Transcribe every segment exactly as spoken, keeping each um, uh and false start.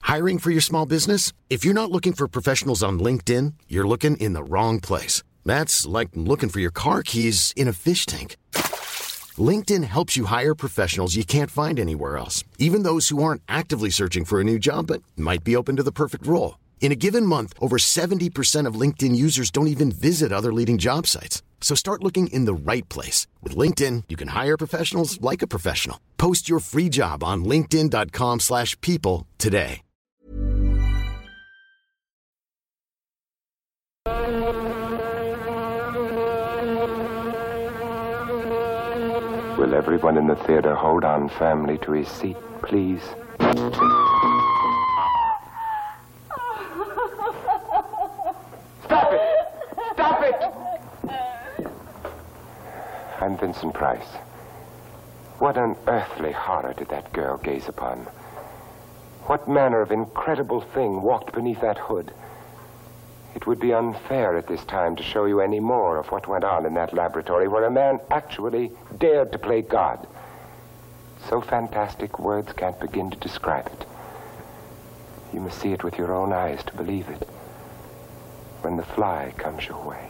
Hiring for your small business? If you're not looking for professionals on LinkedIn, you're looking in the wrong place. That's like looking for your car keys in a fish tank. LinkedIn helps you hire professionals you can't find anywhere else, even those who aren't actively searching for a new job but might be open to the perfect role. In a given month, over seventy percent of LinkedIn users don't even visit other leading job sites. So start looking in the right place. With LinkedIn, you can hire professionals like a professional. Post your free job on linkedin dot com slash people today. Will everyone in the theater hold on firmly to his seat, please? Stop it! Stop it! I'm Vincent Price. What unearthly horror did that girl gaze upon? What manner of incredible thing walked beneath that hood? It would be unfair at this time to show you any more of what went on in that laboratory where a man actually dared to play God. So fantastic words can't begin to describe it. You must see it with your own eyes to believe it. When the fly comes your way.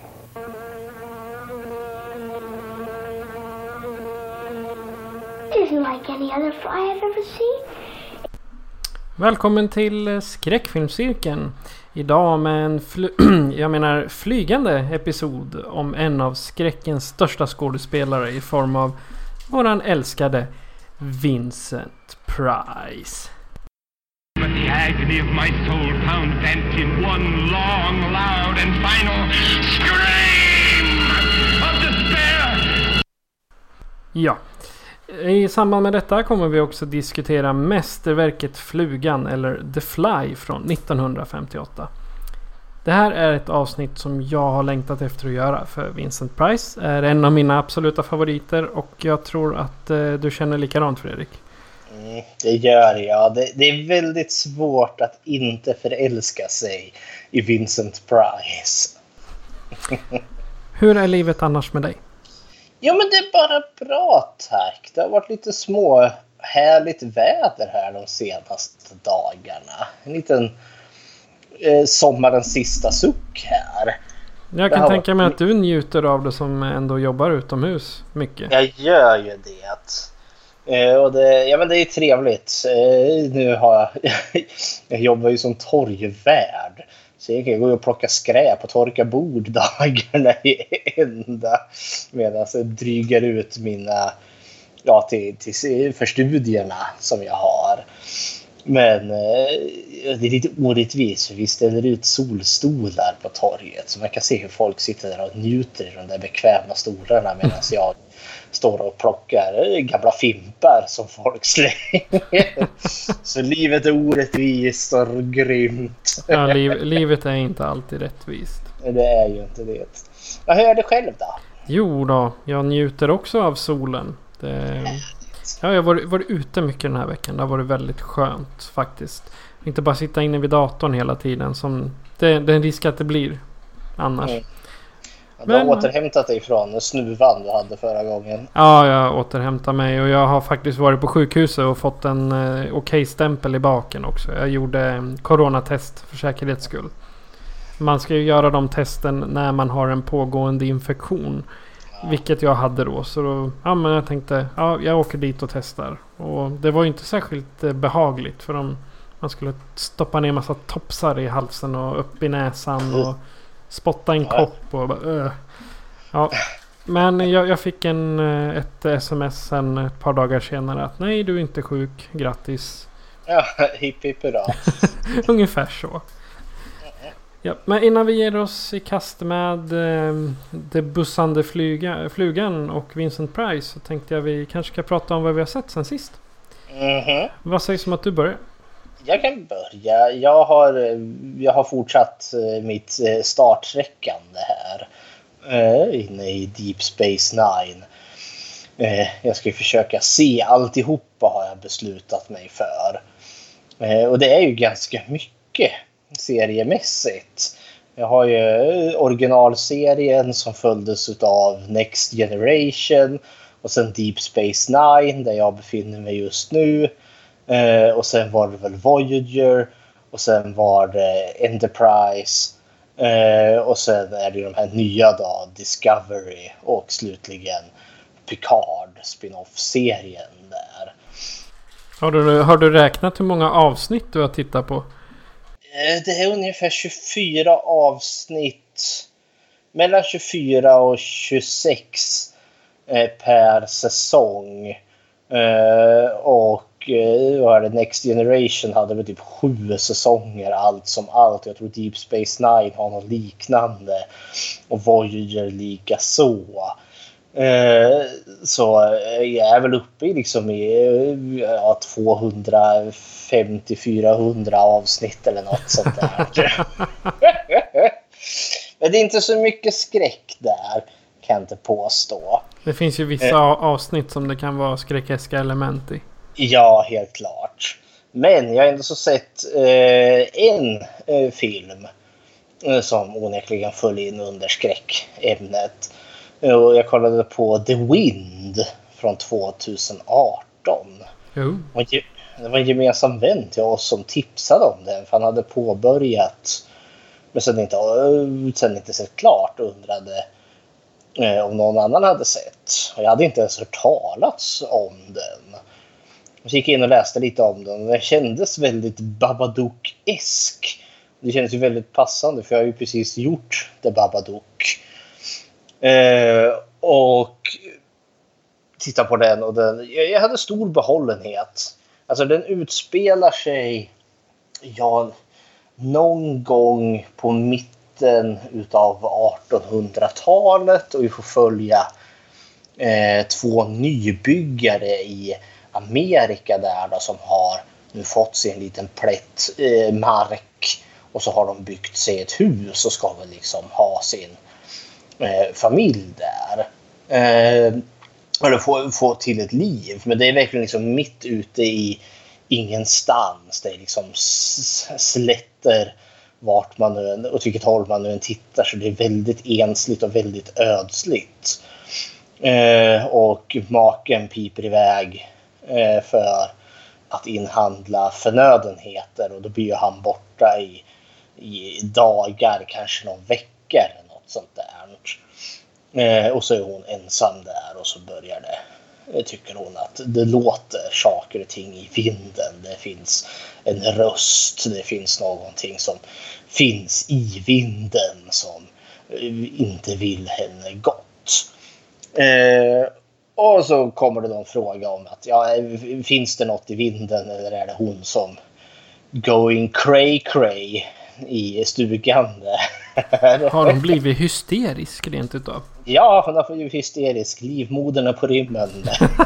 Isn't like any other fly I've ever seen. Välkommen till Skräckfilmscirkeln. Idag med en fly- jag menar flygande episod om en av skräckens största skådespelare i form av våran älskade Vincent Price. But the agony of my soul found vent in one long, loud and final scream of despair. Ja. I samband med detta kommer vi också diskutera mästerverket Flugan eller The Fly från nittonhundrafemtioåtta. Det här är ett avsnitt som jag har längtat efter att göra, för Vincent Price är en av mina absoluta favoriter och jag tror att eh, du känner likadant, Fredrik. Mm, det gör jag. Det, det är väldigt svårt att inte förälska sig i Vincent Price. Hur är livet annars med dig? Ja, men det är bara bra, tack. Det har varit lite små härligt väder här de senaste dagarna. En liten eh, sommarens sista suck här. Jag kan tänka mig att du njuter av det som ändå jobbar utomhus mycket. Jag gör ju det. Eh, och det, ja, men det är trevligt. Eh, nu har jag, jag jobbar ju som torgvärd. Så jag kan gå och plocka skräp och torka bord dagarna i enda. Medan jag drygar ut mina, ja, till, till, för studierna som jag har. Men eh, det är lite orättvist, för vi ställer ut solstolar på torget. Så man kan se hur folk sitter där och njuter i de där bekväma stolarna. Medan jag står och plockar gamla fimpar som folk slänger. Så livet är orättvist och grymt. Ja, liv, livet är inte alltid rättvist. Det är ju inte det. Vad hör du själv då? Jo då, jag njuter också av solen. Det, ja, jag har varit, varit ute mycket den här veckan. Det har varit väldigt skönt faktiskt. Inte bara sitta inne vid datorn hela tiden. Som det, det är en risk att det blir annars. Mm. Du har Men, återhämtat dig från snuvan du hade förra gången. Ja, jag återhämtar mig. Och jag har faktiskt varit på sjukhuset och fått en eh, okej-stämpel i baken också. Jag gjorde en coronatest för säkerhets skull. Man ska ju göra de testen när man har en pågående infektion. Ja. Vilket jag hade då. Så då, ja, men jag tänkte, ja, jag åker dit och testar. Och det var ju inte särskilt eh, behagligt. För de, man skulle stoppa ner massa topsar i halsen och upp i näsan och spotta en kopp och bara, uh. Ja. Men jag, jag fick en, ett sms en ett par dagar senare att nej, du är inte sjuk, grattis. Ja, hipp hipp hurra. Ungefär så. Ja, men innan vi ger oss i kast med eh, det bussande flyga, flugan och Vincent Price, så tänkte jag vi kanske ska prata om vad vi har sett sen sist. Mm-hmm. Vad sägs om att du börjar? Jag kan börja. Jag har, jag har fortsatt mitt startsträckande här eh, inne i Deep Space Nine. Eh, jag ska försöka se alltihopa, har jag beslutat mig för. Eh, och det är ju ganska mycket seriemässigt. Jag har ju originalserien som följdes av Next Generation och sen Deep Space Nine där jag befinner mig just nu. Eh, och sen var det väl Voyager Och sen var det Enterprise. Eh, och sen är det de här nya då, Discovery. Och slutligen Picard, spin-off-serien där. Har du, har du räknat hur många avsnitt du har tittat på? Eh, det är ungefär tjugofyra avsnitt. Mellan tjugofyra och tjugosex eh, per säsong. Eh, och eh, vad är det? Next Generation hade väl typ sju säsonger allt som allt. Jag tror Deep Space Nine har något liknande. Och Voyager lika så. Eh, så jag är väl uppe i liksom i ja, tvåhundrafemtio till fyrahundra avsnitt eller något sånt där. Men det är inte så mycket skräck där, kan jag inte påstå. Det finns ju vissa eh. avsnitt som det kan vara skräckeska element i. Ja, helt klart. Men jag har ändå så sett eh, en eh, film eh, som onekligen föll in under skräckämnet. Och jag kollade på The Wind från tjugoarton. Jo. Och det var en gemensam vän till oss som tipsade om den. För han hade påbörjat, men sen inte, sen inte sett klart, och undrade eh, om någon annan hade sett. Och jag hade inte ens hört talats om den. Så gick jag in och läste lite om den. Den kändes väldigt Babadook-esk. Det kändes ju väldigt passande, för jag har ju precis gjort The Babadook. Eh, och titta på den, och den, jag hade stor behållenhet. Alltså den utspelar sig ja, någon gång på mitten utav artonhundratalet, och vi får följa eh, två nybyggare i Amerika där då, som har nu fått sig en liten plätt eh, mark, och så har de byggt sig ett hus och ska väl liksom ha sin Eh, familj där. Eh, eller få, få till ett liv. Men det är verkligen liksom mitt ute i ingenstans. Det är liksom slätter vart man nu, åt vilket håll man nu än tittar. Så det är väldigt ensligt och väldigt ödsligt. Eh, och maken piper iväg eh, för att inhandla förnödenheter. Och då blir han borta i, i dagar, kanske någon vecka eller något sånt där. Eh, och så är hon ensam där, och så börjar det, tycker hon att det låter saker och ting i vinden. Det finns en röst, det finns någonting som finns i vinden som inte vill henne gott. Eh, och så kommer det någon fråga om att ja, finns det något i vinden, eller är det hon som going cray cray i stugan? Har de blivit hysterisk rent utav? Ja, hon har blivit hysterisk. Livmoderna på rymmen.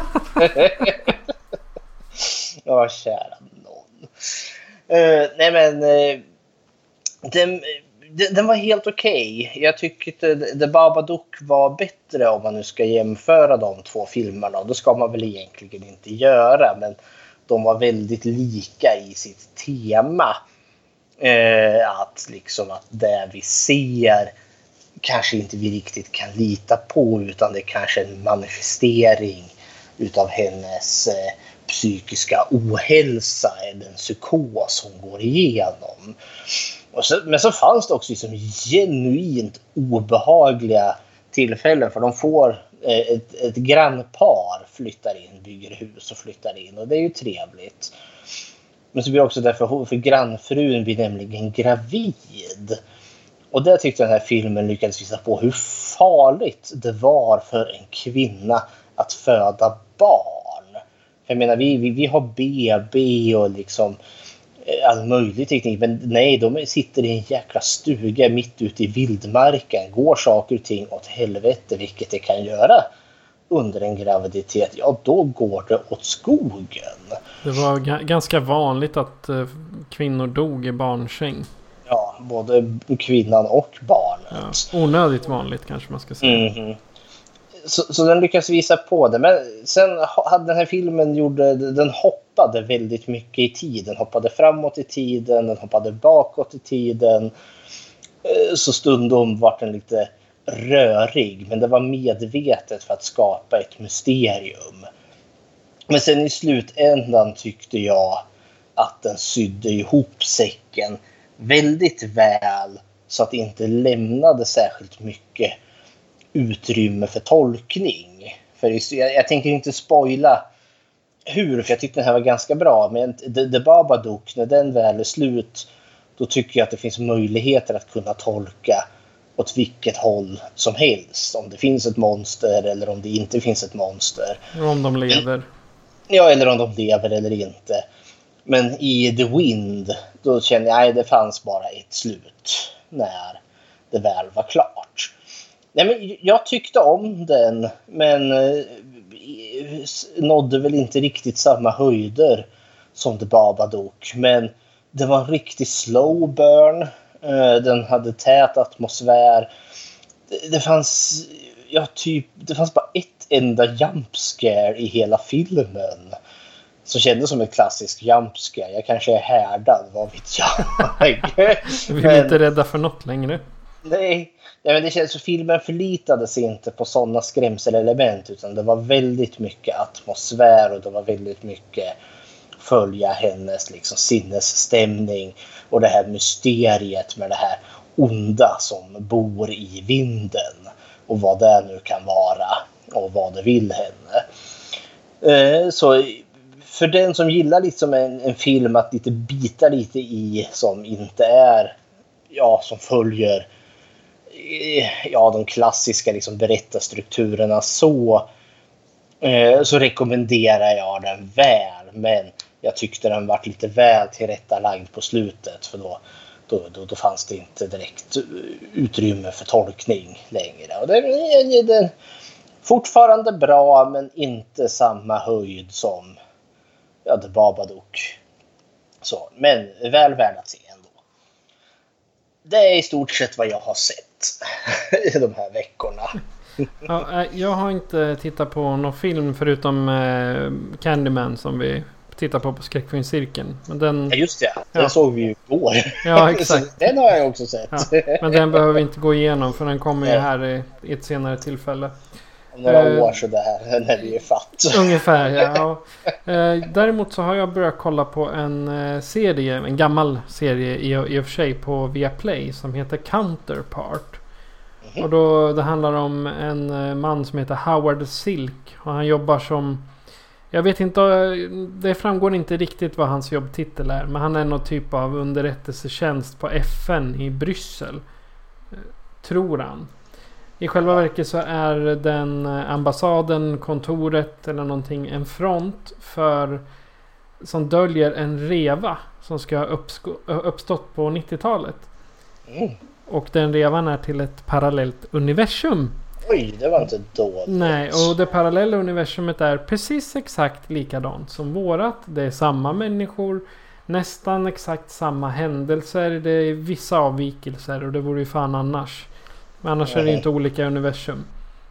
Ja, kära någon. Uh, nej men uh, den, den, den var helt okej. Okay. Jag tyckte The Babadook var bättre, om man nu ska jämföra de två filmerna. Då ska man väl egentligen inte göra, men de var väldigt lika i sitt tema. Eh, att liksom att det vi ser kanske inte vi riktigt kan lita på, utan det är kanske en manifestering utav hennes eh, psykiska ohälsa, eller en psykos hon går igenom. Och så, men så fanns det också liksom genuint obehagliga tillfällen, för de får eh, ett, ett grannpar flyttar in, bygger hus och flyttar in, och det är ju trevligt. Men så blir det också därför, för grannfrun blir nämligen gravid. Och där tyckte jag den här filmen lyckades visa på hur farligt det var för en kvinna att föda barn. För jag menar, vi, vi, vi har B B och liksom all möjlig teknik. Men nej, de sitter i en jäkla stuga mitt ute i vildmarken. Går saker och ting åt helvete, vilket det kan göra under en graviditet, ja då går det åt skogen. Det var g- ganska vanligt att uh, kvinnor dog i barnsäng. Ja, både kvinnan och barnet. Ja, onödigt vanligt kanske man ska säga. Mm-hmm. Så, så den lyckas visa på det. Men sen hade den här filmen gjorde, den hoppade väldigt mycket i tiden. Den hoppade framåt i tiden, den hoppade bakåt i tiden. Så stundom var den lite rörig, men det var medvetet för att skapa ett mysterium. Men sen i slutändan tyckte jag att den sydde ihop säcken väldigt väl så att det inte lämnade särskilt mycket utrymme för tolkning. För jag, jag tänker inte spoila hur, för jag tyckte den här var ganska bra, men The, The Babadook, när den väl är slut, då tycker jag att det finns möjligheter att kunna tolka åt vilket håll som helst. Om det finns ett monster eller om det inte finns ett monster. Om de lever. Ja, eller om de lever eller inte. Men i The Wind, då kände jag att det fanns bara ett slut när det väl var klart. Nej, men jag tyckte om den, men nådde väl inte riktigt samma höjder som The Babadook. Men det var en riktig slow burn. Den hade tät atmosfär. Det fanns, ja, typ, det fanns bara ett enda jumpscare i hela filmen. Som kändes som ett klassisk jumpscare. Jag kanske är härdad, vad vet jag. Vi är inte rädda för något längre. Nej, nej, men det känns som filmen förlitade sig inte på sådana skrämselelement, utan det var väldigt mycket atmosfär och det var väldigt mycket följa hennes liksom sinnesstämning och det här mysteriet med det här onda som bor i vinden och vad det nu kan vara och vad det vill henne. Eh, så för den som gillar liksom en, en film att lite bita lite i som inte är, ja, som följer ja, de klassiska liksom berättarstrukturerna så eh, så rekommenderar jag den väl, men jag tyckte den var lite väl tillrättalagd på slutet, för då, då, då, då fanns det inte direkt utrymme för tolkning längre. Och det är den fortfarande bra, men inte samma höjd som ja, The Babadook. Så, men väl värd att se ändå. Det är i stort sett vad jag har sett i de här veckorna. Ja, jag har inte tittat på någon film förutom eh, Candyman som vi tittar på på skräckfilmscirkeln. Men den, ja, just det. Den ja. såg vi ju igår. Ja, exakt. Den har jag också sett. Ja, men den behöver vi inte gå igenom, för den kommer ju här i, i ett senare tillfälle. Om några uh, år så där när vi är fatt. Ungefär, ja. Uh, däremot så har jag börjat kolla på en uh, serie, en gammal serie i, i och för sig på Viaplay som heter Counterpart. Mm-hmm. Och då det handlar om en uh, man som heter Howard Silk. Och han jobbar som, jag vet inte, det framgår inte riktigt vad hans jobbtitel är, men han är någon typ av underrättelsetjänst på F N i Bryssel, tror han. I själva verket så är den ambassaden, kontoret eller någonting en front för som döljer en reva som ska ha uppsko- uppstått på nittiotalet. Mm. Och den revan är till ett parallellt universum. Oj, det var inte dåligt. Nej, och det parallella universumet är precis exakt likadant som vårat. Det är samma människor, nästan exakt samma händelser. Det är vissa avvikelser och det vore ju fan annars. Men annars är det inte olika universum.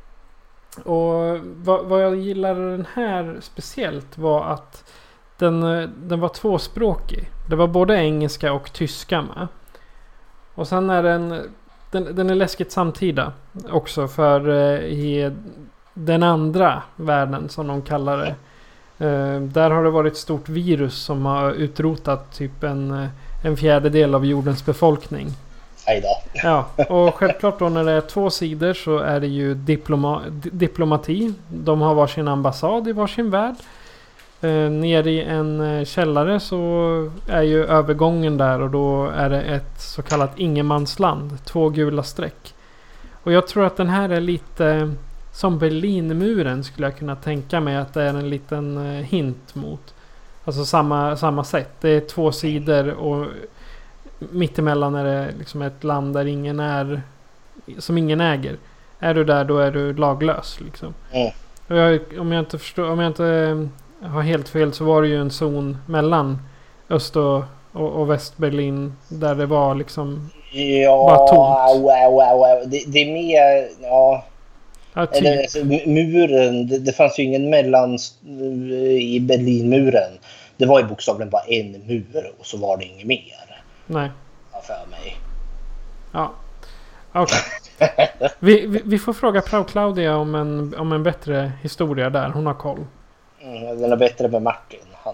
Och vad, vad jag gillar den här speciellt var att den, den var tvåspråkig. Det var både engelska och tyska med. Och sen är den, den, den är läskigt samtida också, för eh, i den andra världen som de kallar det. Eh, där har det varit ett stort virus som har utrotat typ en, en fjärdedel av jordens befolkning. Ja, och självklart då när det är två sidor så är det ju diploma, diplomati. De har varsin ambassad i varsin värld. Eh, ner i en källare så är ju övergången där, och då är det ett så kallat ingenmansland. Två gula streck. Och jag tror att den här är lite som Berlinmuren, skulle jag kunna tänka mig att det är en liten hint mot. Alltså samma, samma sätt. Det är två sidor och mittemellan är det liksom ett land där ingen är, som ingen äger. Är du där, då är du laglös liksom. Mm. Och jag, om jag inte förstår, om jag inte har helt fel, så var det ju en zon mellan Öst- och, och, och Västberlin där det var liksom ja, bara tomt. Wow, wow, wow. Det, det är mer, ja. Ja, typ. Eller, alltså, muren, det, det fanns ju ingen mellan i Berlinmuren. Det var ju bokstavligen bara en mur och så var det inget mer. Nej. Ja, för mig. Ja. Okej. Okay. vi, vi, vi får fråga Frau Claudia om en, om en bättre historia där. Hon har koll. Mm, den är bättre med Martin. Han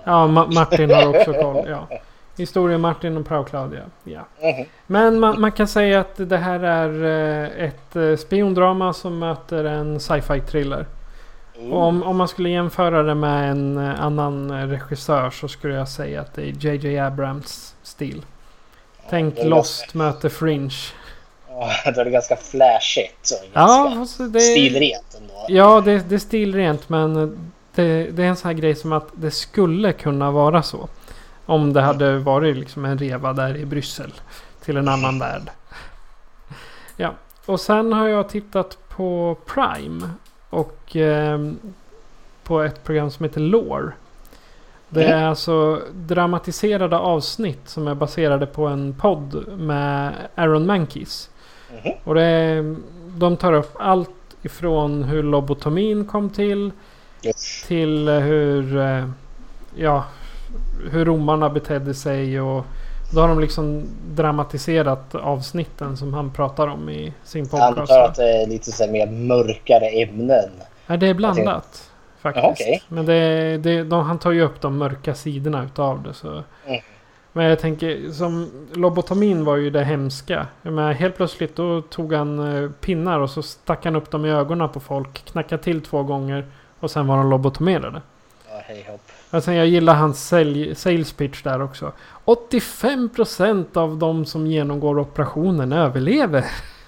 Ja, Ma- Martin har också koll. Ja. Historien Martin och Prao Claudia. Ja. Mm-hmm. Men man, man kan säga att det här är eh, ett eh, spiondrama som möter en sci-fi thriller. Mm. Och om, om man skulle jämföra det med en eh, annan regissör så skulle jag säga att det är J J Abrams stil. Tänk det är Lost ganska- möter Fringe. Ja, det är ganska flashigt. Så Ja, ganska fast det, stilrent ändå. ja det, det är stilrent, men det, det är en sån här grej som att det skulle kunna vara så. Om det hade varit liksom en reva där i Bryssel till en annan värld. Ja, och sen har jag tittat på Prime och eh, på ett program som heter Lore. Det är Mm. alltså dramatiserade avsnitt som är baserade på en podd med Aaron Mankis. Mhm. Och det är, de tar upp allt ifrån hur lobotomin kom till Yes. till eh, hur eh, ja, hur romarna betedde sig, och då har de liksom dramatiserat avsnitten som han pratar om i sin Jag antar podcast. att det är lite så här mer mörkare ämnen. Nej, det är blandat faktiskt. Ja, okej. Men det, det, de, han tar ju upp de mörka sidorna utav det. Så. Mm. Men jag tänker, som lobotomin var ju det hemska. Men helt plötsligt då tog han eh, pinnar och så stack han upp dem i ögonen på folk. Knackade till två gånger och sen var de lobotomerade. Ja, hej hopp. Alltså jag gillar hans sälj, sales pitch där också. åttiofem procent av de som genomgår operationen överlever.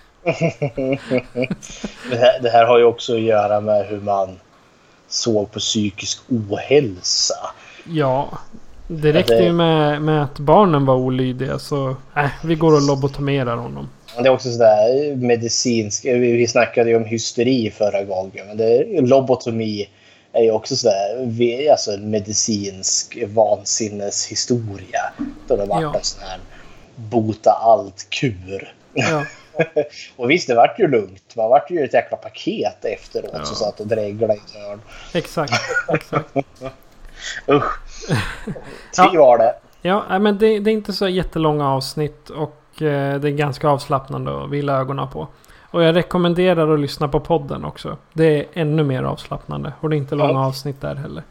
Det här, det här har ju också att göra med hur man såg på psykisk ohälsa. Ja, det räckte det- ju med, med att barnen var olydiga, så äh, vi går och lobotomerar honom. Det är också sådär medicinsk. Vi vi snackade ju om hysteri förra gången. Men det, lobotomi är ju också sådär vi- alltså en medicinsk vansinneshistoria. Då det var Ja. en sån här bota allt-kur. Ja, Och visst, det vart ju lugnt. Man vart ju ett jäkla paket efteråt. Ja. Så satt och dreglade i ett hörn. exakt. exakt. Usch. Ja. Tre var det. Ja, äh, men det, det är inte så jättelånga avsnitt och eh, det är ganska avslappnande att vila ögonen på. Och jag rekommenderar att lyssna på podden också. Det är ännu mer avslappnande. Och det är inte långa Ja. avsnitt där heller.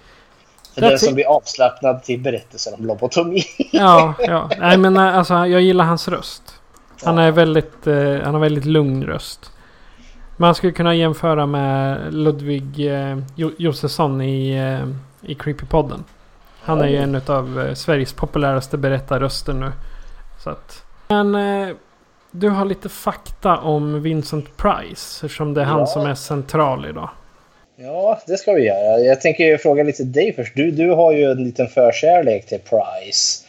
För den That's som it. blir avslappnad till berättelsen om lobotomi. Ja, ja. Nej, men äh, alltså, jag gillar hans röst. Han är väldigt, eh, han har väldigt lugn röst. Man skulle kunna jämföra med Ludvig eh, jo- Josefsson i, eh, i Creepypodden. Han är ju en av eh, Sveriges populäraste berättarröster nu. Så att. Men eh, du har lite fakta om Vincent Price, eftersom det är han Ja. som är central idag. Ja, det ska vi göra. Jag tänker fråga lite dig först. Du, du har ju en liten förkärlek till Price.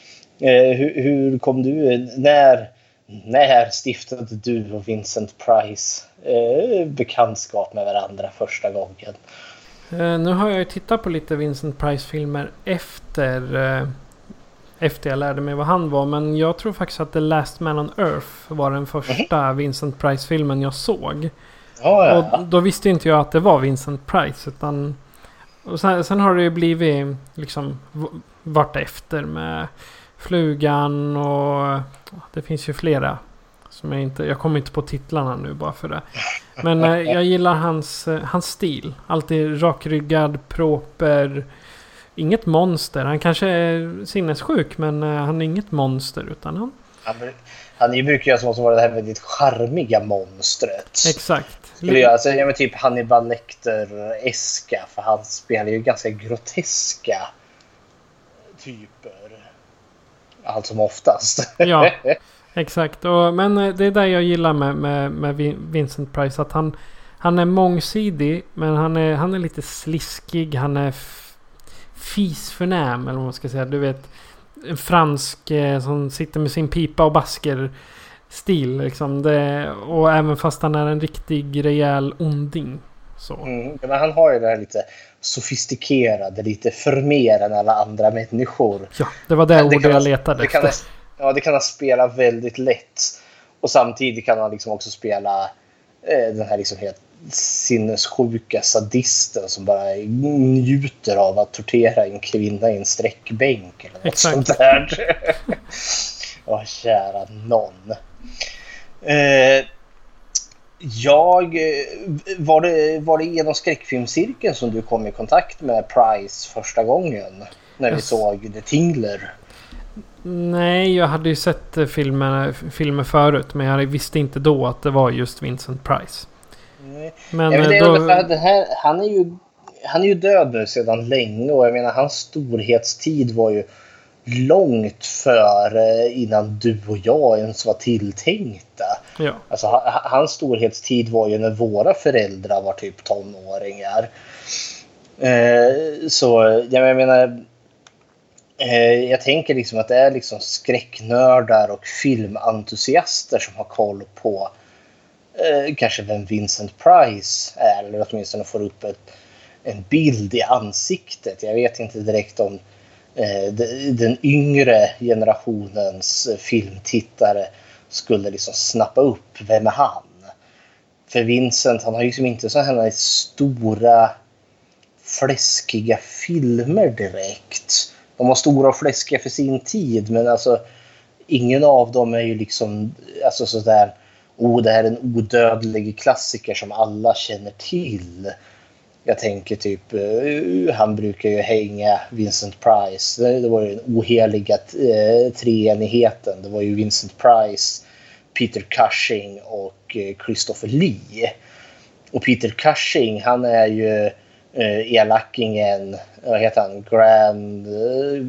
Eh, hur, hur kom du... När, när stiftade du och Vincent Price eh, bekantskap med varandra första gången? Eh, nu har jag ju tittat på lite Vincent Price-filmer efter, eh, efter jag lärde mig vad han var. Men jag tror faktiskt att The Last Man on Earth var den första Vincent Price-filmen jag såg. Ja, ja. Och då visste inte jag att det var Vincent Price. Utan, och sen, sen har det ju blivit liksom v- vart efter med Flugan och det finns ju flera. Som jag, inte, jag kommer inte på titlarna nu bara för det. Men eh, jag gillar hans, eh, hans stil. Alltid rakryggad, proper. Inget monster. Han kanske är sinnessjuk, men eh, han är inget monster. Utan han... Han, han är ju brukar ju som vara det här väldigt charmiga monstret. Exakt. Skulle jag säga, men typ Hannibal Lecter-eska. För han spelar ju ganska groteska typer. Allt som oftast. Ja, exakt. Och, men eh, det är det jag gillar med, med, med Vin- Vincent Price. Att han, han är mångsidig, men han är, han är lite sliskig. Han är f- fisförnäm, eller vad man ska säga. Du vet, en fransk eh, som sitter med sin pipa och basker stil. Liksom. Det, och även fast han är en riktig rejäl onding. Så. Mm, men han har ju det här lite sofistikerade, lite för mer än alla andra människor. Ja, det var det, Det ordet kan jag han- letade det kan efter. han, ja, det kan han spela väldigt lätt. Och samtidigt kan han liksom också spela eh, den här liksom helt sinnessjuka sadisten som bara njuter av att tortera en kvinna i en sträckbänk eller något Exakt. sånt där. Åh, kära någon. Eh, Jag, var det, var det genom skräckfilmscirkeln som du kom i kontakt med Price första gången? När vi yes. såg The Tingler? Nej, jag hade ju sett filmer, filmer förut. Men jag visste inte då att det var just Vincent Price. Nej. Men jag vet, då... det här, han, är ju, han är ju död nu sedan länge. Och jag menar, hans storhetstid var ju långt före innan du och jag ens var tilltänkta. Ja. Alltså, hans storhetstid var ju när våra föräldrar var typ tonåringar. Eh, så jag menar, eh, jag tänker liksom att det är liksom skräcknördar och filmentusiaster som har koll på eh, kanske vem Vincent Price är, eller åtminstone får upp ett, en bild i ansiktet. Jag vet inte direkt om eh, de, den yngre generationens filmtittare skulle liksom snappa upp vem är han. För Vincent, han har ju liksom inte så här stora fläskiga filmer direkt. De var stora och fläskiga för sin tid, men alltså ingen av dem är ju liksom alltså sådär, oh, det här är en odödlig klassiker som alla känner till. Jag tänker typ, uh, han brukar ju hänga Vincent Price. Det, det var ju den oheliga uh, treenigheten. Det var ju Vincent Price, Peter Cushing och uh, Christopher Lee. Och Peter Cushing, han är ju uh, elakingen, vad heter han? Grand... Uh,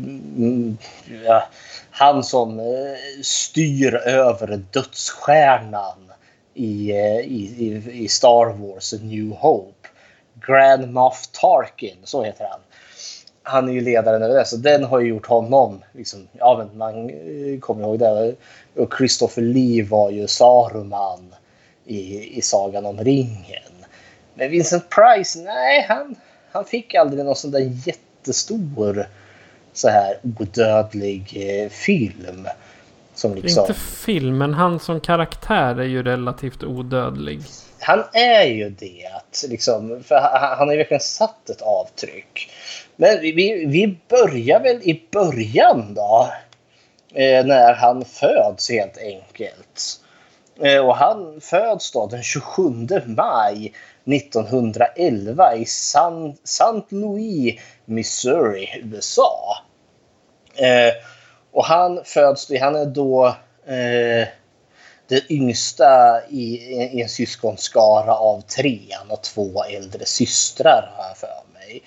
ja, han som uh, styr över dödsstjärnan i, uh, i, i Star Wars A New Hope. Grand Moff Tarkin, så heter han. Han är ju ledaren över det, så den har ju gjort honom liksom, ja men man kommer ihåg det. Och Christopher Lee var ju Saruman i, i Sagan om ringen. Men Vincent Price, nej, han, han fick aldrig någon sån där jättestor så här odödlig eh, film. Som liksom... Inte filmen, han som karaktär är ju relativt odödlig. Han är ju det, liksom, för han har ju verkligen satt ett avtryck. Men vi, vi börjar väl i början då, eh, när han föds helt enkelt. Eh, och han föds då den tjugosjunde maj nittonhundraelva i San, Saint Louis, Missouri, U S A. Eh, och han föds, han är då... Eh, den yngsta i, i en syskonskara av tre och två äldre systrar har jag för mig.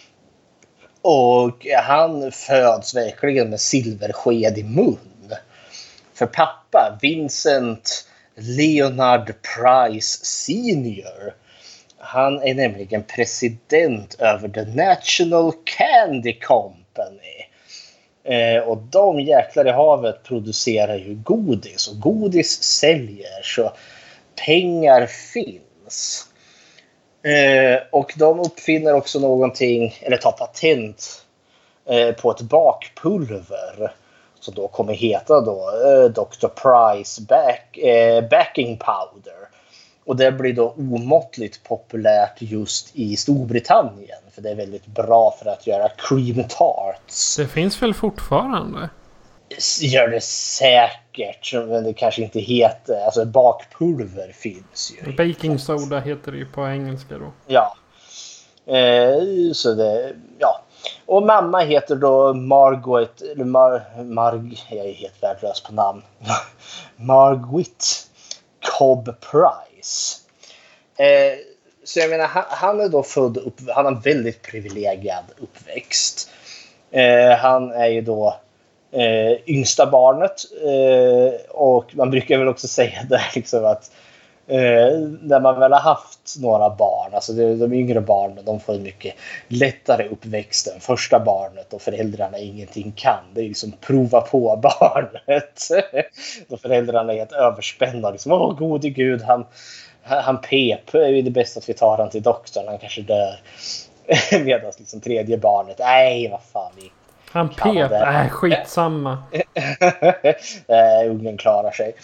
Och han föds verkligen med silversked i mun. För pappa, Vincent Leonard Price senior, han är nämligen president över The National Candy Company. Eh, och de jäklar i havet producerar ju godis, och godis säljer, så pengar finns. Eh, och de uppfinner också någonting, eller tar patent eh, på ett bakpulver som då kommer heta då eh, doktor Price back, eh, Backing Powder. Och det blir då omåttligt populärt just i Storbritannien. För det är väldigt bra för att göra cream tarts. Det finns väl fortfarande? Gör det säkert. Men det kanske inte heter. Alltså bakpulver finns ju. Baking soda heter det ju på engelska då. Ja. Eh, så det, ja. Och mamma heter då Margaret. Eller Mar, Marg, jag är helt värdelös på namn. Margaret Cobb Price. Eh, så jag menar, han, han är då född upp, han har en väldigt privilegierad uppväxt. Eh, han är ju då eh, yngsta barnet, eh, och man brukar väl också säga där liksom att eh, när man väl har haft några barn, alltså de, de yngre barnen, de får en mycket lättare uppväxt än första barnet, och föräldrarna ingenting kan. Det är liksom prova på barnet. Då föräldrarna är helt överspända, liksom, åh gode gud, han Han pep, det är det bästa att vi tar han till doktorn, han kanske dör. Medan liksom tredje barnet, nej vad fan vi han pep, nej skitsamma. äh, ungen klarar sig.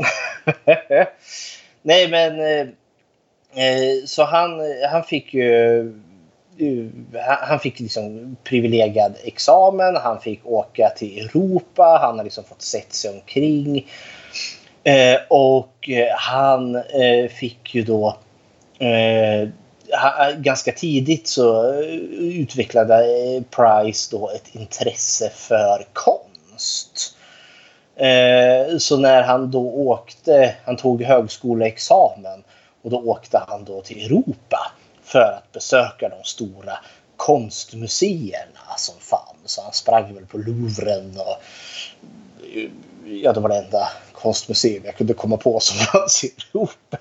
Nej men eh, så han, han fick ju han fick liksom privilegierad examen, han fick åka till Europa, han har liksom fått sett sig omkring. Eh, och eh, han eh, fick ju då eh, ha, ganska tidigt så utvecklade eh, Price då ett intresse för konst. Eh, så när han då åkte, han tog högskoleexamen och då åkte han då till Europa för att besöka de stora konstmuseerna som fanns. Så han sprang väl på Louvren och ja, det var det enda konstmuseum jag kunde komma på som fanns i Europa.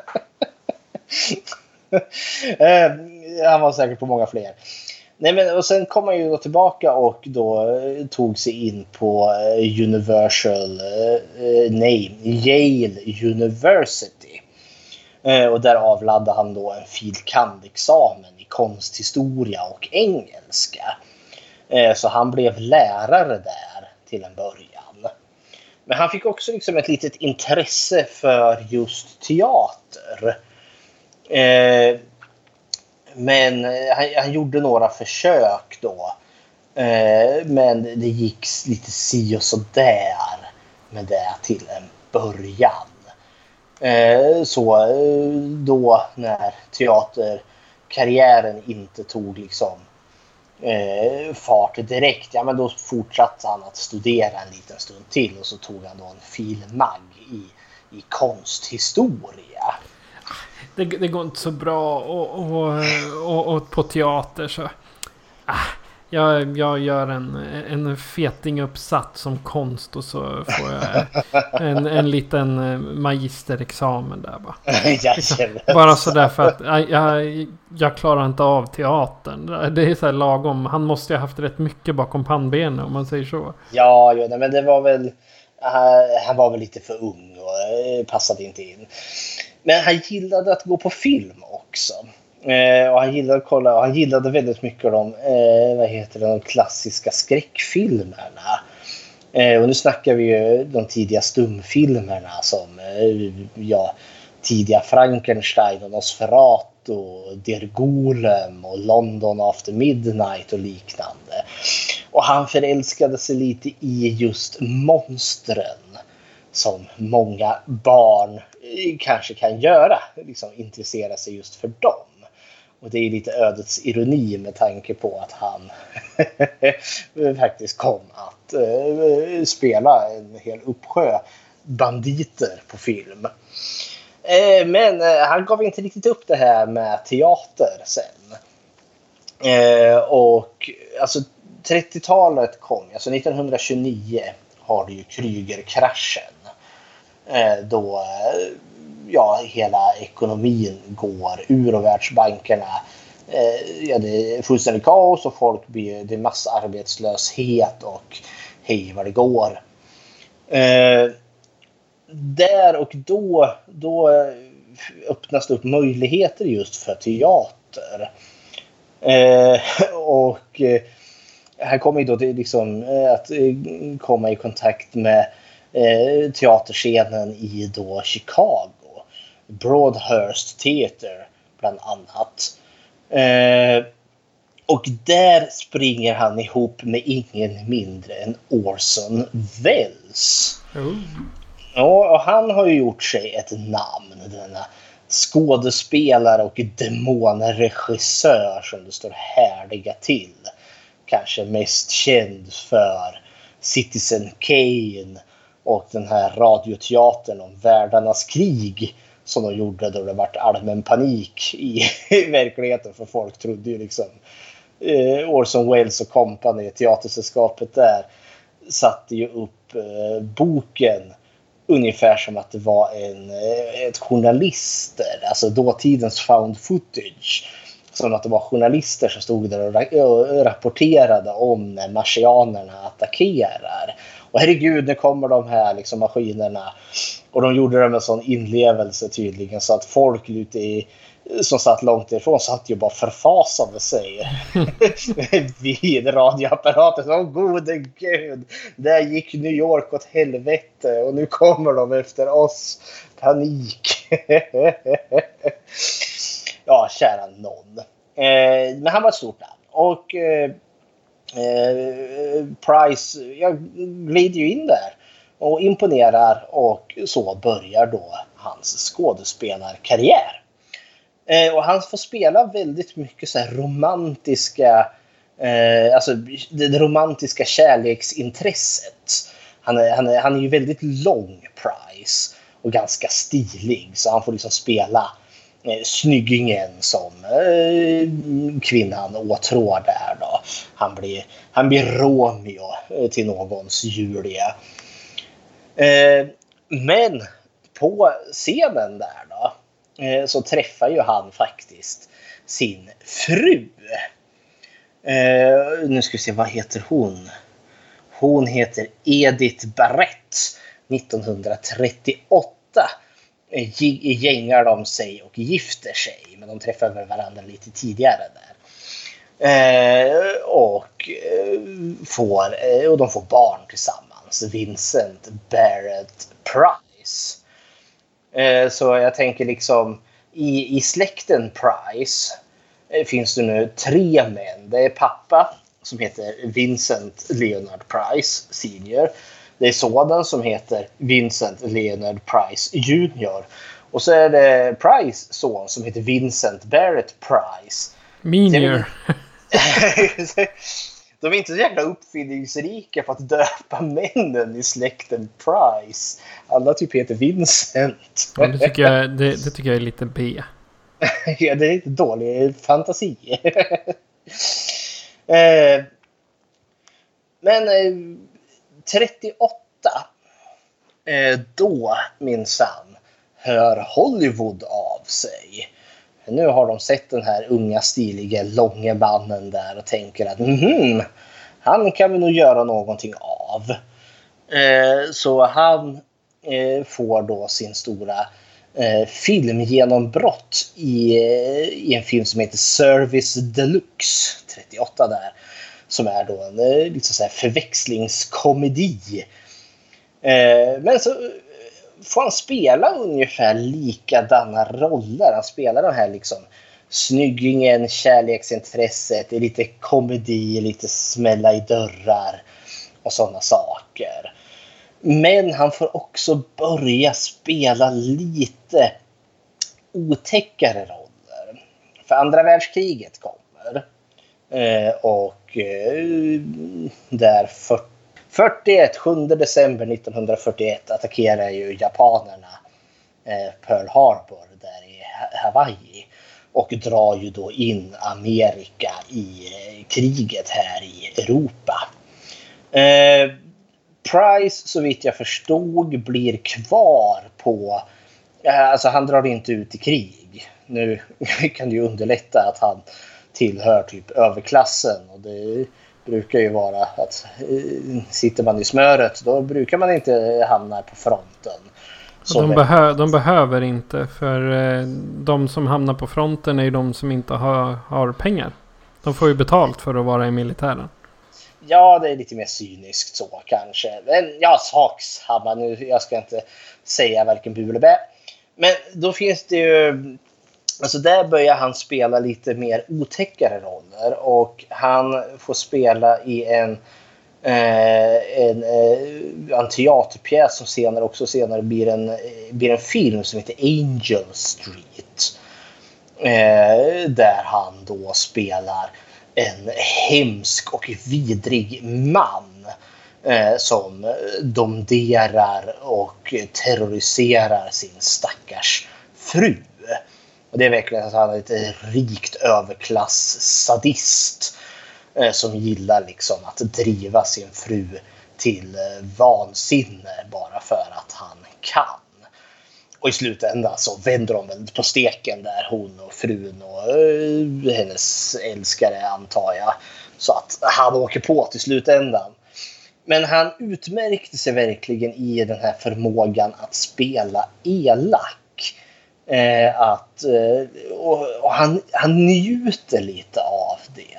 eh, han var säkert på många fler. Nej, men, och sen kom han ju då tillbaka och då eh, tog sig in på eh, Universal, eh, nej, Yale University. Eh, och där avladdade han då en fil. kand.-examen i konsthistoria och engelska. Eh, så han blev lärare där till en början. Men han fick också liksom ett litet intresse för just teater. Eh, men han, han gjorde några försök då. Eh, men det gick lite si och så där med det till en början. Eh, så då när teaterkarriären inte tog liksom eh, fart direkt, ja men då fortsatte han att studera en liten stund till och så tog han då en filmag i, i konsthistoria. Det, det går inte så bra och, och, och, och på teater så ah, jag, jag gör en, en fetinguppsats som konst och så får jag en, en liten magisterexamen där bara. Bara sådär för att jag, jag, jag klarar inte av teatern. Det är så här lagom. Han måste ju ha haft rätt mycket bakom pannbenen om man säger så. Ja, ja men det var väl uh, han var väl lite för ung och uh, passade inte in. Men han gillade att gå på film också. Eh, och han gillade att kolla, och han gillade väldigt mycket de, eh, vad heter det, de klassiska skräckfilmerna. Eh, och nu snackar vi ju de tidiga stumfilmerna som eh, ja, tidiga Frankenstein och Nosferatu, Der Golem och London After Midnight och liknande. Och han förälskade sig lite i just monstren som många barn kanske kan göra, liksom intressera sig just för dem. Och det är lite ödets ironi med tanke på att han faktiskt kom att uh, spela en hel uppsjö banditer på film. Uh, men uh, han gav inte riktigt upp det här med teater sen. Uh, och alltså trettiotalet kom, alltså nittonhundratjugonio har du ju Krügerkraschen. Uh, då ja, hela ekonomin går ur och världsbankerna. Eh, ja, det är fullständigt kaos och folk blir, det är massarbetslöshet och hej vad det går. Eh, där och då, då öppnas det upp möjligheter just för teater. Eh, och eh, här kommer ju då det liksom att komma i kontakt med eh, teaterscenen i då Chicago. Broadhurst Theater bland annat. Eh, och där springer han ihop med ingen mindre än Orson Welles. Mm. Ja, och han har ju gjort sig ett namn, denna skådespelare och demonregissör som det står härliga till. Kanske mest känd för Citizen Kane och den här radioteatern om Världarnas krig som de gjorde då det var allmän panik i, i verkligheten, för folk trodde ju liksom eh, Orson Welles och company, teatersällskapet där, satte ju upp eh, boken ungefär som att det var en eh, ett journalister, alltså dåtidens found footage, som att det var journalister som stod där och, ra- och rapporterade om när marsianerna attackerar. Och herregud, nu kommer de här liksom maskinerna. Och de gjorde det med sån inlevelse tydligen så att folk ute i, som satt långt ifrån satt ju bara förfasade sig vid radioapparaten. Åh gode gud, där gick New York åt helvete och nu kommer de efter oss. Panik. Ja, kära någon. Eh, men han var ett stort namn. Och eh, eh, Price, jag glider ju in där. och imponerar, och så börjar då hans skådespelarkarriär. Eh, och han får spela väldigt mycket så här romantiska, eh, alltså det romantiska kärleksintresset. Han är, han är, han är ju väldigt lång, Price, och ganska stilig, så han får liksom spela eh, snyggingen som eh, kvinnan åtrår där då. Han blir, han blir Romeo eh, till någons Julia. Eh, men på scenen där då eh, så träffar ju han faktiskt sin fru. Eh, nu ska vi se, vad heter hon? Hon heter Edith Barrett. nittonhundratrettioåtta eh, gängar de sig och gifter sig, men de träffar varandra lite tidigare där. Eh, och eh, får eh, och de får barn tillsammans, Vincent Barrett Price. Eh, så jag tänker liksom i, i släkten Price eh, finns det nu tre män. Det är pappa som heter Vincent Leonard Price senior. Det är sonen som heter Vincent Leonard Price junior. Och så är det Price son som heter Vincent Barrett Price. Minior. De är inte så jäkla uppfinningsrika för att döpa männen i släkten Price. Alla typ heter Vincent. Ja, det, tycker jag, det, det tycker jag är lite B. Ja, det är lite dålig fantasi. eh, men eh, trettioåtta, eh, då minsann hör Hollywood av sig. Nu har de sett den här unga, stiliga, långa mannen där och tänker att mm, han kan vi nog göra någonting av. Eh, så han eh, får då sin stora eh, filmgenombrott i, eh, i en film som heter Service Deluxe, trettioåtta där. Som är då en eh, liksom så här förväxlingskomedi. Eh, men så får han spela ungefär likadana roller. Han spelar den här liksom snyggingen, kärleksintresset, det är lite komedi, lite smälla i dörrar och sådana saker. Men han får också börja spela lite otäckare roller. För andra världskriget kommer. Eh, och eh, där fyrtio fyrtioett, sjunde december nittonhundrafyrtioett attackerar ju japanerna eh, Pearl Harbor där i Hawaii och drar ju då in Amerika i eh, kriget här i Europa. Eh, Price, så vitt jag förstod, blir kvar på, eh, alltså han drar inte ut i krig. Nu kan det ju underlätta att han tillhör typ överklassen, och det brukar ju vara att eh, sitter man i smöret, då brukar man inte hamna på fronten. Så de, behö- de behöver inte, för eh, de som hamnar på fronten är ju de som inte har, har pengar. De får ju betalt för att vara i militären. Ja, det är lite mer cyniskt så kanske. Men ja, sakshamma nu. Jag ska inte säga varken bu eller bä. Men då finns det ju, alltså där börjar han spela lite mer otäckare roller, och han får spela i en eh, en, eh, en teaterpjäs som senare också senare blir en, blir en film som heter Angel Street. Eh, där han då spelar en hemsk och vidrig man eh, som domderar och terroriserar sin stackars fru. Och det är verkligen att han är ett rikt överklass sadist eh, som gillar liksom att driva sin fru till eh, vansinne bara för att han kan. Och i slutändan så vänder de väl på steken där, hon och frun och uh, hennes älskare antar jag. Så att han åker på till slutändan. Men han utmärkte sig verkligen i den här förmågan att spela elak. Eh, att, eh, och, och han, han njuter lite av det.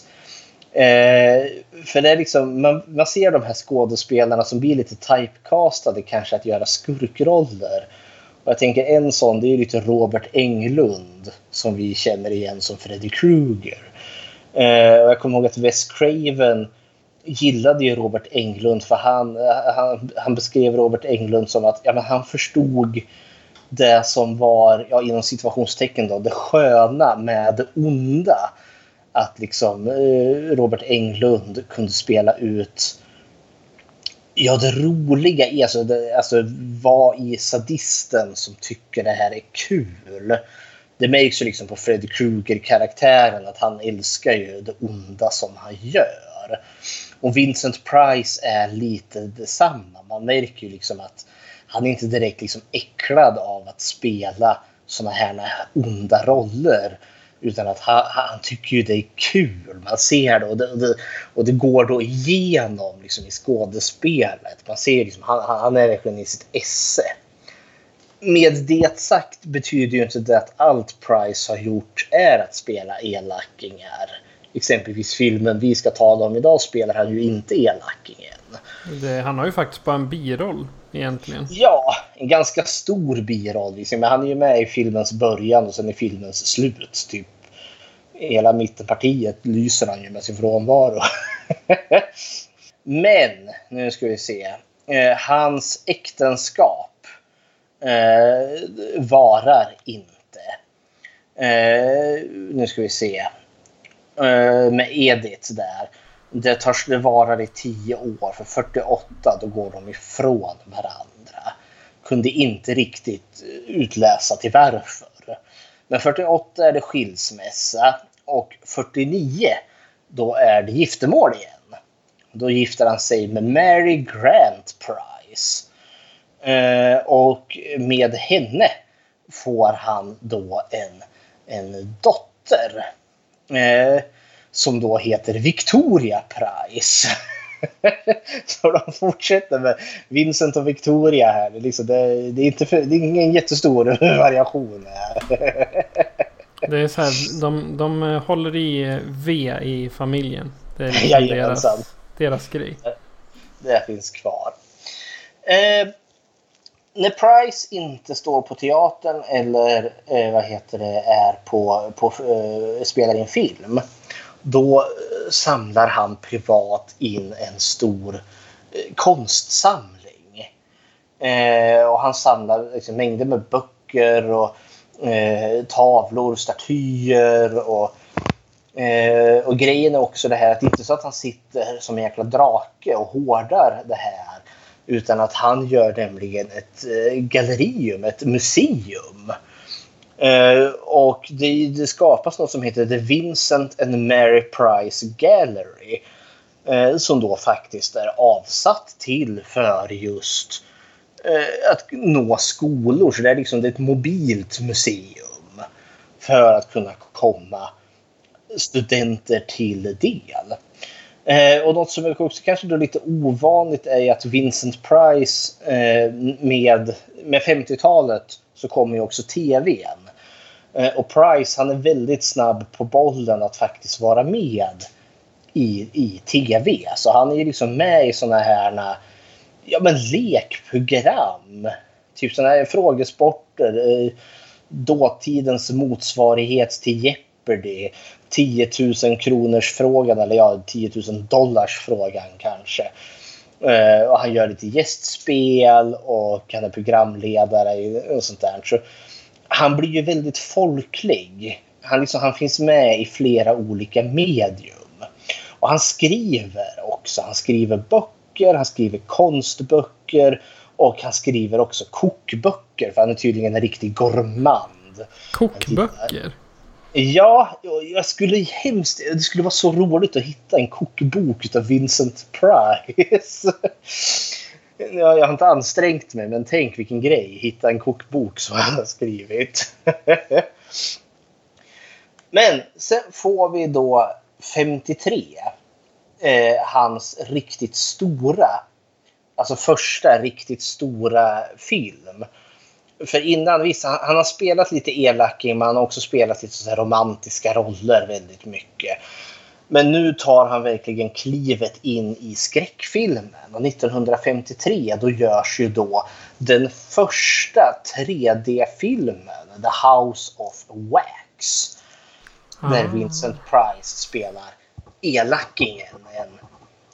Eh, för det är liksom, man, man ser de här skådespelarna som blir lite typecastade kanske att göra skurkroller. Och jag tänker en sån, det är lite Robert Englund som vi känner igen som Freddy Krueger. Eh, och jag kommer ihåg att Wes Craven gillade ju Robert Englund för han, han, han beskrev Robert Englund som att ja, men han förstod det som var, ja, inom situationstecken då, det sköna med det onda. Att liksom eh, Robert Englund kunde spela ut ja, det roliga är alltså, det, alltså vad i sadisten som tycker det här är kul. Det märks ju liksom på Freddy Krueger-karaktären att han älskar ju det onda som han gör. Och Vincent Price är lite detsamma. Man märker ju liksom att han är inte direkt liksom äcklad av att spela såna här onda roller. Utan att han, han tycker ju det är kul. Man ser det och det, och det, och det går då igenom liksom i skådespelet. Man ser liksom, han, han är verkligen i sitt esse. Med det sagt betyder ju inte det att allt Price har gjort är att spela elakingar. Exempelvis filmen vi ska tala om idag spelar han ju inte elakingen. Det, han har ju faktiskt bara en biroll egentligen. Ja, en ganska stor biroll. Liksom. Men han är ju med i filmens början och sen i filmens slut. Typ hela mittenpartiet lyser han ju med sin frånvaro. Men, nu ska vi se. Eh, hans äktenskap eh, varar inte. Eh, nu ska vi se. Eh, med Edith där. Det, tar, det varar i tio år. För fyrtioåtta då går de ifrån varandra. Kunde inte riktigt utläsa till varför. Men fyrtioåtta är det skilsmässa. Och fyrtionio då är det giftermål igen. Då gifter han sig med Mary Grant Price. Eh, och med henne får han då en, en dotter. Eh, som då heter Victoria Price. Så de fortsätter med Vincent och Victoria här. Det är, liksom, det, det är, inte för, det är ingen jättestor variation här. Det är så här, de, de håller i V i familjen. Det är liksom deras, deras grej. Det, det finns kvar. Eh, när Price inte står på teatern eller eh, vad heter det, är på, på eh, spelar in film, då samlar han privat in en stor eh, konstsamling. Eh, och han samlar liksom mängder med böcker och eh, tavlor, statyer och, eh, och grejen är också det här att det inte är så att han sitter som en jäkla drake och hårdar det här, utan att han gör nämligen ett eh, gallerium, ett museum. Uh, och det, det skapas något som heter The Vincent and Mary Price Gallery, uh, som då faktiskt är avsatt till för just uh, att nå skolor. Så det är liksom det är ett mobilt museum för att kunna komma studenter till del. Uh, och något som är också kanske då lite ovanligt är att Vincent Price uh, med, med femtiotalet så kommer ju också tvn. Och Price, han är väldigt snabb på bollen att faktiskt vara med i, i tv. Så han är ju liksom med i såna här ja, men lekprogram. Typ såna här frågesporter. Dåtidens motsvarighet till Jeopardy. tio tusen kronors frågan eller ja, tio tusen dollars frågan kanske. Och han gör lite gästspel och han är programledare och sånt där. Så han blir ju väldigt folklig. Han, liksom, han finns med i flera olika medium. Och han skriver också. Han skriver böcker, han skriver konstböcker och han skriver också kokböcker. För han är tydligen en riktig gourmand. Kokböcker? Ja, jag skulle hemskt, det skulle vara så roligt att hitta en kokbok av Vincent Price. Jag har inte ansträngt mig, men tänk vilken grej. Hitta en kokbok som han har skrivit. Men sen får vi då femtiotre. Eh, hans riktigt stora, alltså första riktigt stora film. För innan, visst, han, han har spelat lite elaking, men han har också spelat lite så här romantiska roller väldigt mycket. Men nu tar han verkligen klivet in i skräckfilmen. Och nittonhundrafemtiotre då görs ju då den första tre D-filmen, The House of Wax. Ah. Där Vincent Price spelar elakingen. En,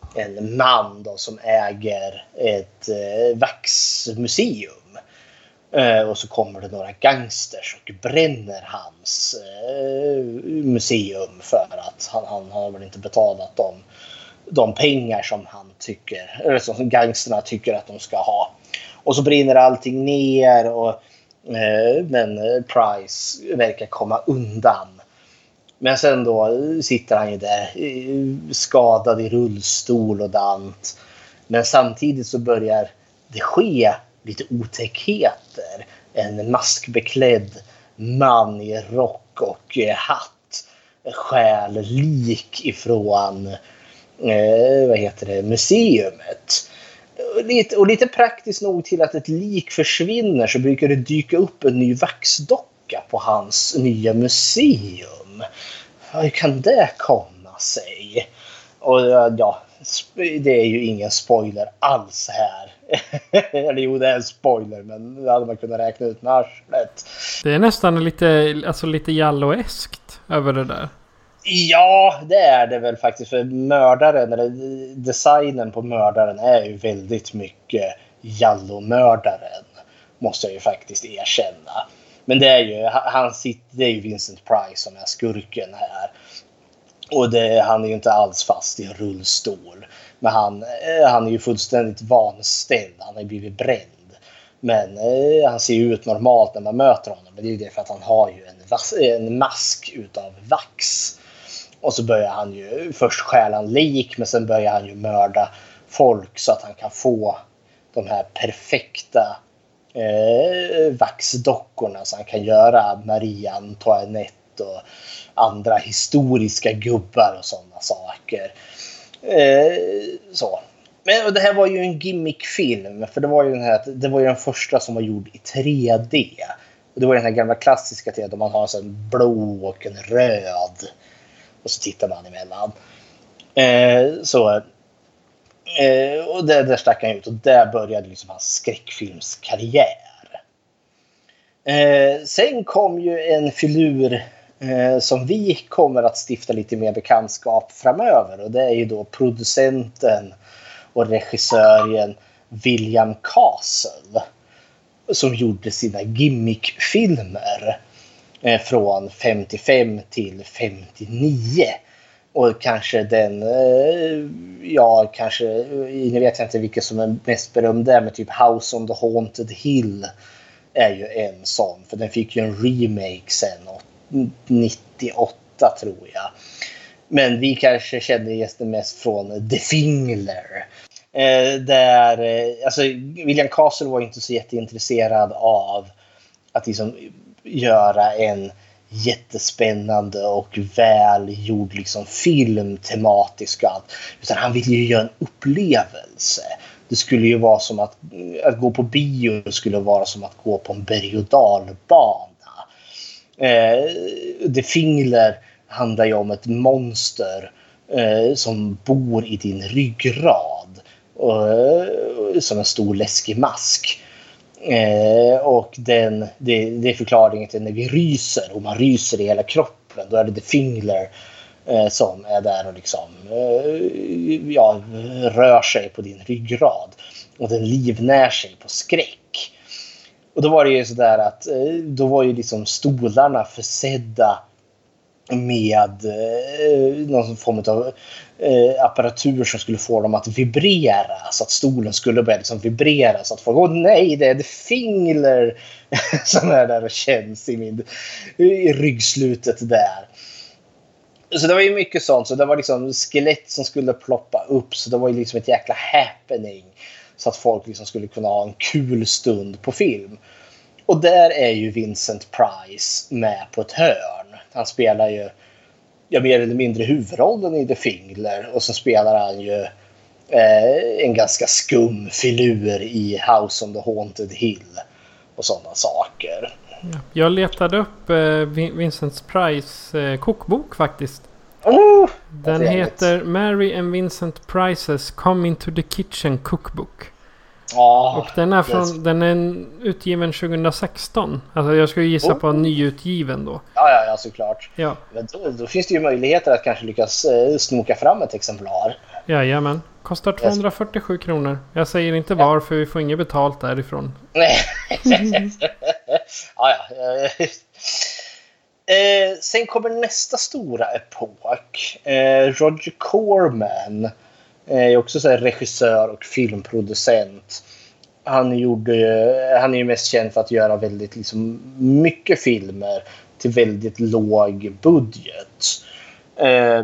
en man då som äger ett eh, vaxmuseum. Eh, och så kommer det några gangsters och bränner hans eh, museum för att han, han har väl inte betalat dem de pengar som han tycker, eller som gangsterna tycker att de ska ha. Och så brinner allting ner och eh, men Price verkar komma undan. Men sen då sitter han ju där skadad i rullstol och dant. Men samtidigt så börjar det ske lite otäckheter. En maskbeklädd man i rock och hatt stjäl lik ifrån eh, vad heter det, museumet. Och lite, och lite praktiskt nog till att ett lik försvinner så brukar det dyka upp en ny vaxdocka på hans nya museum. Hur kan det komma sig? Och ja, det är ju ingen spoiler alls här. Eller jo, det är en spoiler, men det hade man kunnat räkna ut med arslet. Det är nästan lite, alltså lite jalloeskt över det där. Ja, det är det väl faktiskt. För mördaren, eller designen på mördaren är ju väldigt mycket jallomördaren. Måste jag ju faktiskt erkänna. Men det är ju, han sitter, det är ju Vincent Price som är skurken här. Och det, han är ju inte alls fast i en rullstol. Men han, han är ju fullständigt vanställd. Han har ju blivit bränd. Men eh, han ser ju ut normalt när man möter honom. Men det är ju det för att han har ju en, vas, en mask utav vax. Och så börjar han ju först stjäla en lik. Men sen börjar han ju mörda folk så att han kan få de här perfekta eh, vaxdockorna. Så han kan göra Marie Antoinette och andra historiska gubbar och sådana saker. Eh, så. Men och det här var ju en gimmickfilm, för det var ju den här, det var ju den första som var gjord i tre D. Och det var den här gamla klassiska tre D där man har en blå och en röd och så tittar man emellan. Eh, så eh, och där, där stack han ut och där började liksom hans skräckfilmskarriär. Eh, sen kom ju en filur Eh, som vi kommer att stifta lite mer bekantskap framöver. Och det är ju då producenten och regissören William Castle som gjorde sina gimmickfilmer eh, från femtiofem till femtionio. Och kanske den, eh, ja kanske, nu vet jag inte vilka som är mest berömd där, men typ House on the Haunted Hill är ju en sån. För den fick ju en remake sen nittioåtta tror jag. Men vi kanske känner just det mest från The Fingler. Eh, där, eh, alltså William Castle var inte så jätteintresserad av att liksom göra en jättespännande och välgjord liksom film tematisk och allt. Utan han ville ju göra en upplevelse. Det skulle ju vara som att, att gå på bio skulle vara som att gå på en berg- och dalbana. Eh, The Fingler handlar ju om ett monster eh, som bor i din ryggrad eh, som en stor läskig mask. Eh, och den, det, det är förklaringen till när vi ryser och man ryser i hela kroppen, då är det The Fingler eh, som är där och liksom eh, ja, rör sig på din ryggrad och den livnär sig på skräck. Och då var det ju sådär att då var ju liksom stolarna försedda med eh, någon form av eh, apparatur som skulle få dem att vibrera, så att stolen skulle börja liksom vibrera, så att folk, åh nej, det är The Fingler som är där och känns i, min, i ryggslutet där. Så det var ju mycket sånt, så det var liksom skelett som skulle ploppa upp, så det var ju liksom ett jäkla happening. Så att folk liksom skulle kunna ha en kul stund på film. Och där är ju Vincent Price med på ett hörn. Han spelar ju ja, mer eller mindre huvudrollen i The Fingler. Och så spelar han ju eh, en ganska skum filur i House on the Haunted Hill. Och sådana saker. Jag letade upp eh, Vincent Price eh, kokbok faktiskt. Oh, den heter Mary and Vincent Price's Come Into the Kitchen Cookbook. Oh, och den är, från, den är utgiven tjugohundrasexton. Alltså jag skulle gissa oh. på en nyutgiven då. Ja, ja, ja såklart. Ja. Men då, då finns det ju möjligheter att kanske lyckas eh, snoka fram ett exemplar. Jajamän. Kostar tvåhundrafyrtiosju kronor. Jag säger inte var, för vi får inget betalt därifrån. Nej. ja, ja. Eh, sen kommer nästa stora epok. Eh, Roger Corman eh, är också så här regissör och filmproducent. Han, gjorde, han är ju mest känd för att göra väldigt liksom, mycket filmer till väldigt låg budget. Eh,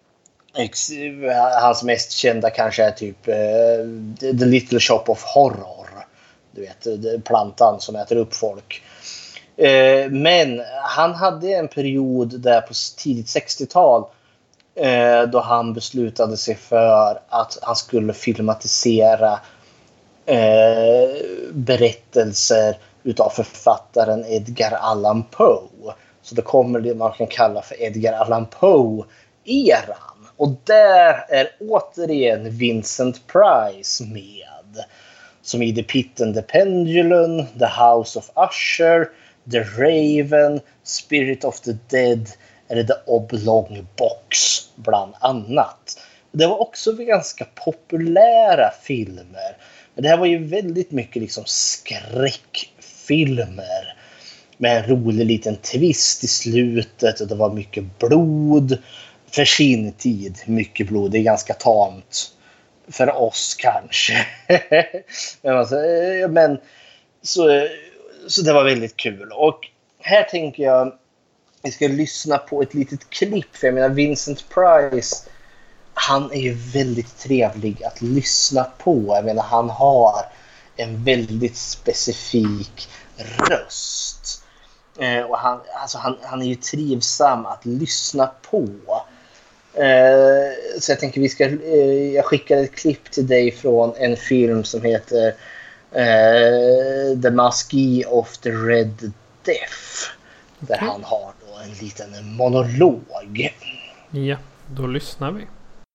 hans mest kända kanske är typ eh, The Little Shop of Horror. Du vet, plantan som äter upp folk. Eh, men han hade en period där på tidigt sextiotal eh, då han beslutade sig för att han skulle filmatisera eh, berättelser utav författaren Edgar Allan Poe. Så det kommer det man kan kalla för Edgar Allan Poe-eran. Och där är återigen Vincent Price med. Som i The Pit and the Pendulum, The House of Usher, The Raven, Spirit of the Dead eller The Oblong Box bland annat. Det var också ganska populära filmer. Men det här var ju väldigt mycket liksom skräckfilmer. Med en rolig liten twist i slutet och det var mycket blod. För sin tid, mycket blod. Det är ganska tamt för oss kanske. men alltså, men så, så det var väldigt kul. Och här tänker jag vi ska lyssna på ett litet klipp. För jag menar Vincent Price, han är ju väldigt trevlig att lyssna på. Jag menar han har en väldigt specifik röst. Eh, och han, alltså han, han är ju trivsam att lyssna på. Eh, så jag tänker vi ska eh, jag skickar ett klipp till dig från en film som heter eh, The Masqué of the Red Death. Där okay. Han har då en liten monolog. Ja, då lyssnar vi.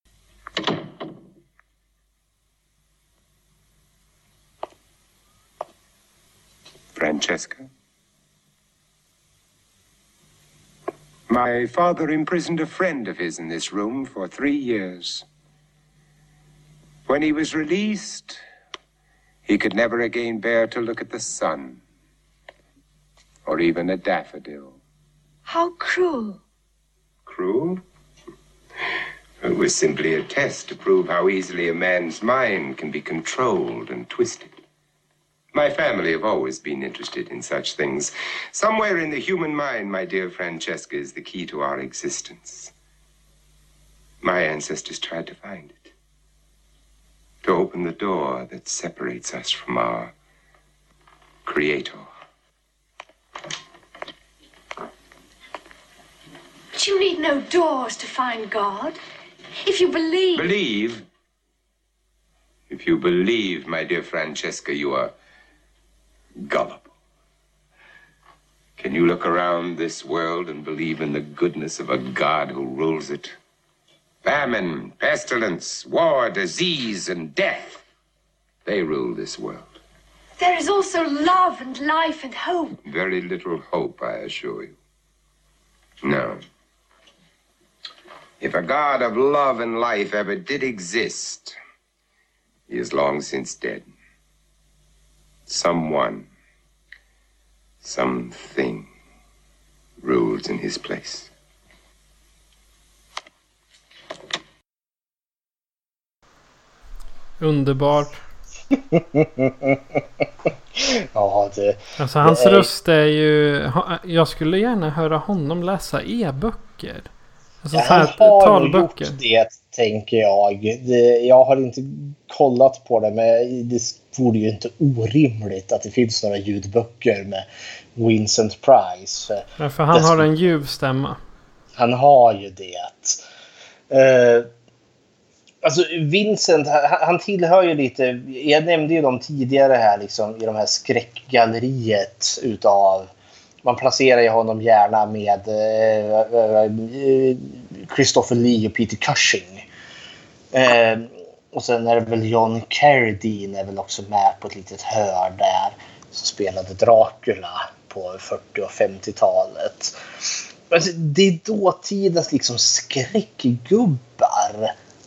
Francesca? My father imprisoned a friend of his in this room for three years. When he was released, he could never again bear to look at the sun, or even a daffodil. How cruel. Cruel? It was simply a test to prove how easily a man's mind can be controlled and twisted. My family have always been interested in such things. Somewhere in the human mind, my dear Francesca, is the key to our existence. My ancestors tried to find it. To open the door that separates us from our Creator. But you need no doors to find God. If you believe... Believe? If you believe, my dear Francesca, you are gullible. Can you look around this world and believe in the goodness of a God who rules it? Famine, pestilence, war, disease, and death. They rule this world. There is also love and life and hope. Very little hope, I assure you. No. If a God of love and life ever did exist, he is long since dead. Someone, something rules in his place. Underbart. Ja, det, alltså hans det är... röst är ju... Jag skulle gärna höra honom läsa e-böcker. Alltså ja, så här, han har talböcker. gjort det, tänker jag. Det, jag har inte kollat på det, men det vore ju inte orimligt att det finns några ljudböcker med Vincent Price. Ja, för han det, har en ljuv stämma. Han har ju det. Uh, alltså Vincent, han, han tillhör ju lite... Jag nämnde ju dem tidigare här liksom, i de här skräckgalleriet utav... Man placerar ju honom gärna med uh, Christopher Lee och Peter Cushing. Uh, och sen är det väl John Carradine är väl också med på ett litet hör där. Som spelade Dracula på fyrtio- och femtiotalet. Alltså, det är dåtidens liksom skräckgubbar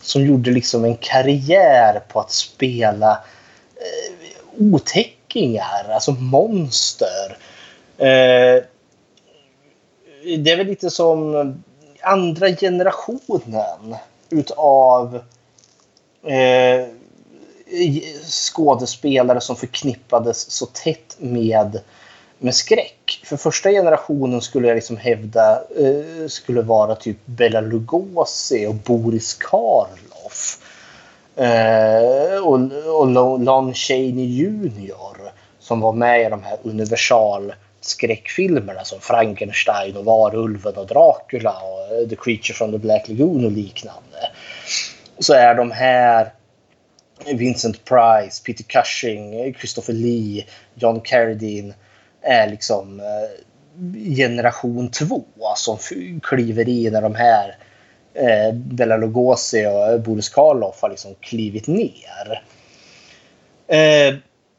som gjorde liksom en karriär på att spela eh, otäckingar, alltså monster. Eh, det är väl lite som andra generationen utav eh, skådespelare som förknippades så tätt med med skräck. För första generationen skulle jag liksom hävda eh, skulle vara typ Bela Lugosi och Boris Karloff. Eh, och och Lon Chaney junior som var med i de här universal skräckfilmerna som Frankenstein och Varulven och Dracula och The Creature from the Black Lagoon och liknande. Så är de här Vincent Price, Peter Cushing, Christopher Lee, John Carradine är liksom eh, generation två som kliver i när de här eh, Bela Lugosi och Boris Karloff har liksom klivit ner. Eh,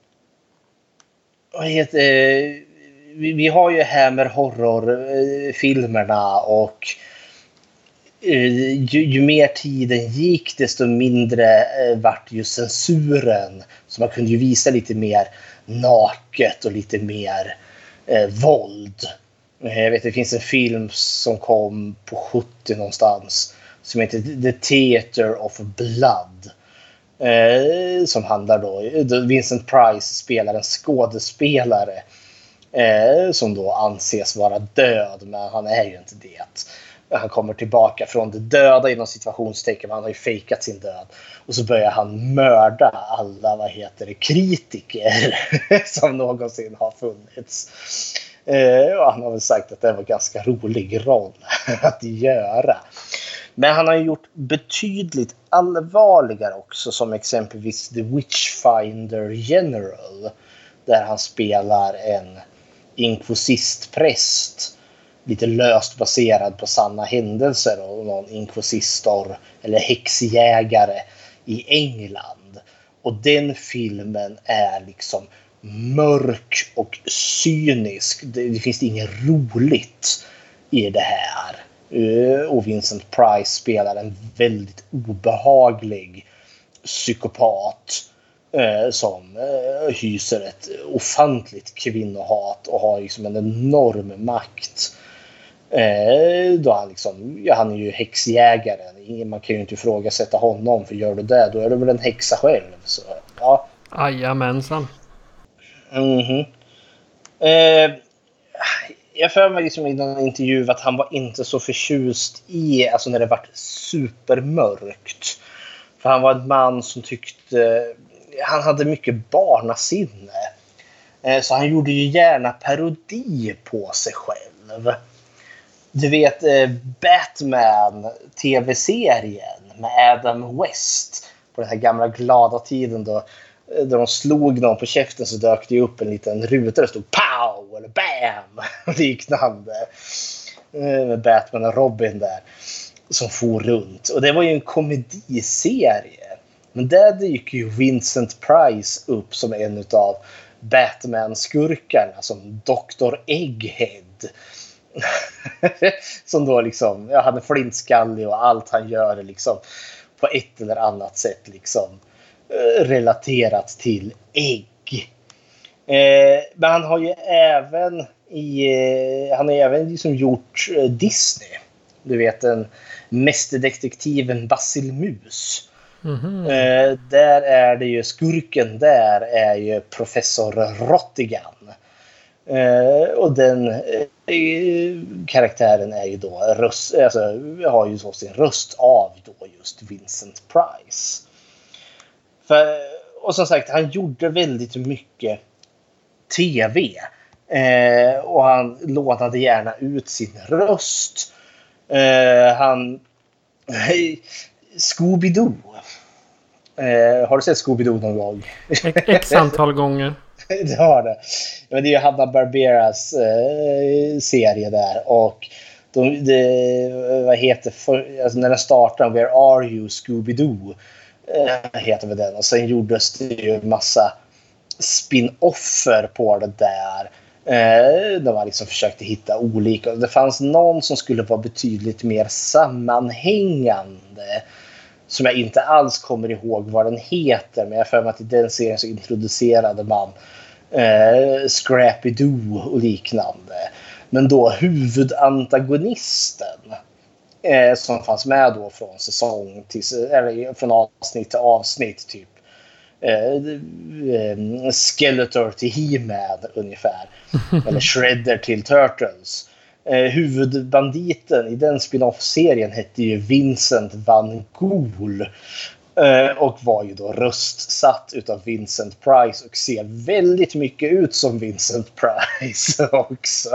vad heter, eh, vi, vi har ju Hammer horror-filmerna och eh, ju, ju mer tiden gick desto mindre eh, vart ju censuren, så man kunde ju visa lite mer naket och lite mer eh, våld. Jag vet det finns en film som kom på sjuttio någonstans som heter The Theater of Blood. Eh, som handlar då Vincent Price spelar en skådespelare eh, som då anses vara död, men han är ju inte det. Han kommer tillbaka från det döda inom situationstecken, han har ju fejkat sin död. Och så börjar han mörda alla, vad heter det, kritiker som någonsin har funnits. Eh, och han har väl sagt att det var en ganska rolig roll att göra. Men han har gjort betydligt allvarligare också, som exempelvis The Witchfinder General, där han spelar en inkvisistpräst lite löst baserad på sanna händelser och någon inkvisistor eller häxjägare i England. Och den filmen är liksom mörk och cynisk. Det, det finns inget roligt i det här. Och Vincent Price spelar en väldigt obehaglig psykopat eh, som eh, hyser ett ofantligt kvinnohat och har liksom en enorm makt. Eh, då han liksom, ja, han är ju häxjägaren. Man kan ju inte ifrågasätta honom, för gör du det, då är du väl en häxa själv. Så, ja. Jajamensan. Mhm. Eh, jag för mig liksom i någon intervju att han var inte så förtjust i, alltså när det var supermörkt. För han var en man som tyckte, han hade mycket barnasinne. Eh, så han gjorde ju gärna parodi på sig själv. Du vet eh, Batman tv-serien med Adam West på den här gamla glada tiden då, då de slog någon på käften, så dök det upp en liten ruta där det stod pow eller bam liknande eh, med Batman och Robin där som for runt. Och det var ju en komediserie, men där dyker ju Vincent Price upp som en av Batman-skurkarna, som doktor Egghead. Som då liksom, ja, han är flintskallig och allt han gör är liksom på ett eller annat sätt liksom eh, relaterat till ägg. Eh, men han har ju även i, eh, han har ju även liksom gjort eh, Disney. Du vet den mästerdetektiven Basil Mus. Mm-hmm. Eh, där är det ju skurken, där är ju professor Rottigan. Uh, och den uh, karaktären är ju då röst, alltså, har ju så sin röst av då just Vincent Price. För, och som sagt, han gjorde väldigt mycket tv. Uh, och han lånade gärna ut sin röst. Uh, han Scooby-Doo. Uh, har du sett Scooby-Doo någon gång? X antal gånger. Det har det. Men det är ju Hanna-Barberas eh, serie där. Och de, de, vad heter för, alltså när den startade, Where Are You Scooby-Doo eh, heter väl den. Och sen gjordes det ju en massa spin-offer på det där. Eh, där man liksom försökte hitta olika. Det fanns någon som skulle vara betydligt mer sammanhängande. som jag inte alls kommer ihåg vad den heter, men jag för mig att i den serien så introducerade man eh, Scrappy Doo och liknande. Men då huvudantagonisten eh, som fanns med då från säsong till, eller från avsnitt till avsnitt typ. Eh, eh, Skeletor till He-Man ungefär. Eller Shredder till Turtles. Eh, huvudbanditen i den spin-off-serien hette ju Vincent Van Gogh. Eh, och var ju då röstsatt utav Vincent Price och ser väldigt mycket ut som Vincent Price också.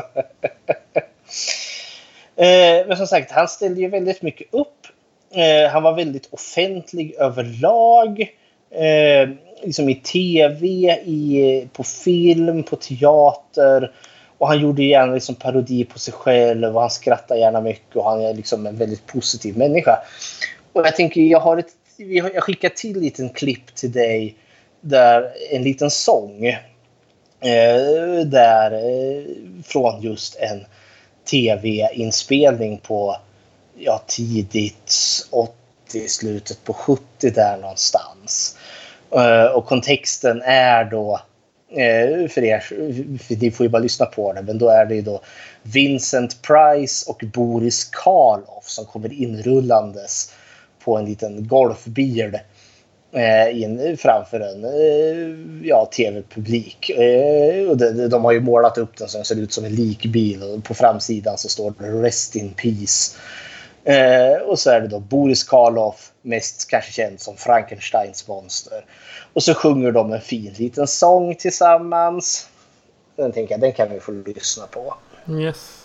eh, men som sagt, han ställde ju väldigt mycket upp. Eh, han var väldigt offentlig överlag. Eh, liksom i tv, i, på film, på teater. Och han gjorde gärna liksom parodi på sig själv och han skrattar gärna mycket och han är liksom en väldigt positiv människa. Och jag tänker, jag har ett jag skickar till en liten klipp till dig där en liten sång eh, där eh, från just en tv-inspelning på ja, tidigt åttio, slutet på sjuttio där någonstans. Eh, och kontexten är då eh, för er, för ni får ju bara lyssna på det, men då är det ju då Vincent Price och Boris Karloff som kommer inrullandes på en liten golfbil eh, in, framför en eh, ja, tv-publik. Eh, och de, de har ju målat upp den så den ser ut som en likbil och på framsidan så står det Rest in Peace. Eh, och så är det då Boris Karloff, mest kanske känd som Frankensteins monster. Och så sjunger de en fin liten sång tillsammans. Den tänker jag, den kan vi få lyssna på. Yes.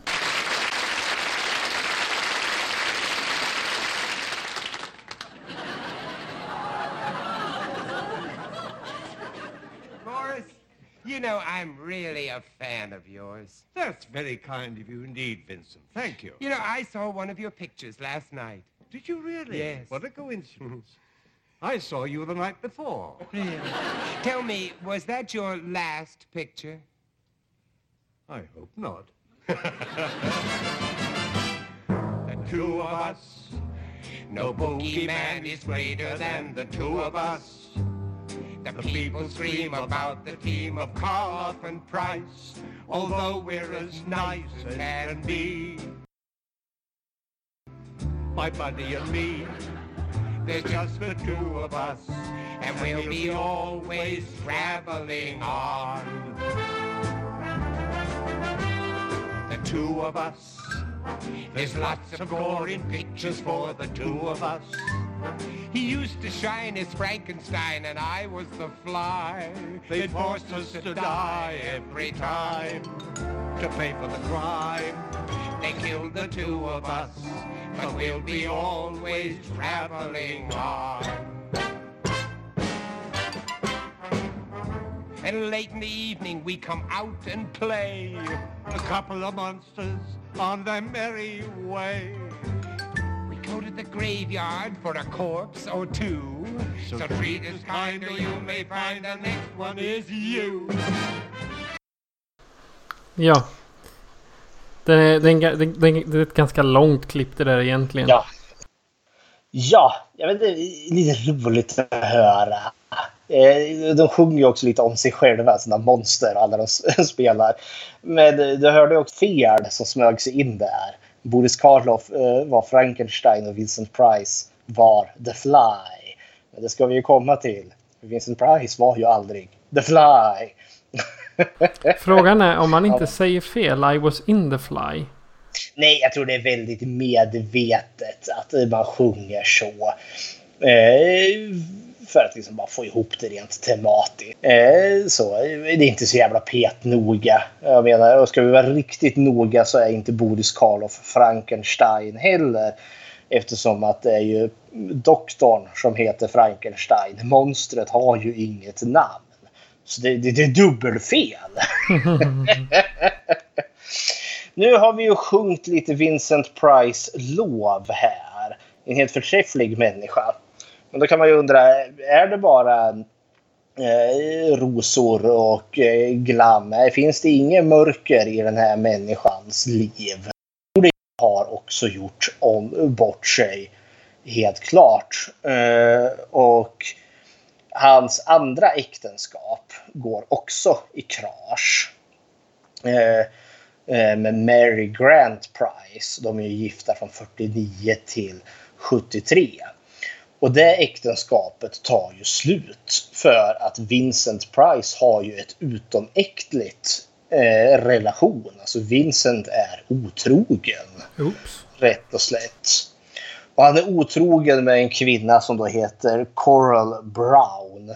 You know, I'm really a fan of yours. That's very kind of you indeed, Vincent. Thank you. You know, I saw one of your pictures last night. Did you really? Yes. What a coincidence. I saw you the night before. Really? Tell me, was that your last picture? I hope not. The two of us. No boogeyman is greater than the two of us. The people scream about the team of Karloff and Price, although we're as nice as can be. My buddy and me, there's just the two of us, and we'll be always traveling on. The two of us, there's lots of gore in pictures for the two of us. He used to shine as Frankenstein and I was the fly. They'd force us to die every time to pay for the crime. They killed the two of us, but we'll be always traveling on. And late in the evening we come out and play. A couple of monsters on their merry way. Go to the graveyard for a corpse or two. So, so treat us kind or you may find the next one is you. Ja. Det är, det, är en, det, är, det är ett ganska långt klipp det där egentligen. Ja. Ja, jag vet, det är lite roligt att höra. De sjunger ju också lite om sig själva, sina monster, alla de spelar. Men du hörde också fel som smög sig in där. Boris Karloff uh, var Frankenstein och Vincent Price var The Fly. Men det ska vi ju komma till. Vincent Price var ju aldrig The Fly. Frågan är om man inte ja. säger fel. I was in the fly. Nej, jag tror det är väldigt medvetet att man sjunger så. Eh, för att liksom bara få ihop det rent tematiskt. Eh, så det är inte så jävla petnoga. Jag menar, ska vi vara riktigt noga så är inte Boris Karloff Frankenstein heller. Eftersom att det är ju doktorn som heter Frankenstein. Monstret har ju inget namn. Så det, det, det är dubbelfel. Nu har vi ju sjungit lite Vincent Price lov här. En helt förträfflig människa. Men då kan man ju undra, är det bara eh, rosor och eh, glam? Finns det ingen mörker i den här människans liv? Det har också gjort om, bort sig helt klart. Eh, och hans andra äktenskap går också i krasch. Eh, eh, med Mary Grant Price. De är ju gifta från fyrtionio till sjuttiotre. Och det äktenskapet tar ju slut för att Vincent Price har ju ett utomäktligt eh, relation. Alltså Vincent är otrogen. Oops. Rätt och slätt. Och han är otrogen med en kvinna som då heter Coral Brown.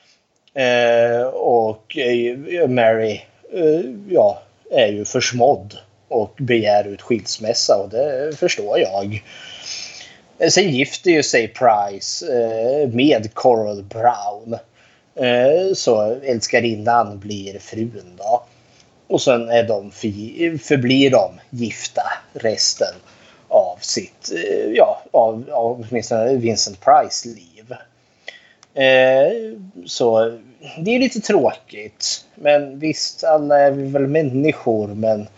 Eh, och eh, Mary eh, ja, är ju försmådd och begär ut skilsmässa, och det förstår jag. Sen gifter ju sig Price eh, med Coral Brown. Eh, så älskarinnan blir frun då. Och sen är de för, förblir de gifta resten av sitt, eh, ja, av, av åtminstone Vincent Price liv. Eh, så det är lite tråkigt. Men visst, alla är vi väl människor, men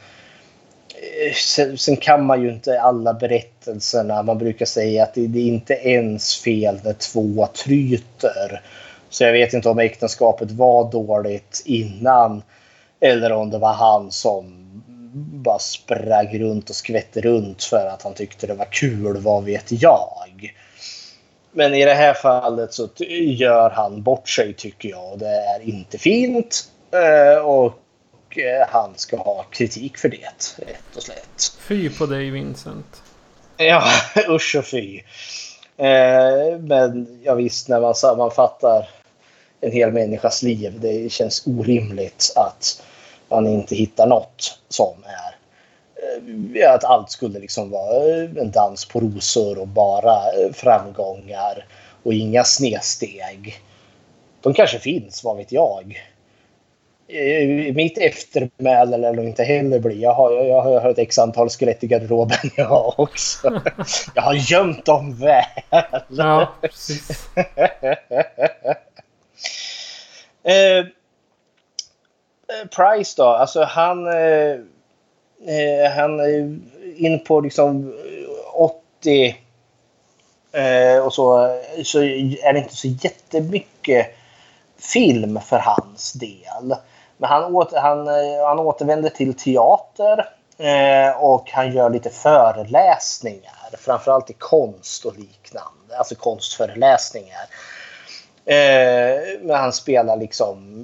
Sen, sen kan man ju inte alla berättelserna. Man brukar säga att det, det är inte ens fel när två tryter. Så jag vet inte om äktenskapet var dåligt innan, eller om det var han som bara sprang runt och skvätte runt för att han tyckte det var kul, vad vet jag. Men i det här fallet så gör han bort sig, tycker jag. Det är inte fint. Och han ska ha kritik för det, rätt och slätt. Fy på dig, Vincent. Ja, usch och fy. Eh, men jag visst, när man sammanfattar en hel människas liv, det känns orimligt att man inte hittar något som är eh, att allt skulle liksom vara en dans på rosor och bara framgångar och inga snedsteg. De kanske finns, vad vet jag. Mitt eftermäl eller inte heller blir. Jag har, jag har hört x antal skelett i garderoben jag också. Jag har gömt dem väl. Ja, precis. eh, Price då, alltså han eh, han är in på liksom åttio eh, och så, så är det inte så jättemycket film för hans del. Men han, åter, han, han återvänder till teater eh, och han gör lite föreläsningar. Framförallt i konst och liknande. Alltså konstföreläsningar. Eh, men han spelar liksom...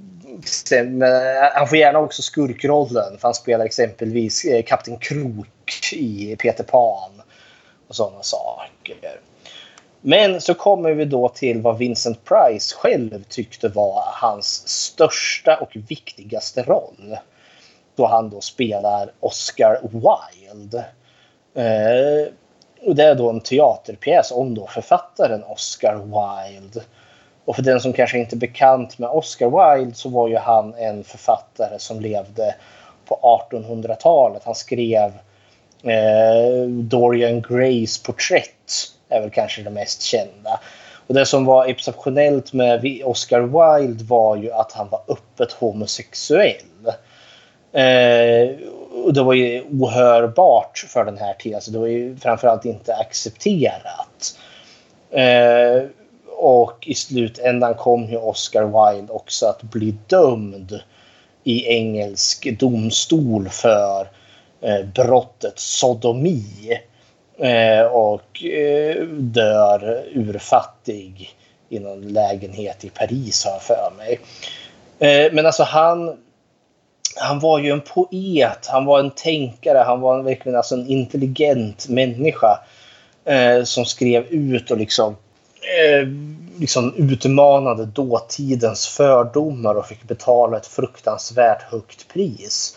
Han får gärna också skurkrollen. För han spelar exempelvis Kapten Krok i Peter Pan. Och sådana saker. Men så kommer vi då till vad Vincent Price själv tyckte var hans största och viktigaste roll. Då han då spelar Oscar Wilde. Eh, och det är då en teaterpjäs om då författaren Oscar Wilde. Och för den som kanske inte är bekant med Oscar Wilde, så var ju han en författare som levde på artonhundratalet. Han skrev eh, Dorian Grays porträtt. Är väl kanske det mest kända. Och det som var exceptionellt med Oscar Wilde var ju att han var öppet homosexuell. Eh, och det var ju ohörbart för den här tiden. Så det var ju framförallt inte accepterat. Eh, och i slutändan kom ju Oscar Wilde också att bli dömd i engelsk domstol för eh, brottet sodomi. Eh, och eh, dör urfattig i någon lägenhet i Paris, har jag för mig. Eh, men alltså han han var ju en poet, han var en tänkare, han var en, verkligen alltså en intelligent människa eh, som skrev ut och liksom eh, liksom utmanade dåtidens fördomar och fick betala ett fruktansvärt högt pris.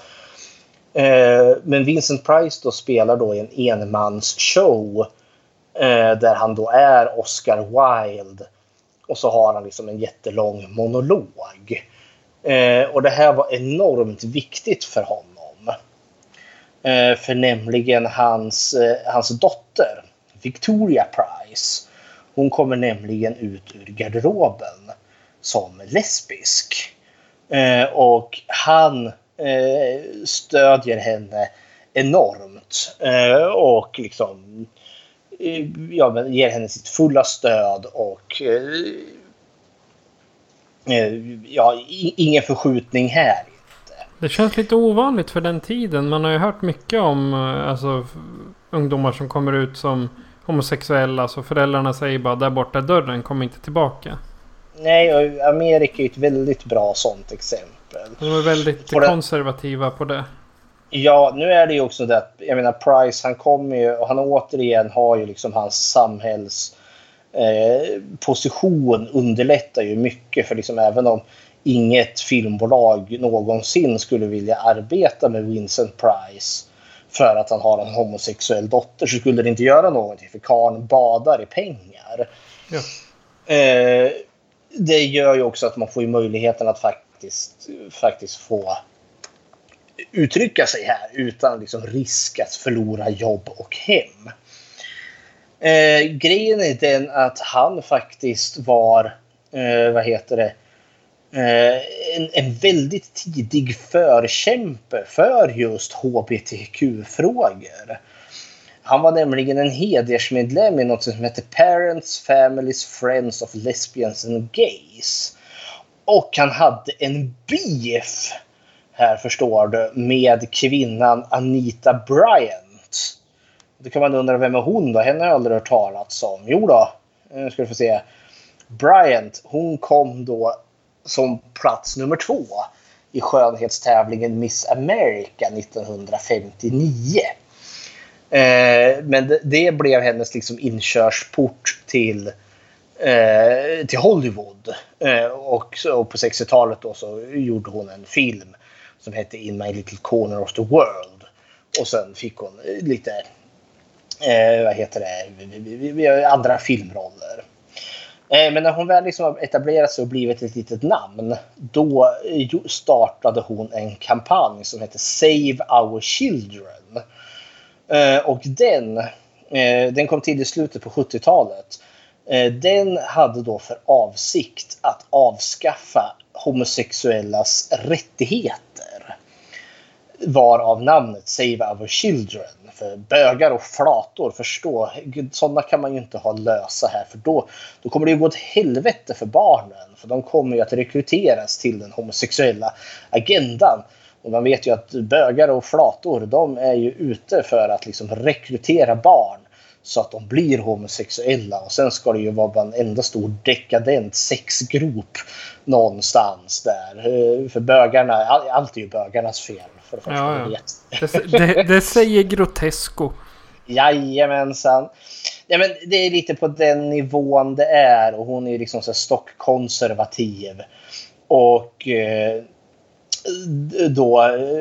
Men Vincent Price då spelar då i en enmansshow eh, där han då är Oscar Wilde, och så har han liksom en jättelång monolog. Eh, och det här var enormt viktigt för honom. Eh, för nämligen hans, eh, hans dotter Victoria Price, hon kommer nämligen ut ur garderoben som lesbisk. Eh, och han stödjer henne enormt och liksom ja, men ger henne sitt fulla stöd och ja, ingen förskjutning här. Det känns lite ovanligt för den tiden. Man har ju hört mycket om alltså, ungdomar som kommer ut som homosexuella. Så föräldrarna säger bara där borta dörren, kommer inte tillbaka. Nej, och Amerika är ett väldigt bra sånt exempel. De är väldigt på konservativa det. På det. Ja, nu är det ju också det att, jag menar, Price, han kommer ju, och han återigen har ju liksom hans samhälls eh, position underlättar ju mycket, för liksom även om inget filmbolag någonsin skulle vilja arbeta med Vincent Price för att han har en homosexuell dotter, så skulle det inte göra någonting, för karln badar i pengar. Ja. Eh, det gör ju också att man får ju möjligheten att faktiskt, faktiskt få uttrycka sig här utan liksom risk att förlora jobb och hem. Eh, grejen är den att han faktiskt var eh, vad heter det eh, en, en väldigt tidig förkämpe för just H B T Q-frågor. Han var nämligen en hedersmedlem i något som heter Parents, Families, Friends of Lesbians and Gays. Och han hade en beef, här förstår du, med kvinnan Anita Bryant. Då kan man undra, vem är hon då? Henne har jag aldrig hört talats om. Jo då, nu ska vi få se. Bryant, hon kom då som plats nummer två i skönhetstävlingen Miss America nittonhundrafemtionio. Eh, men det, det blev hennes liksom inkörsport till, eh, till Hollywood. Eh, och, och på sextiotalet då så gjorde hon en film som hette In My Little Corner of the World. Och sen fick hon lite eh, vad heter det, andra filmroller. Eh, men när hon väl liksom etablerat sig och blivit ett litet namn, då startade hon en kampanj som heter Save Our Children. Eh, och den, eh, den kom till i slutet på sjuttiotalet. Eh, den hade då för avsikt att avskaffa homosexuellas rättigheter, varav namnet Save Our Children. För bögar och flator, förstå, sådana kan man ju inte ha lösa här, för då, då kommer det ju gå ett helvete för barnen, för de kommer ju att rekryteras till den homosexuella agendan. Och man vet ju att bögar och flator, de är ju ute för att liksom rekrytera barn så att de blir homosexuella. Och sen ska det ju vara en enda stor dekadent sexgrop någonstans där. För bögarna, allt är ju bögarnas fel. För det, ja, ja. det, det, det säger Grotesco. Jajamensan. Ja, men det är lite på den nivån det är. Och hon är liksom så stockkonservativ. Och eh, då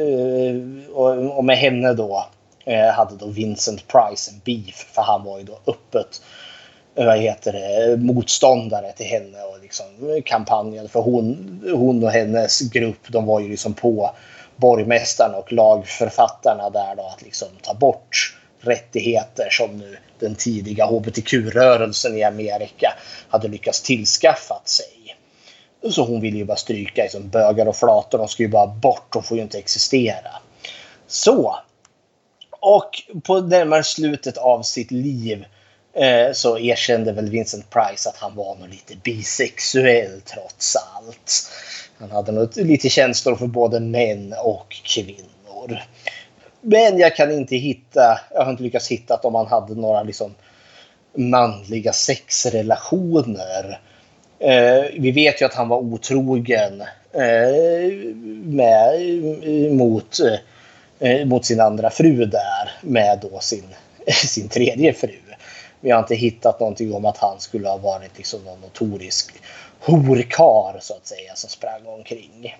och med henne då hade då Vincent Price en beef, för han var ju då öppet vad heter det, motståndare till henne och liksom kampanjen, för hon, hon och hennes grupp, de var ju liksom på borgmästaren och lagförfattarna där då att liksom ta bort rättigheter som nu den tidiga H B T Q-rörelsen i Amerika hade lyckats tillskaffat sig. Så hon ville ju bara stryka som bögar och flator, de ska ju bara bort, de får ju inte existera. Så, och på närmare slutet av sitt liv eh, så erkände väl Vincent Price att han var nog lite bisexuell trots allt. Han hade nog lite känslor för både män och kvinnor. Men jag kan inte hitta, jag har inte lyckats hitta att om han hade några liksom manliga sexrelationer. Eh, vi vet ju att han var otrogen eh, med, mot, eh, mot sin andra fru där, med då sin, sin tredje fru. Vi har inte hittat någonting om att han skulle ha varit liksom någon notorisk horkar så att säga som sprang omkring.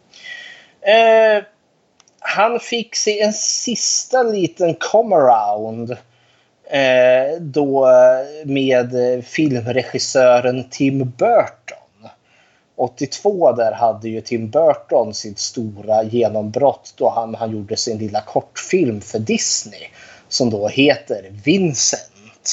Eh, han fick se en sista liten come around eh, då med filmregissören Tim Burton. åttiotvå där hade ju Tim Burton sitt stora genombrott då han, han gjorde sin lilla kortfilm för Disney som då heter Vincent.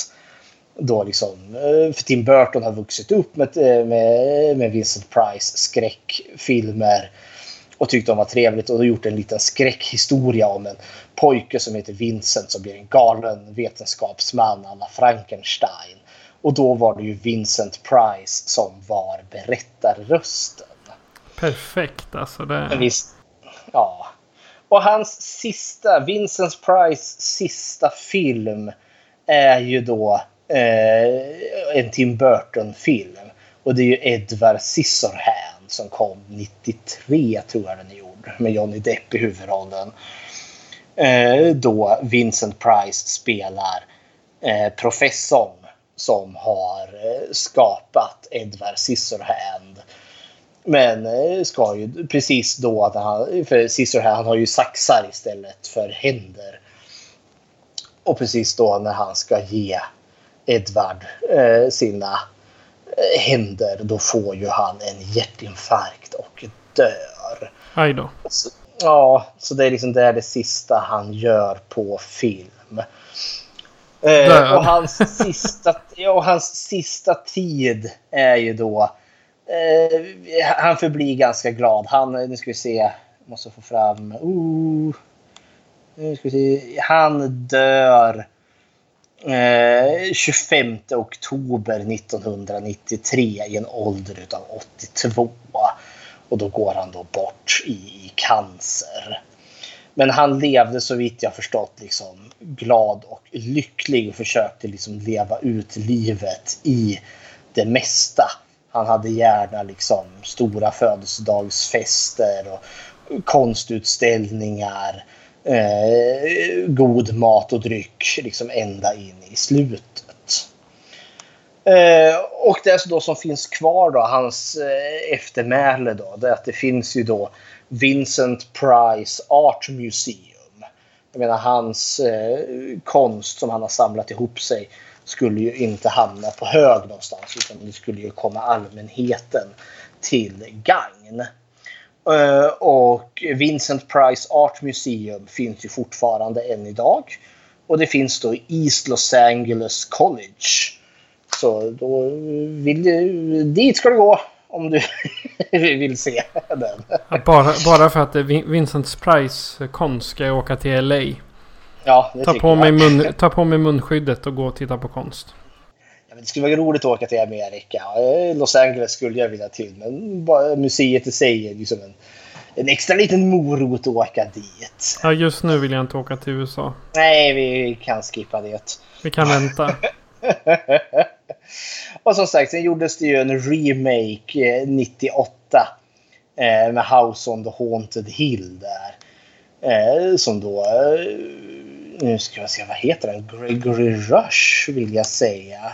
Då liksom, för Tim Burton har vuxit upp med, med, med Vincent Price skräckfilmer och tyckte de var trevligt, och då gjort en liten skräckhistoria om en pojke som heter Vincent som blir en galen vetenskapsman alla Frankenstein. Och då var det ju Vincent Price som var berättarrösten. Perfekt, alltså det... Men visst, ja. Och hans sista, Vincent Price sista film är ju då eh, en Tim Burton-film. Och det är ju Edward Scissorhands som kom nittiotre, tror jag den är gjord, med Johnny Depp i huvudrollen. Eh, då Vincent Price spelar eh, professorn som har eh, skapat Edward Scissorhands. Men eh, ska ju precis då att han, för Scissorhands han har ju saxar istället för händer. Och precis då när han ska ge Edward eh, sina eh, händer, då får ju han en hjärtinfarkt och dör. Aj då. Så, ja, så det är liksom det, är det sista han gör på film. Eh, och hans sista, ja, och hans sista tid är ju då eh, han förblir ganska glad. Han, nu ska vi se, måste få fram uh, nu ska vi se, han dör eh, tjugofemte oktober nittonhundranittiotre i en ålder utav åttiotvå, och då går han då bort i, i cancer. Men han levde, så vitt jag förstått, liksom glad och lycklig och försökte liksom leva ut livet i det mesta. Han hade gärna liksom stora födelsedagsfester och konstutställningar, eh, god mat och dryck liksom ända in i slutet. Eh, och det då som finns kvar då, hans eh, eftermäle då, det är att det finns ju då Vincent Price Art Museum. Jag menar, hans eh, konst som han har samlat ihop sig skulle ju inte hamna på hög någonstans, utan det skulle ju komma allmänheten till gagn. Uh, och Vincent Price Art Museum finns ju fortfarande än idag. Och det finns då i East Los Angeles College. Så då vill du, dit ska du gå om du vill se den. Bara, bara för att det är Vincent Price konst ska jag åka till L A. Ja, det ta, på mig mun, ta på mig munskyddet och gå och titta på konst. Ja, men det skulle vara roligt att åka till Amerika. Los Angeles skulle jag vilja till. Men bara museet i sig är liksom en, en extra liten morot att åka dit. Ja, just nu vill jag inte åka till U S A. Nej, vi kan skippa det. Vi kan vänta. Och som sagt, sen gjordes det ju en remake nittioåtta med House on the Haunted Hill där. Som då... Nu ska jag se, vad heter den? Gregory Rush vill jag säga.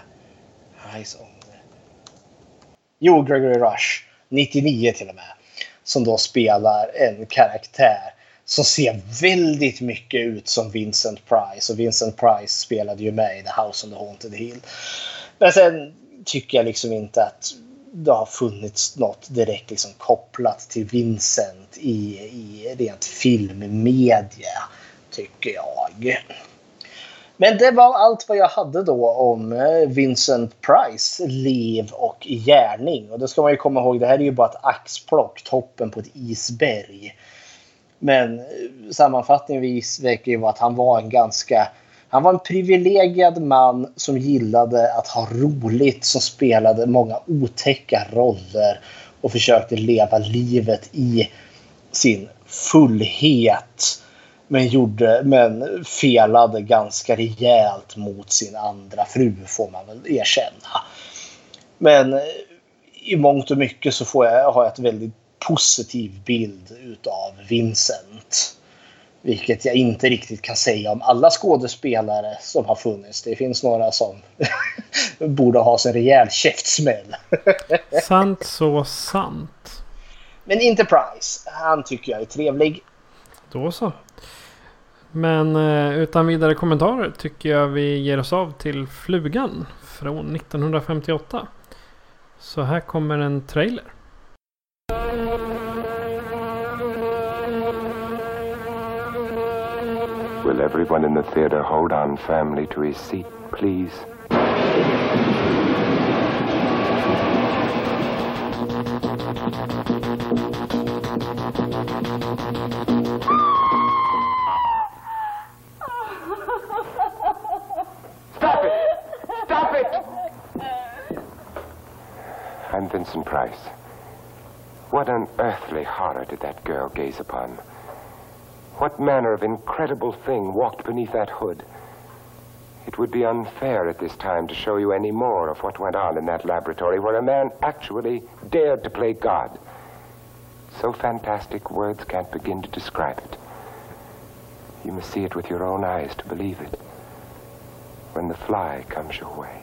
Jo, Gregory Rush. nittionio till och med. Som då spelar en karaktär som ser väldigt mycket ut som Vincent Price. Och Vincent Price spelade ju med i The House on the Haunted Hill. Men sen tycker jag liksom inte att det har funnits något direkt liksom kopplat till Vincent i, i rent filmmedia, tycker jag. Men det var allt vad jag hade då om Vincent Price liv och gärning. Och då ska man ju komma ihåg, det här är ju bara ett axplock, toppen på ett isberg. Men sammanfattningsvis verkar ju vara att han var en ganska... Han var en privilegierad man som gillade att ha roligt, som spelade många otäcka roller och försökte leva livet i sin fullhet. Men, gjorde, men felade ganska rejält mot sin andra fru, får man väl erkänna. Men i mångt och mycket så får jag, har jag ett väldigt positiv bild utav Vincent. Vilket jag inte riktigt kan säga om alla skådespelare som har funnits. Det finns några som borde ha sin rejäl käftsmäll. Sant så sant. Men inte Price. Han tycker jag är trevlig. Då så. Men utan vidare kommentarer tycker jag vi ger oss av till Flugan från nittonhundrafemtioåtta. Så här kommer en trailer. Will everyone in the theater hold on firmly to his seat, please? Stop it! Stop it! I'm Vincent Price. What unearthly horror did that girl gaze upon? What manner of incredible thing walked beneath that hood? It would be unfair at this time to show you any more of what went on in that laboratory where a man actually dared to play God. So fantastic words can't begin to describe it. You must see it with your own eyes to believe it. When the fly comes your way.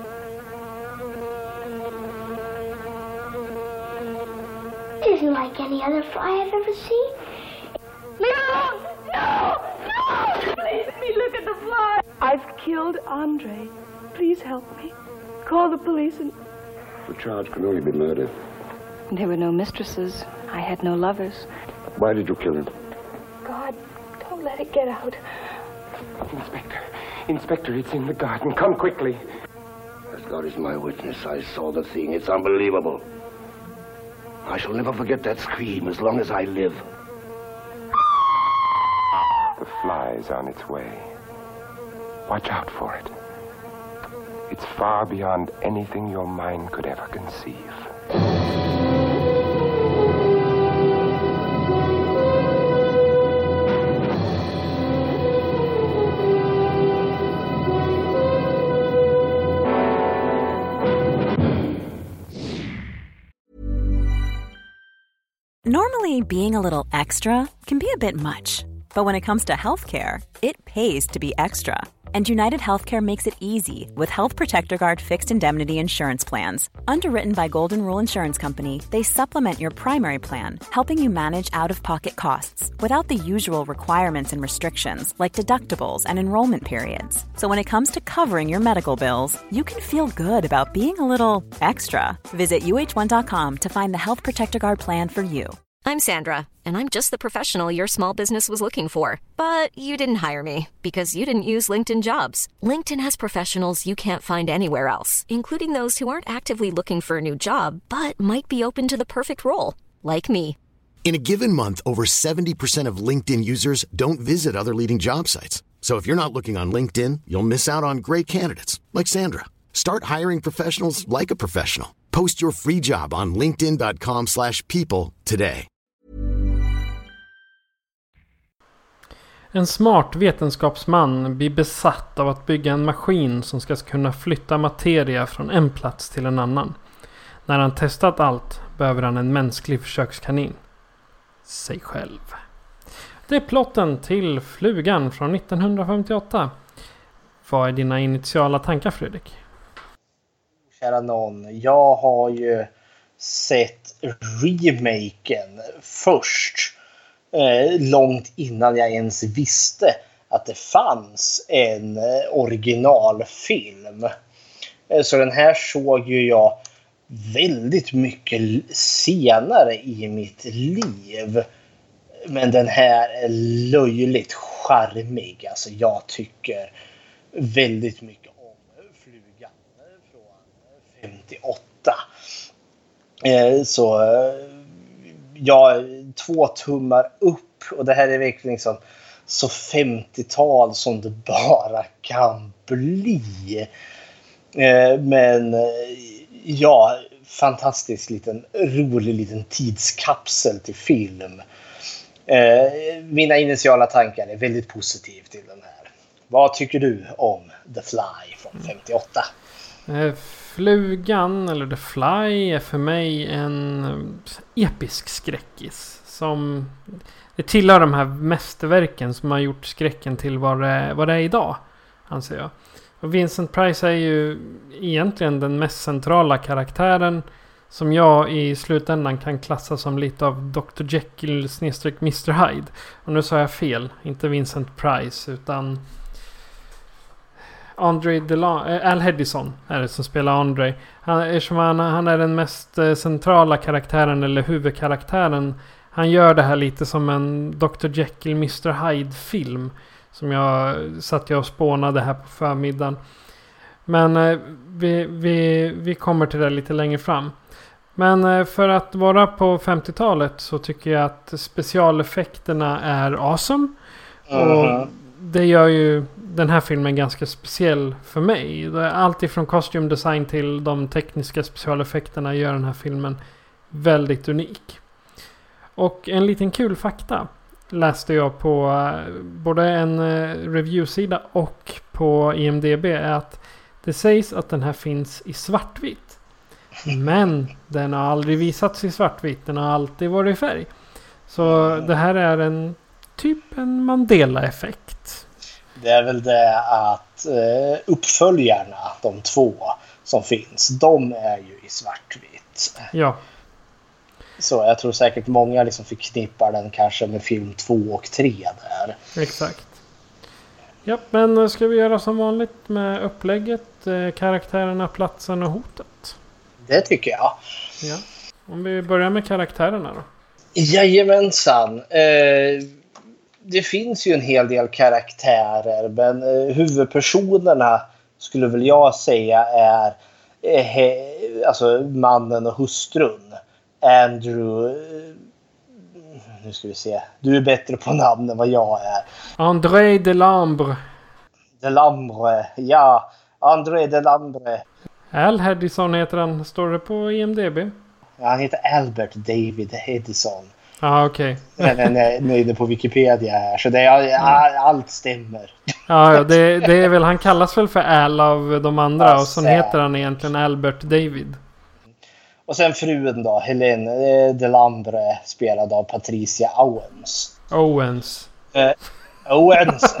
It isn't like any other fly I've ever seen. No! No! No! Please let me look at the fly. I've killed Andre. Please help me. Call the police and... The charge can only be murder. There were no mistresses. I had no lovers. Why did you kill him? God, don't let it get out. Inspector, Inspector, it's in the garden. Come quickly. As God is my witness, I saw the thing. It's unbelievable. I shall never forget that scream as long as I live. The fly's on its way. Watch out for it. It's far beyond anything your mind could ever conceive. Normally, being a little extra can be a bit much. But when it comes to healthcare, it pays to be extra. And United Healthcare makes it easy with Health Protector Guard fixed indemnity insurance plans. Underwritten by Golden Rule Insurance Company, they supplement your primary plan, helping you manage out-of-pocket costs without the usual requirements and restrictions like deductibles and enrollment periods. So when it comes to covering your medical bills, you can feel good about being a little extra. Visit U H one dot com to find the Health Protector Guard plan for you. I'm Sandra, and I'm just the professional your small business was looking for. But you didn't hire me because you didn't use LinkedIn Jobs. LinkedIn has professionals you can't find anywhere else, including those who aren't actively looking for a new job, but might be open to the perfect role, like me. In a given month, over seventy percent of LinkedIn users don't visit other leading job sites. So if you're not looking on LinkedIn, you'll miss out on great candidates like Sandra. Start hiring professionals like a professional. Post your free job on linkedin dot com slash people today. En smart vetenskapsman blir besatt av att bygga en maskin som ska kunna flytta materia från en plats till en annan. När han testat allt behöver han en mänsklig försökskanin. Sig själv. Det är plotten till Flugan från nittonhundrafemtioåtta. Vad är dina initiala tankar, Fredrik? Kära någon, jag har ju sett remaken först. Eh, långt innan jag ens visste att det fanns en eh, originalfilm. Eh, så den här såg ju jag väldigt mycket senare i mitt liv. Men den här är löjligt charmig. Alltså jag tycker väldigt mycket om Flugan från femtioåtta. Eh, så ja, två tummar upp. Och det här är verkligen liksom så femtiotal som det bara kan bli. Eh, men ja, fantastisk liten, rolig liten tidskapsel till film. Eh, mina initiala tankar är väldigt positiv till den här. Vad tycker du om The Fly från femtioåtta? Eh, Flugan eller The Fly är för mig en episk skräckis. Som det tillhör de här mästerverken som har gjort skräcken till vad det, vad det är idag, anser jag. Och Vincent Price är ju egentligen den mest centrala karaktären som jag i slutändan kan klassa som lite av doktor Jekyll snedstreck mister Hyde. Och nu sa jag fel, inte Vincent Price utan Andre DeLong, Al Hedison är det som spelar Andre. Han, eftersom han, han är den mest centrala karaktären eller huvudkaraktären. Han gör det här lite som en doktor Jekyll mister Hyde film som jag satt jag och spånade här på förmiddagen. Men eh, vi, vi, vi kommer till det lite längre fram. Men för att vara på femtiotalet så tycker jag att specialeffekterna är awesome. Mm-hmm. Och det gör ju den här filmen ganska speciell för mig. Allt ifrån costume design till de tekniska specialeffekterna gör den här filmen väldigt unik. Och en liten kul fakta läste jag på både en review-sida och på I M D B är att det sägs att den här finns i svartvitt. Men den har aldrig visats i svartvitt. Den har alltid varit i färg. Så det här är en typ en Mandela-effekt. Det är väl det att eh, uppföljarna, de två som finns, de är ju i svartvitt. Ja. Så jag tror säkert många liksom förknippar den kanske med film två och tre där. Exakt. Ja, men ska vi göra som vanligt med upplägget, eh, karaktärerna, platsen och hotet? Det tycker jag. Ja. Om vi börjar med karaktärerna då. Jajamensan. Eh, det finns ju en hel del karaktärer, men eh, huvudpersonerna skulle väl jag säga är eh, he, alltså mannen och hustrun. Andrew, eh, nu ska vi se. Du är bättre på namn än vad jag är. André Delambre. Delambre, ja. André Delambre. Al Hedison heter han, står det på I M D B? Ja, han heter Albert David Hedison. Ja, ah, okej. Okay. Men nu är det på Wikipedia här, så det är, ja. allt stämmer. Ja, ja det, det är väl, han kallas väl för Al av de andra, ja, och så heter han egentligen Albert David. Och sen frun då, Helene Delambre, spelad av Patricia Owens. Owens. Eh, Owens.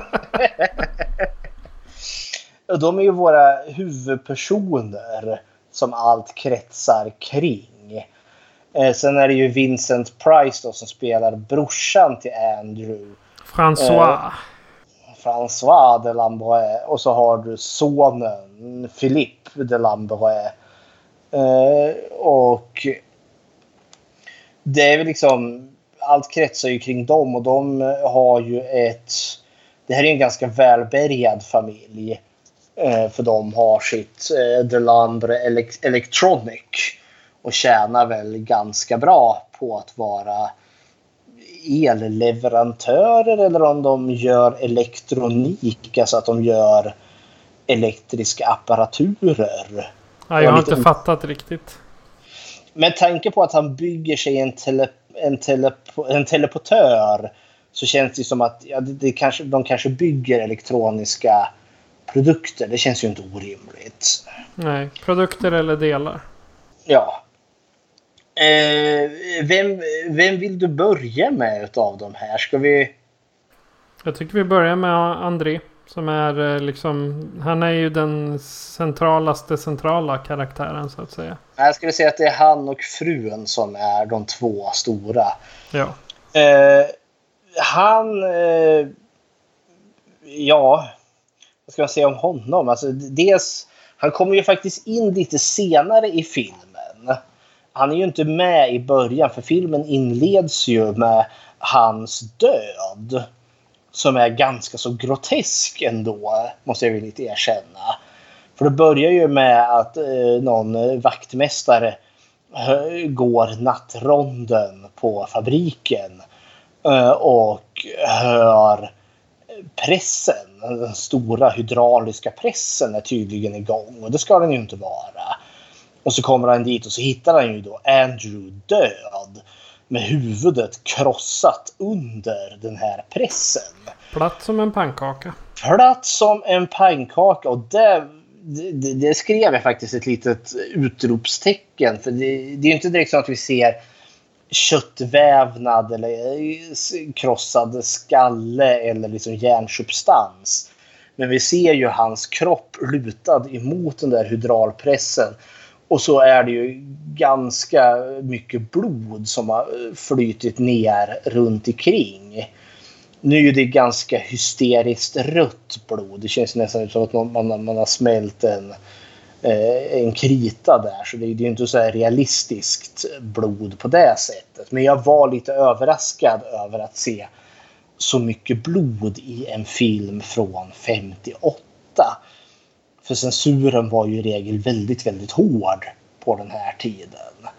Och de är ju våra huvudpersoner som allt kretsar kring. Eh, sen är det ju Vincent Price då som spelar brorsan till Andrew. François. Eh, François Delambre. Och så har du sonen Philippe Delambre. Uh, och det är väl liksom allt kretsar ju kring dem, och de har ju ett, det här är en ganska välbärgad familj, uh, för de har sitt uh, Delambre Ele- Electronic och tjänar väl ganska bra på att vara elleverantörer, eller om de gör elektronik, alltså att de gör elektriska apparaturer. Ja, jag har inte fattat riktigt. Men tanke på att han bygger sig en, tele, en, tele, en teleportör, så känns det som att ja, det, det kanske, de kanske bygger elektroniska produkter. Det känns ju inte orimligt. Nej, produkter eller delar. Ja. Eh, vem, vem vill du börja med utav de här? Ska vi... Jag tycker vi börjar med André. Som är liksom, han är ju den centralaste centrala karaktären så att säga. Jag skulle säga att det är han och frun som är de två stora. Ja. Eh, han, eh, ja, vad ska man säga om honom? Alltså, dels, han kommer ju faktiskt in lite senare i filmen. Han är ju inte med i början, för filmen inleds ju med hans död. Som är ganska så grotesk ändå, måste jag väl lite erkänna. För det börjar ju med att eh, någon vaktmästare eh, går nattronden på fabriken eh, och hör pressen, den stora hydrauliska pressen är tydligen igång, och det ska den ju inte vara. Och så kommer han dit och så hittar han ju då Andrew död med huvudet krossat under den här pressen. Platt som en pannkaka. Platt som en pannkaka. Och det, det, det skrev jag faktiskt ett litet utropstecken. För det, det är ju inte direkt så att vi ser köttvävnad eller krossad skalle eller liksom järnsubstans. Men vi ser ju hans kropp lutad emot den där hydraulpressen. Och så är det ju ganska mycket blod som har flytit ner runt omkring. Nu är det ganska hysteriskt rött blod. Det känns nästan som att man, man har smält en, en krita där. Så det är ju inte så här realistiskt blod på det sättet. Men jag var lite överraskad över att se så mycket blod i en film från femtioåtta. För censuren var ju i regel väldigt, väldigt hård på den här tiden.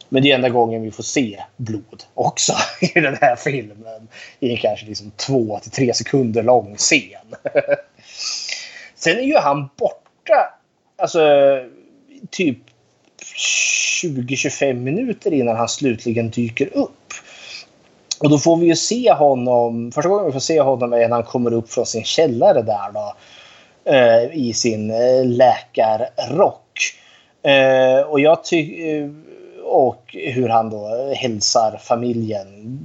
Men det är enda gången vi får se blod också i den här filmen. I en kanske liksom två till tre sekunder lång scen. Sen är ju han borta alltså typ tjugo till tjugofem minuter innan han slutligen dyker upp. Och då får vi ju se honom, första gången vi får se honom är när han kommer upp från sin källare där då. Eh, I sin eh, läkarrock. Eh, och jag tycker... Eh, och hur han då hälsar familjen.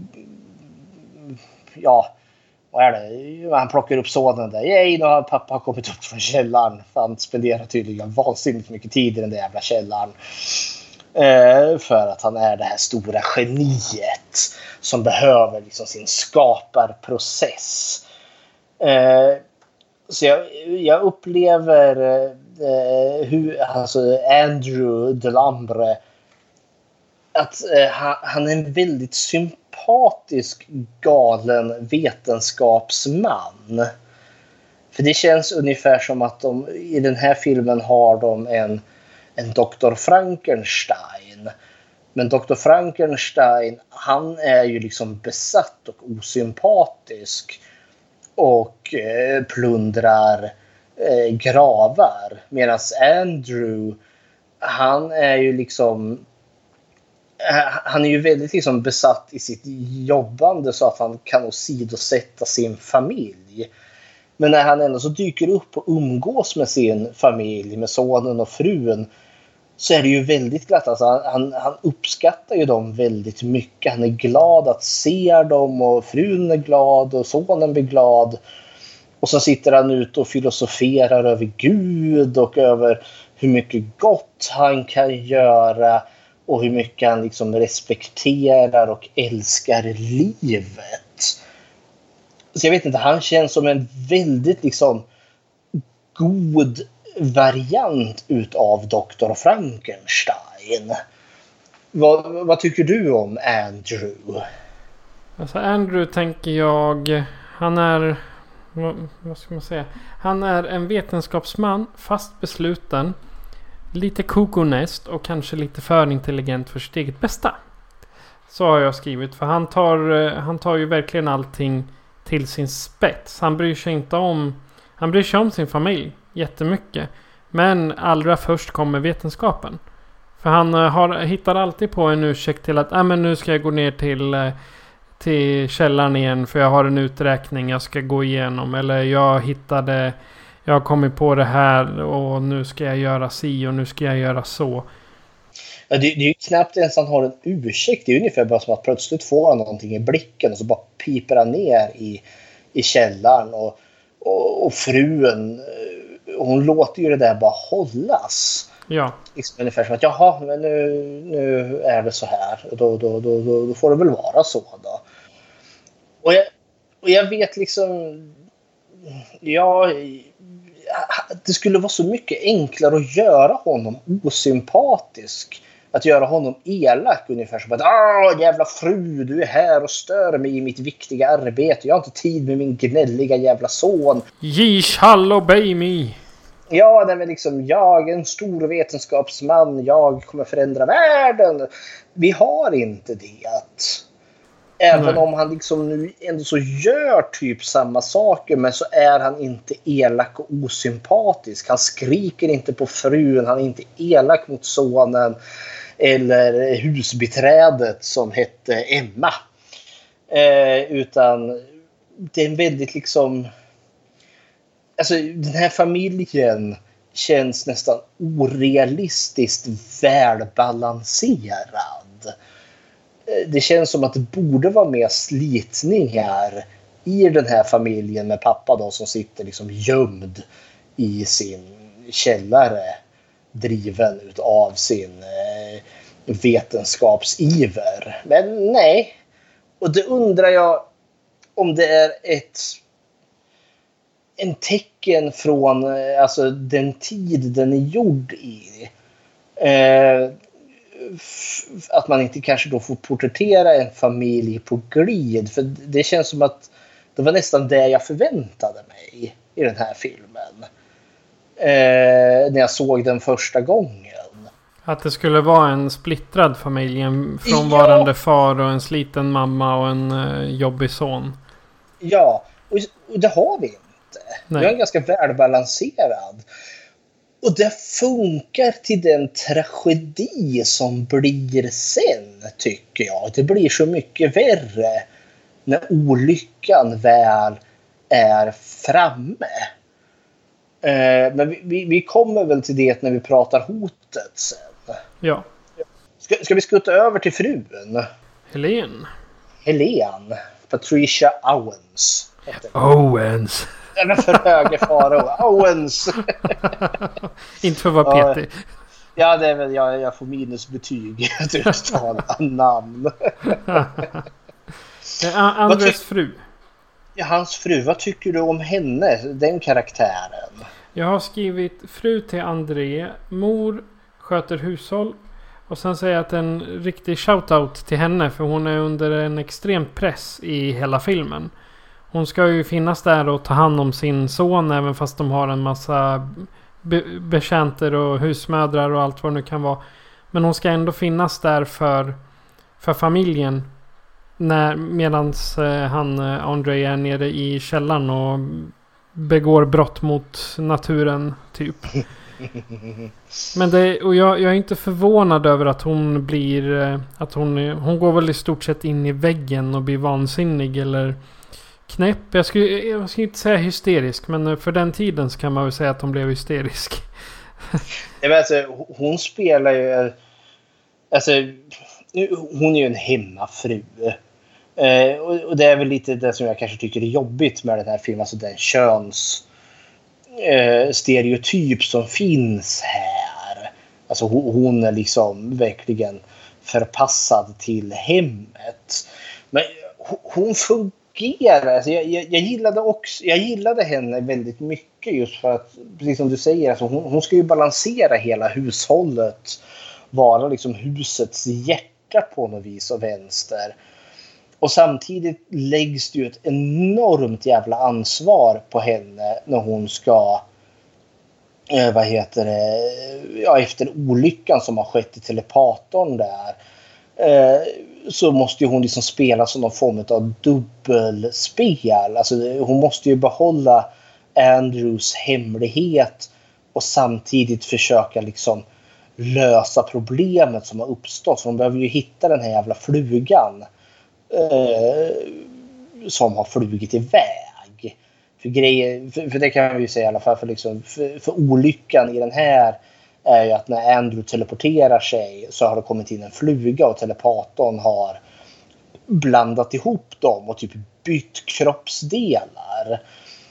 Ja, vad är det? Han plockar upp sonen där. Jej, nu har pappa kommit upp från källaren. Han spenderar tydligen vansinnigt mycket tid i den där jävla källaren. Eh, för att han är det här stora geniet som behöver liksom sin skaparprocess. Eh, så jag, jag upplever eh, hur alltså Andrew Delambre att eh, han, han är en väldigt sympatisk galen vetenskapsman. För det känns ungefär som att de i den här filmen har de en en doktor Frankenstein. Men doktor Frankenstein, han är ju liksom besatt och osympatisk och eh, plundrar eh, gravar. Medan Andrew, han är ju liksom han är ju väldigt liksom besatt i sitt jobbande så att han kan åsidosätta sin familj. Men när han ändå så dyker upp och umgås med sin familj, med sonen och frun, så är det ju väldigt glatt. Alltså han, han, han uppskattar ju dem väldigt mycket. Han är glad att se dem och frun är glad och sonen blir glad. Och så sitter han ute och filosoferar över Gud och över hur mycket gott han kan göra och hur mycket han liksom respekterar och älskar livet. Så jag vet inte, han känns som en väldigt liksom god variant utav doktor Frankenstein. Vad, vad tycker du om Andrew? Alltså Andrew tänker jag, han är, vad, vad ska man säga? Han är en vetenskapsman, fast besluten, lite kokonäst och kanske lite för intelligent för sitt eget bästa. Så har jag skrivit, för han tar, han tar ju verkligen allting till sin spets. Han bryr sig inte om han bryr sig om sin familj jättemycket. Men allra först kommer vetenskapen. För han har, hittar alltid på en ursäkt till att äh, men nu ska jag gå ner till, till källaren igen för jag har en uträkning jag ska gå igenom. Eller jag hittade, jag har kommit på det här och nu ska jag göra si och nu ska jag göra så. Ja, det, det är ju knappt ens han har en ursäkt. Det är ungefär bara som att plötsligt får han någonting i blicken och så bara piper han ner i, i källaren. Och, och, och frun, hon låter ju det där bara hållas. Ja. Liksom ungefär som att jaha, men nu, nu är det så här. Och då, då, då, då, då får det väl vara så då. Och jag, och jag vet liksom... Ja... Det skulle vara så mycket enklare att göra honom osympatisk. Att göra honom elak ungefär som att åh jävla fru, du är här och stör mig i mitt viktiga arbete. Jag har inte tid med min gnälliga jävla son. Ye shall obey me. Ja, det är väl liksom jag är en stor vetenskapsman. Jag kommer förändra världen. Vi har inte det. Även Nej. om han liksom nu ändå så gör typ samma saker, men så är han inte elak och osympatisk. Han skriker inte på frun, han är inte elak mot sonen eller husbiträdet som hette Emma. Eh, utan det är en väldigt liksom... Alltså den här familjen känns nästan orealistiskt välbalanserad. Det känns som att det borde vara mer slitningar i den här familjen med pappa då som sitter liksom gömd i sin källare, driven av sin eh, vetenskapsiver. Men nej. Och det undrar jag om det är ett en tecken från eh, alltså den tid den är gjord i. Eh, att man inte kanske då får porträttera en familj på glid, för det känns som att det var nästan det jag förväntade mig i den här filmen eh, när jag såg den första gången. Att det skulle vara en splittrad familj. En frånvarande ja. far och en sliten mamma och en uh, jobbig son. Ja, och, och det har vi inte. Nej. Vi är ganska välbalanserad. Och det funkar till den tragedi som blir sen, tycker jag. Det blir så mycket värre när olyckan väl är framme. Eh, men vi, vi, vi kommer väl till det när vi pratar hotet sen. Ja. Ska, ska vi skutta över till frun? Helen. Helen. Patricia Owens. Owens. Eller för höger fara. Owens. Inte för att vara petig. Ja, det är väl jag, jag får minusbetyg att uttala namn. Andres fru. Ja, hans fru. Vad tycker du om henne, den karaktären? Jag har skrivit fru till André. Mor sköter hushåll. Och sen säger jag att en riktig shoutout till henne. För hon är under en extrem press i hela filmen. Hon ska ju finnas där och ta hand om sin son. Även fast de har en massa be- betjänter och husmödrar och allt vad det nu kan vara. Men hon ska ändå finnas där för, för familjen. När, medans eh, han eh, André är nere i källaren och begår brott mot naturen typ. Men det, och jag, jag är inte förvånad över att hon blir eh, att hon, hon går väl i stort sett in i väggen och blir vansinnig eller knäpp. Jag skulle, jag skulle inte säga hysterisk, men för den tiden så kan man väl säga att hon blev hysterisk. Ja, men alltså, hon spelar ju alltså, hon är ju en hemmafru. Eh, och, och det är väl lite det som jag kanske tycker är jobbigt med den här filmen, alltså den köns eh, stereotyp som finns här. Alltså hon, hon är liksom verkligen förpassad till hemmet. Men hon fungerar, alltså jag, jag, jag gillade också, jag gillade henne väldigt mycket just för att, precis som du säger, alltså hon, hon ska ju balansera hela hushållet, vara liksom husets hjärta på något vis och vänster. Och samtidigt läggs det ju ett enormt jävla ansvar på henne när hon ska eh, vad heter det, ja, efter olyckan som har skett i telepatorn där, eh, så måste ju hon liksom spela som någon form av dubbelspel. Alltså hon måste ju behålla Andrews hemlighet och samtidigt försöka liksom lösa problemet som har uppstått. Så hon behöver ju hitta den här jävla flugan eh, som har flugit iväg. För, grejer, för, för det kan vi ju säga i alla fall. För, liksom, för, för olyckan i den här är ju att när Andrew teleporterar sig så har det kommit in en fluga och telepatorn har blandat ihop dem och typ bytt kroppsdelar.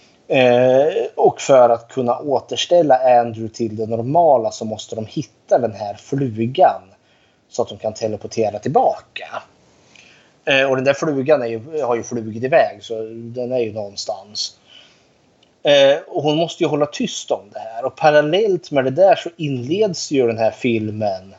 Eh, och för att kunna återställa Andrew till det normala så måste de hitta den här flugan så att de kan teleportera tillbaka. Eh, och den där flugan är ju, har ju flugit iväg, så den är ju någonstans. Eh, och hon måste ju hålla tyst om det här. Och parallellt med det där så inleds ju den här filmen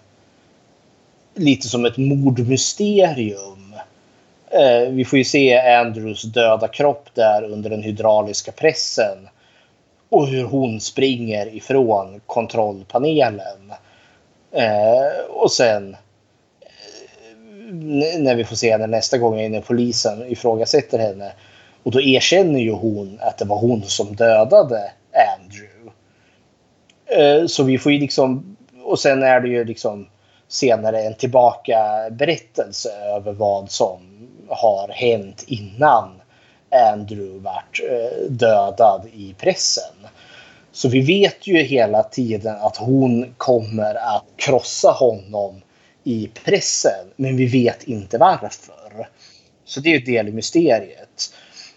lite som ett mordmysterium. Eh, vi får ju se Andrews döda kropp där under den hydrauliska pressen. Och hur hon springer ifrån kontrollpanelen. Eh, och sen eh, när vi får se henne nästa gång när polisen ifrågasätter henne. Och då erkänner ju hon att det var hon som dödade Andrew. Eh, så vi får ju liksom... Och sen är det ju liksom senare en tillbaka berättelse över vad som har hänt innan Andrew vart eh, dödad i pressen. Så vi vet ju hela tiden att hon kommer att krossa honom i pressen. Men vi vet inte varför. Så det är ju ett del i mysteriet.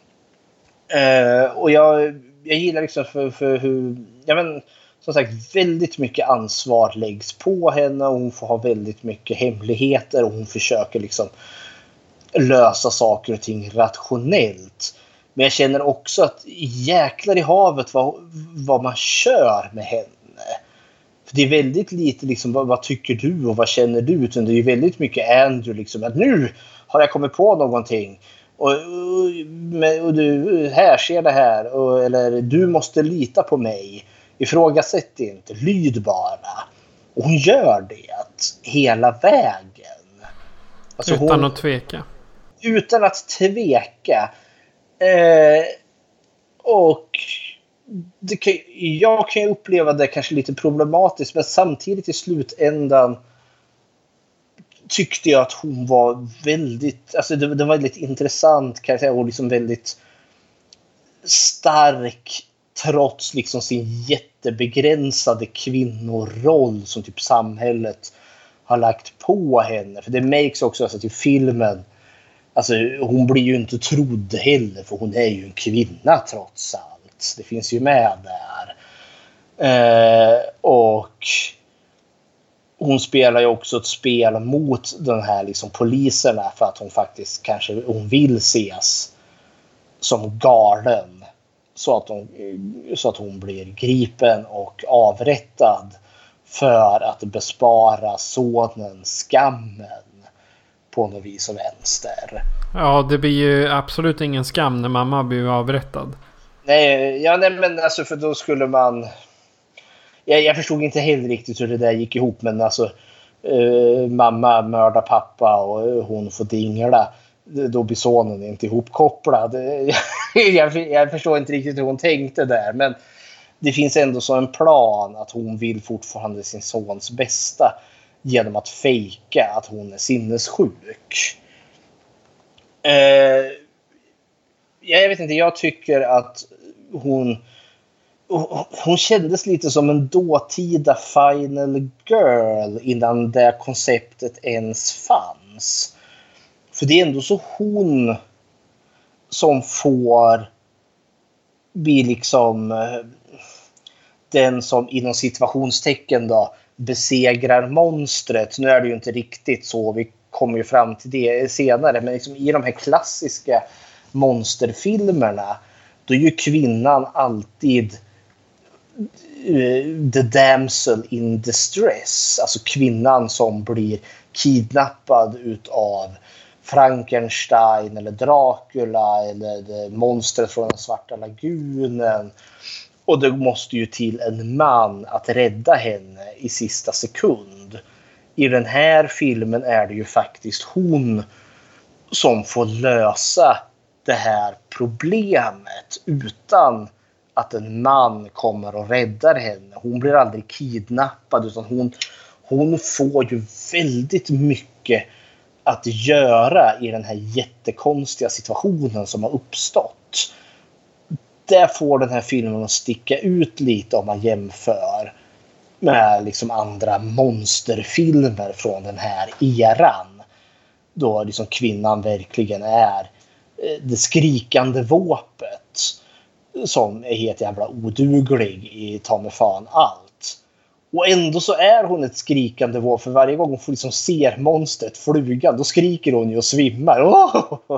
Uh, och jag, jag gillar liksom för, för hur, ja men, som sagt, väldigt mycket ansvar läggs på henne och hon får ha väldigt mycket hemligheter och hon försöker liksom lösa saker och ting rationellt. Men jag känner också att jäklar i havet vad, vad man kör med henne. För det är väldigt lite liksom, vad, vad tycker du och vad känner du, utan det är väldigt mycket Andrew liksom, att nu har jag kommit på någonting. Och, och, och du, här ser det här. Och, eller du måste lita på mig. Ifrågasätt inte. Lyd bara. Och hon gör det hela vägen. Alltså utan hon, att tveka. Utan att tveka. Eh, och det kan, jag kan ju uppleva det kanske lite problematiskt, men samtidigt i slutändan tyckte jag att hon var väldigt, alltså det, det var väldigt intressant kan jag säga, och liksom väldigt stark trots liksom sin jättebegränsade kvinnoroll som typ samhället har lagt på henne. För det märks också alltså, till filmen, alltså hon blir ju inte trodd heller, för hon är ju en kvinna trots allt. Det finns ju med där. Eh, och hon spelar ju också ett spel mot den här liksom poliserna, för att hon faktiskt kanske hon vill ses som galen, så att hon, så att hon blir gripen och avrättad för att bespara sonen skammen på något vis och vänster. Ja, det blir ju absolut ingen skam när mamma blir avrättad. Nej, ja, nej men alltså för då skulle man... Jag, jag förstod inte heller riktigt hur det där gick ihop, men alltså eh, mamma mördar pappa och hon får dingla. Då blir sonen inte ihopkopplad. jag, jag förstår inte riktigt hur hon tänkte där, men det finns ändå så en plan att hon vill fortfarande sin sons bästa genom att fejka att hon är sinnessjuk. Eh, jag vet inte, jag tycker att hon hon kändes lite som en dåtida final girl innan det konceptet ens fanns. För det är ändå så hon som får bli liksom den som inom situationstecken då besegrar monstret. Nu är det ju inte riktigt så, vi kommer ju fram till det senare, men liksom i de här klassiska monsterfilmerna då är ju kvinnan alltid the damsel in distress, alltså kvinnan som blir kidnappad utav Frankenstein eller Dracula eller monstret från den svarta lagunen, och det måste ju till en man att rädda henne i sista sekund. I den här filmen är det ju faktiskt hon som får lösa det här problemet utan att en man kommer och räddar henne. Hon blir aldrig kidnappad, utan hon, hon får ju väldigt mycket att göra i den här jättekonstiga situationen som har uppstått. Där får den här filmen att sticka ut lite om man jämför med liksom andra monsterfilmer från den här eran. Då liksom kvinnan verkligen är det skrikande våpet som är helt jävla oduglig i ta med fan allt. Och ändå så är hon ett skrikande våp, för varje gång hon får liksom ser monstret flugan, då skriker hon ju och svimmar. Oh!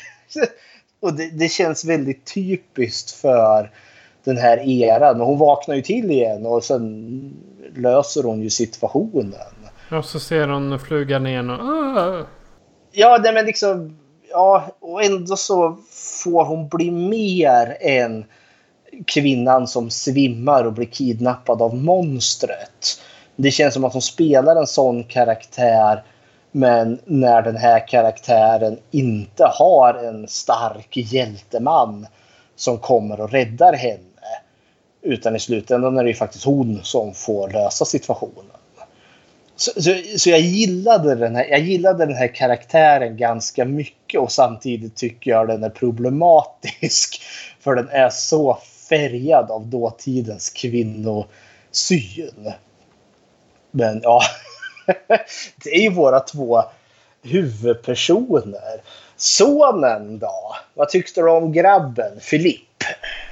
Och det, det känns väldigt typiskt för den här eran. Och hon vaknar ju till igen och sen löser hon ju situationen. Och så ser hon flugan igen och... Oh! Ja, det, men liksom... Ja, och ändå så får hon bli mer än kvinnan som svimmar och blir kidnappad av monstret. Det känns som att hon spelar en sån karaktär, men när den här karaktären inte har en stark hjälteman som kommer och räddar henne, utan i slutändan är det ju faktiskt hon som får lösa situationen. Så, så, så jag gillade den här, jag gillade den här karaktären ganska mycket, och samtidigt tycker jag den är problematisk för den är så färgad av dåtidens kvinnosyn. Men ja, det är ju våra två huvudpersoner. Sonen då? Vad tyckte du om grabben, Filip?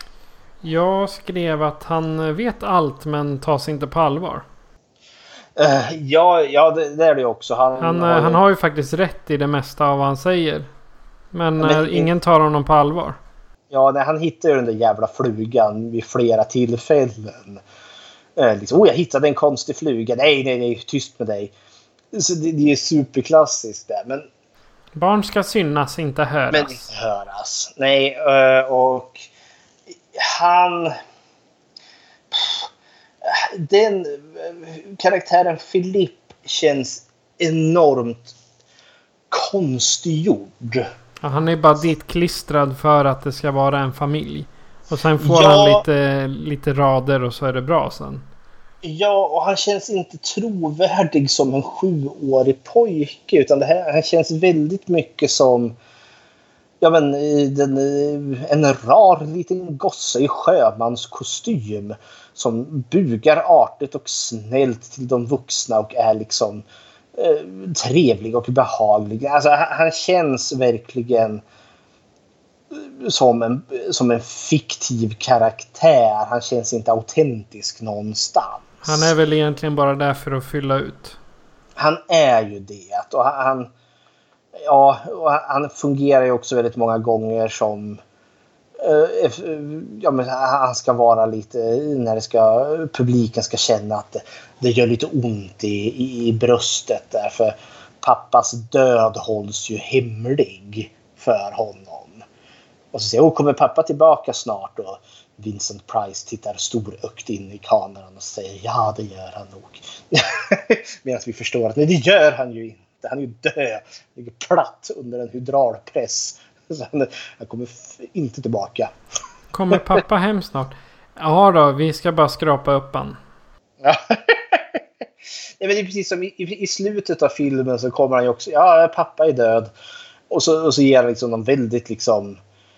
Jag skrev att han vet allt men tas inte på allvar. Uh, ja, ja det, det är det också. Han, han, har ju... han har ju faktiskt rätt i det mesta av vad han säger. Men, men uh, ingen tar honom på allvar. Ja, nej, han hittar ju den där jävla flugan vid flera tillfällen. Uh, liksom, oh, jag hittade en konstig fluga. Nej, nej, nej, tyst med dig. Så det, det är superklassiskt där. Men... Barn ska synas, inte höras. Men inte höras. Nej, uh, och han... den karaktären Philip känns enormt konstgjord. Ja, han är bara dit klistrad för att det ska vara en familj. Och sen får ja, han lite, lite rader och så är det bra sen. Ja, och han känns inte trovärdig som en sjuårig pojke. Utan det här, han känns väldigt mycket som ja, men, den, en rar liten gosse i sjömanskostym som bugar artigt och snällt till de vuxna och är liksom eh, trevlig och behaglig. Alltså, han, han känns verkligen som en, som en fiktiv karaktär. Han känns inte autentisk någonstans. Han är väl egentligen bara där för att fylla ut. Han är ju det. Och han, ja, och han fungerar ju också väldigt många gånger som eh, ja, men han ska vara lite när det ska, publiken ska känna att det, det gör lite ont i, i, i bröstet där, för pappas död hålls ju hemlig för honom. Och så säger jag, kommer pappa tillbaka snart? Och Vincent Price tittar storökt in i kameran och säger, ja, det gör han nog. Medan vi förstår att nej, det gör han ju inte. Han är ju död. Han ligger platt under en hydraulpress. Så han, han kommer f- inte tillbaka. Kommer pappa hem snart? Ja då, vi ska bara skrapa upp han. Ja. Nej, men det är precis som i, i, i slutet av filmen så kommer han ju också, ja, pappa är död. Och så, och så ger han liksom någon väldigt liksom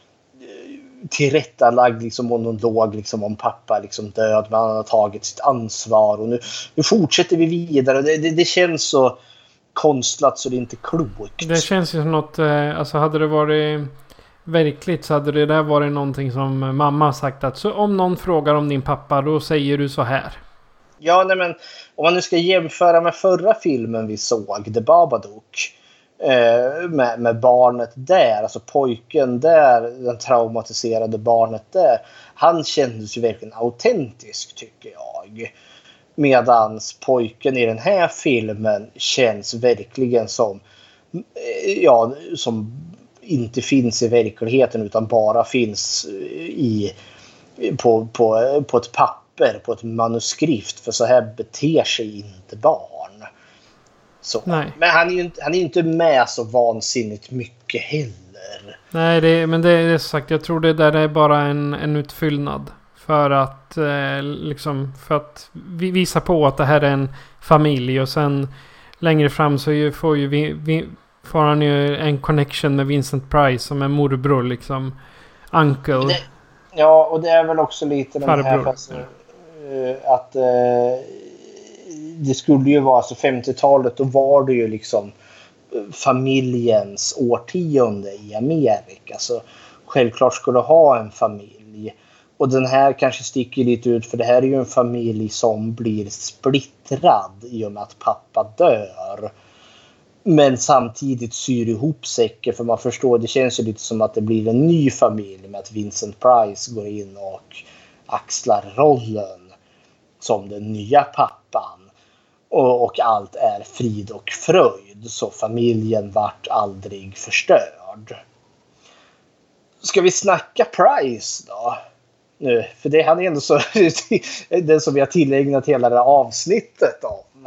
tillrättalagd liksom monolog liksom om pappa liksom död, men han har tagit sitt ansvar och nu, nu fortsätter vi vidare. Det, det, det känns så konstlat så det är inte klokt. Det känns ju som något, alltså hade det varit verkligt så hade det där varit någonting som mamma sagt att så om någon frågar om din pappa då säger du så här. Ja, nej, men om man nu ska jämföra med förra filmen vi såg, The Babadook, Med, med barnet där, alltså pojken där, den traumatiserade barnet där, han kändes ju verkligen autentisk tycker jag, medans pojken i den här filmen känns verkligen som ja, som inte finns i verkligheten utan bara finns i på, på, på ett papper, på ett manuskript, för så här beter sig inte barn. Så. Nej. Men han är ju inte, han är ju inte med så vansinnigt mycket heller. Nej, det, men det är sagt. Jag tror det där är bara en, en utfyllnad. För att eh, liksom för att vi visa på att det här är en familj. Och sen längre fram så ju, får, ju vi, vi, får han ju en connection med Vincent Price som är morbror liksom. Uncle. Det, ja, och det är väl också lite den farbror. här fast, uh, att uh, det skulle ju vara, alltså femtiotalet, då var det ju liksom familjens årtionde i Amerika. Så självklart skulle ha en familj. Och den här kanske sticker lite ut, för det här är ju en familj som blir splittrad i och med att pappa dör. Men samtidigt syr ihop säcken, för man förstår, det känns ju lite som att det blir en ny familj med att Vincent Price går in och axlar rollen som den nya pappan. Och, och allt är frid och fröjd. Så familjen vart aldrig förstörd. Ska vi snacka Price då? Nu, för det han är ändå så den som vi har tillägnat hela det här avsnittet om.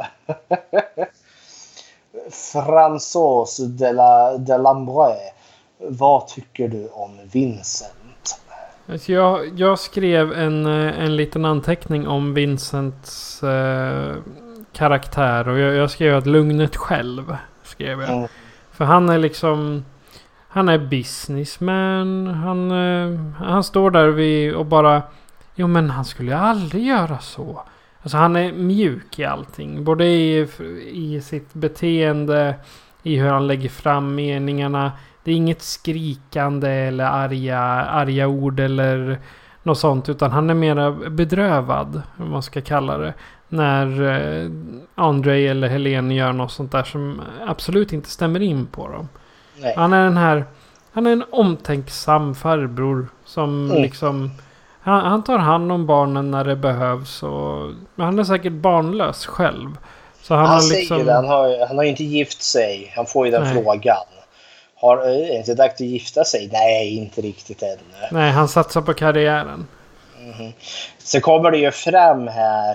François de la, de Lambré. Vad tycker du om Vincent? Alltså jag, jag skrev en, en liten anteckning om Vincents eh, karaktär. Och jag, jag skrev att lugnet själv. Skrev jag. Mm. För han är liksom... Han är businessman. Han, eh, han står där vid och bara... Jo men han skulle ju aldrig göra så. Alltså han är mjuk i allting. Både i, i sitt beteende. I hur han lägger fram meningarna. Det är inget skrikande eller arga, arga ord eller något sånt. Utan han är mer bedrövad. Om man ska kalla det. När eh, André eller Helene gör något sånt där som absolut inte stämmer in på dem. Nej. Han är den här... Han är en omtänksam farbror. Som mm. liksom... Han, han tar hand om barnen när det behövs. Och, men han är säkert barnlös själv. Så han, han har säger liksom... det. Han har, han har inte gift sig. Han får ju den Nej. frågan. Har, är det inte dags att gifta sig? Nej, inte riktigt ännu. Nej, han satsar på karriären. Mm-hmm. Så kommer det ju fram här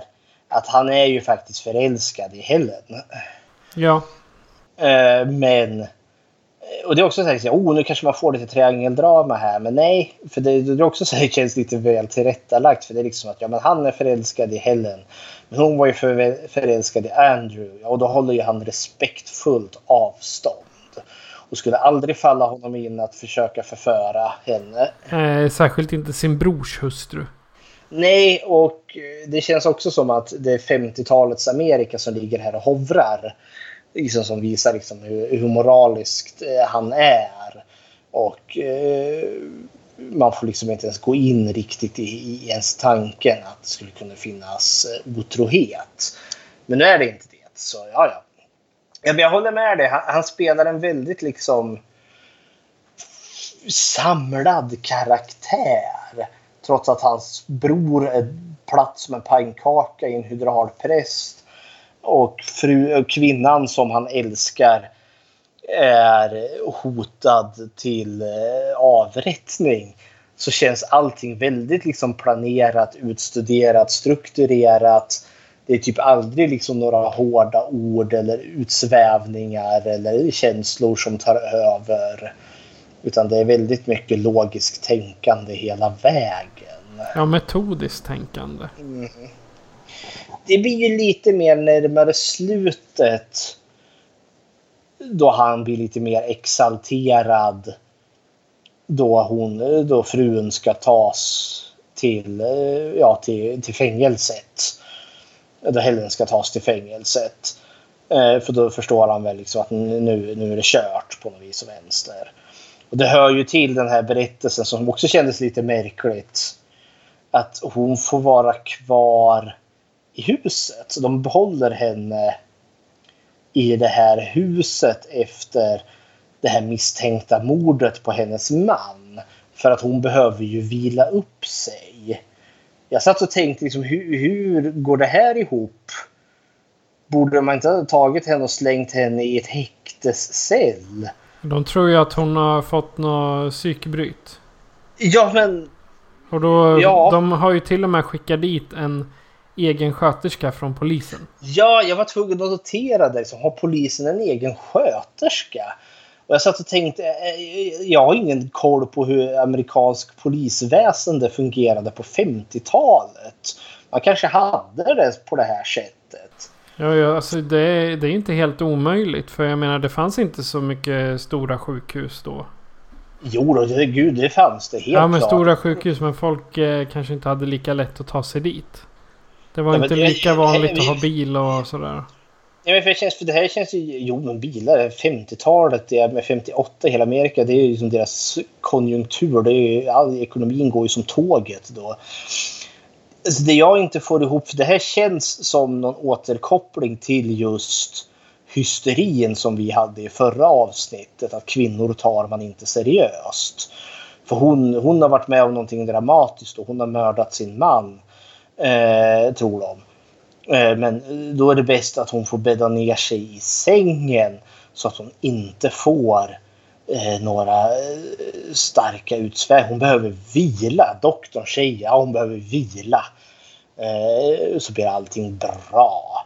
att han är ju faktiskt förälskad i Helen. Ja. Eh, men och det är också så här, oh, nu kanske man får lite triangeldrama här, men nej, för det, det är också så här, det känns lite väl tillrättalagt, för det är liksom att ja, men han är förälskad i Helen, men hon var ju för, förälskad i Andrew, och då håller ju han respektfullt avstånd och skulle aldrig falla honom in att försöka förföra henne. Eh, särskilt inte sin brors hustru. Nej, och det känns också som att det är femtiotalets Amerika som ligger här och hovrar. Liksom, som visar liksom hur, hur moraliskt eh, han är. Och eh, man får liksom inte ens gå in riktigt i, i ens tanken att det skulle kunna finnas eh, otrohet. Men nu är det inte det. Så ja, ja. ja men jag håller med dig. Han, han spelar en väldigt liksom samlad karaktär. Trots att hans bror är platt som en pannkaka i en hydraulpress. Och fru, kvinnan som han älskar är hotad till avrättning. Så känns allting väldigt liksom planerat, utstuderat, strukturerat. Det är typ aldrig liksom några hårda ord eller utsvävningar eller känslor som tar över. Utan det är väldigt mycket logiskt tänkande hela vägen. Ja, metodiskt tänkande. Mm. Det blir ju lite mer närmare slutet då han blir lite mer exalterad då hon då frun ska tas till ja till till fängelset. Då Helen ska tas till fängelset. Eh, för då förstår han väl liksom att nu nu är det kört på något vis och vänster. Och det hör ju till den här berättelsen som också kändes lite märkligt, att hon får vara kvar i huset. Så de behåller henne i det här huset efter det här misstänkta mordet på hennes man. För att hon behöver ju vila upp sig. Jag satt och tänkte liksom, hur, hur går det här ihop? Borde man inte ha tagit henne och slängt henne i ett häktescell? De tror ju att hon har fått något psykbryt. Ja, men... Och då, ja. De har ju till och med skickat dit en egen sköterska från polisen. Ja, jag var tvungen att notera det. Liksom, har polisen en egen sköterska? Och jag satt och tänkte, jag har ingen koll på hur amerikansk polisväsende fungerade på femtiotalet. Man kanske hade det på det här sättet. Ja, ja alltså det är, det är inte helt omöjligt. För jag menar, det fanns inte så mycket stora sjukhus då. Jo då, det, gud, det fanns det helt klart. Ja, men klart. Stora sjukhus, men folk eh, kanske inte hade lika lätt att ta sig dit. Det var ja, inte lika vanligt att ha bil och sådär. Ja, men för, det känns, för det här känns ju, jo men bilar, femtiotalet, det är med femtioåtta i hela Amerika, det är ju som deras konjunktur, det är ju, all ekonomin går ju som tåget då. Alltså det jag inte får ihop, för det här känns som någon återkoppling till just hysterin som vi hade i förra avsnittet, att kvinnor tar man inte seriöst. För hon, hon har varit med om någonting dramatiskt och hon har mördat sin man, eh, tror de. Eh, men då är det bäst att hon får bädda ner sig i sängen så att hon inte får eh, några eh, starka utsväv. Hon behöver vila. Doktorn säger ja, hon behöver vila. Eh, så blir allting bra.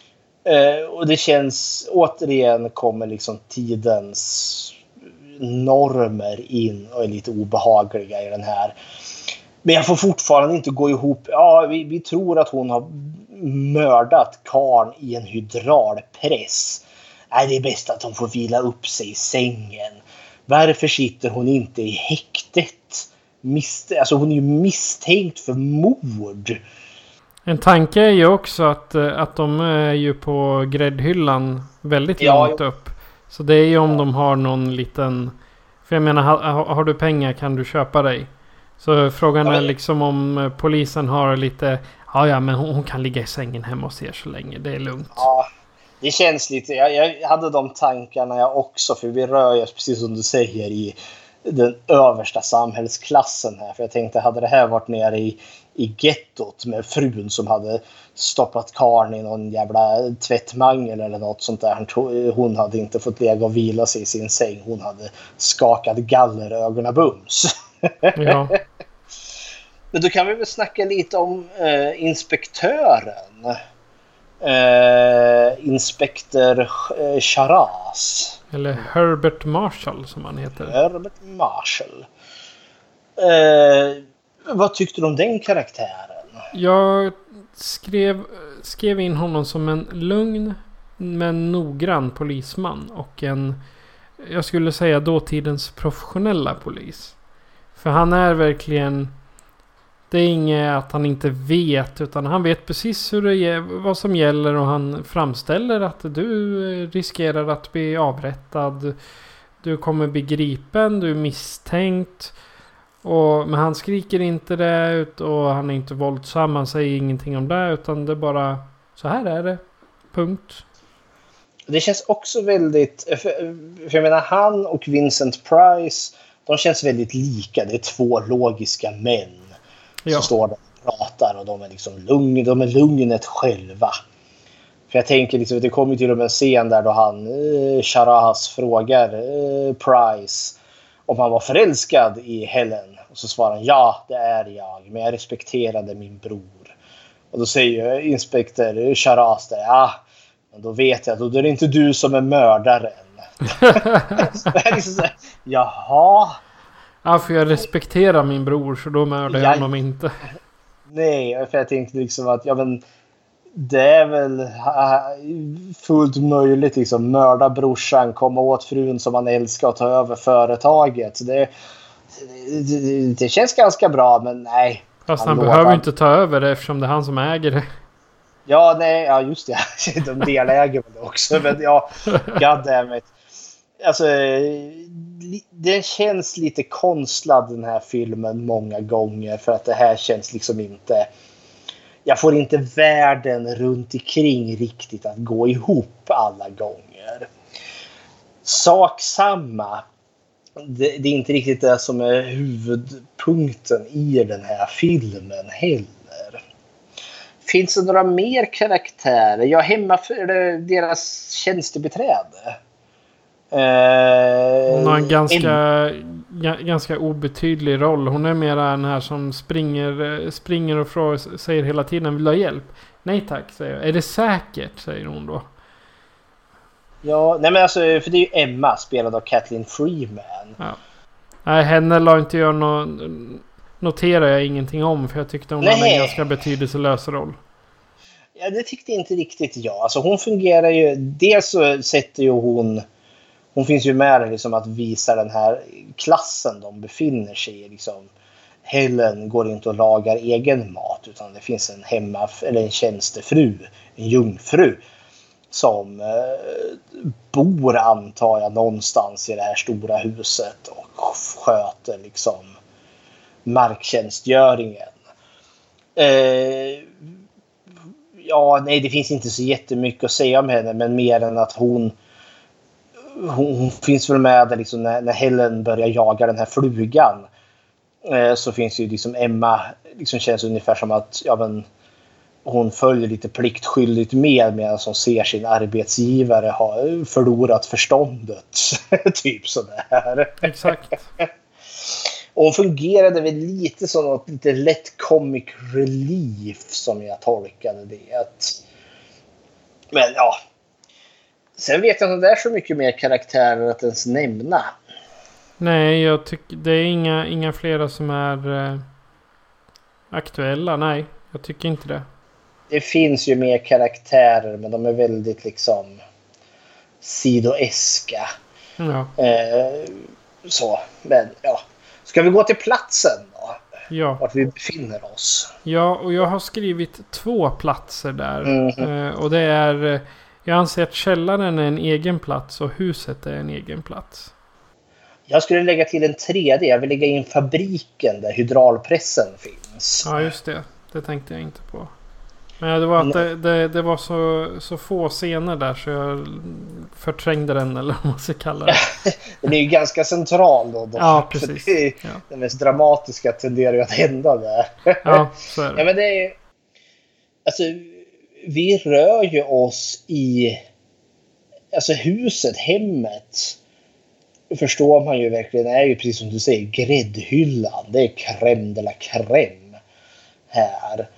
Uh, och det känns, återigen kommer liksom tidens normer in och är lite obehagliga i den här. Men jag får fortfarande inte gå ihop. Ja, vi, vi tror att hon har mördat karn i en hydraulpress. Nej, det är bäst att hon får vila upp sig i sängen. Varför sitter hon inte i häktet? Mist- alltså hon är ju misstänkt för mord. En tanke är ju också att, att de är ju på gräddhyllan väldigt ja, långt upp. Så det är ju om ja. de har någon liten... För jag menar, har, har du pengar kan du köpa dig. Så frågan ja, men... är liksom om polisen har lite... Ja, ja, men hon, hon kan ligga i sängen hemma hos er så länge. Det är lugnt. Ja, det känns lite... Jag, jag hade de tankarna jag också. För vi rör oss, precis som du säger, i den översta samhällsklassen här. För jag tänkte, hade det här varit nere i... i gettot med frun som hade stoppat karn i någon jävla tvättmangel eller något sånt där. Hon hade inte fått lägga och vila sig i sin säng. Hon hade skakat galler ögonen bums. Ja. Men då kan vi väl snacka lite om eh, inspektören. Uh, Inspektor uh, Charas. Eller Herbert Marshall som han heter. Herbert Marshall. Uh, vad tyckte du om den karaktären? Jag skrev, skrev in honom som en lugn men noggrann polisman. Och en, jag skulle säga dåtidens professionella polis. För han är verkligen... Det är inget att han inte vet, utan han vet precis hur det är, vad som gäller, och han framställer att du riskerar att bli avrättad. Du kommer bli gripen, du är misstänkt. Och, men han skriker inte det ut och han är inte våldsam, han säger ingenting om det, utan det är bara så här är det. Punkt. Det känns också väldigt, för, för jag menar han och Vincent Price, de känns väldigt lika. Det är två logiska män. Ja. Som står där och pratar och de är liksom lugn, de är lugnet själva. För jag tänker liksom, det kommer till och med en scen där då han eh, Charas frågar eh, Price om han var förälskad i Helen. Och så svarar han, ja det är jag, men jag respekterade min bror. Och då säger inspektör Charas där, ja men då vet jag, då är det inte du som är mördaren. Så det är liksom så här, jaha. Ja, för jag respekterar min bror, så då mördar jag honom inte. Nej, för jag tänkte liksom att ja, men det är väl fullt möjligt liksom, mörda brorsan, komma åt frun som han älskar och ta över företaget. Det, det, det känns ganska bra, men nej. Fast han, han behöver ju inte ta över det eftersom det är han som äger det. Ja, nej, ja just det. De deläger väl också, men ja, goddammit. Alltså, det känns lite konstlad den här filmen många gånger, för att det här känns liksom inte, jag får inte världen runt omkring riktigt att gå ihop alla gånger. Sak samma, det, det är inte riktigt det som är huvudpunkten i den här filmen heller. Finns det några mer karaktärer? Jag hemma för deras tjänstebiträde. Hon har en ganska, g- ganska obetydlig roll. Hon är mera den här som springer, springer och frågar, säger hela tiden, vill du ha hjälp? Nej tack, säger jag. Är det säkert, säger hon då. Ja, nej men alltså, för det är ju Emma, spelad av Kathleen Freeman. Ja. Nej, henne la inte jag no- noterar jag ingenting om, för jag tyckte hon nej. hade en ganska betydelselös roll. Ja, det tyckte inte riktigt jag. Alltså hon fungerar ju, dels så sätter ju hon Hon finns ju med liksom att visa den här klassen de befinner sig i. Liksom, Helen går inte och lagar egen mat, utan det finns en hemma eller en tjänstefru, en jungfru som eh, bor, antar jag, någonstans i det här stora huset och sköter liksom marktjänstgöringen. Eh, ja, nej, det finns inte så jättemycket att säga om henne, men mer än att hon Hon, hon finns väl med där liksom när, när Helen börjar jaga den här flugan, eh, så finns ju liksom Emma, liksom känns ungefär som att ja, men, hon följer lite pliktskyldigt med medan hon ser sin arbetsgivare ha förlorat förståndet. Typ sådär. Exakt. Och hon fungerade väl lite som något lite lätt comic relief som jag tolkade det. Att, men ja. Sen vet jag att det är så mycket mer karaktärer att ens nämna. Nej, jag tycker det är inga, inga flera som är eh, aktuella. Nej, jag tycker inte det. Det finns ju mer karaktärer, men de är väldigt liksom sidoeska. Ja. Eh, så, men ja. Ska vi gå till platsen då? Ja. Vart vi befinner oss. Ja, och jag har skrivit två platser där. Mm-hmm. Eh, och det är... Jag anser att källaren är en egen plats och huset är en egen plats. Jag skulle lägga till en tredje. Jag vill lägga in fabriken där hydraulpressen finns. Ja, just det. Det tänkte jag inte på. Men det var att det, det, det var så, så få scener där så jag förträngde den, eller vad man ska kalla det. Den är ju ganska central då. då. Ja, precis. Det, ja. Det mest dramatiska tenderar ju att hända där. Ja, så är det. Ja, men det är... Alltså... Vi rör ju oss i alltså huset, hemmet. Förstår man ju verkligen, är ju precis som du säger gräddhyllan. Det är crème de la crème här.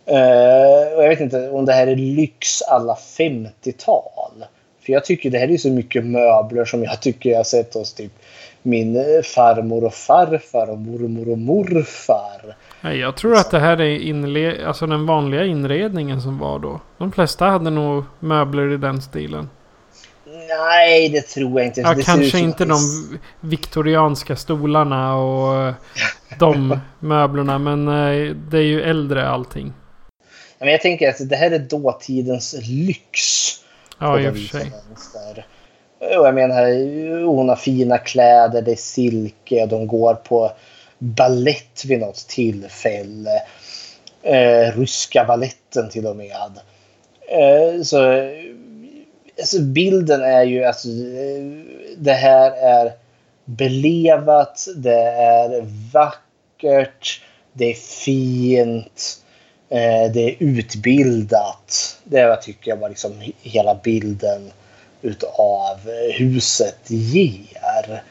Uh, och jag vet inte om det här är lyx alla femtiotal. För jag tycker det här är så mycket möbler som jag tycker jag har sett hos typ min farmor och farfar och mormor och morfar. Jag tror att det här är inle- alltså den vanliga inredningen som var då. De flesta hade nog möbler i den stilen. Nej, det tror jag inte. Ja, det kanske inte de viktorianska stolarna och de möblerna. Men det är ju äldre allting. Men jag tänker att det här är dåtidens lyx. Ja, i och för sig. Och jag menar, hon har fina kläder, det är silke, de går på ballett vid något tillfälle. Eh, ryska balletten till och med. Eh, så alltså, bilden är ju att alltså, det här är belevat, det är vackert, det är fint, eh, det är utbildat. Det är vad jag tycker var liksom hela bilden utav huset ger.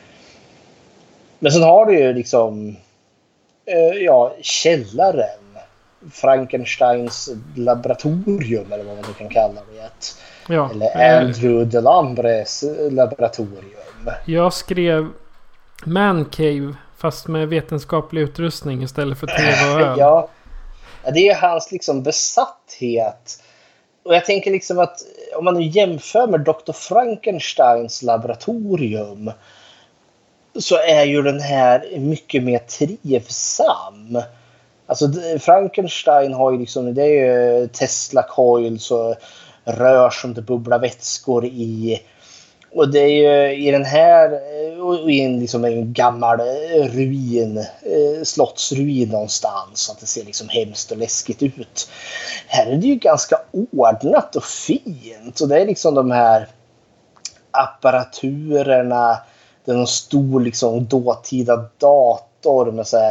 Men sen har du ju liksom eh, ja, källaren, Frankensteins laboratorium eller vad man kan kalla det. Ja, eller Andrew Delambres laboratorium. Jag skrev Man Cave fast med vetenskaplig utrustning istället för tv och öl. Ja, det är hans liksom besatthet. Och jag tänker liksom att om man nu jämför med doktor Frankensteins laboratorium så är ju den här mycket mer trivsam. Alltså Frankenstein har ju liksom, det är ju Tesla coils och rör som det bubblar vätskor i. Och det är ju i den här, och i en, liksom en gammal ruin, slottsruin någonstans, så att det ser liksom hemskt och läskigt ut. Här är det ju ganska ordnat och fint. Och det är liksom de här apparaturerna, det är någon stor liksom dåtida dator med så här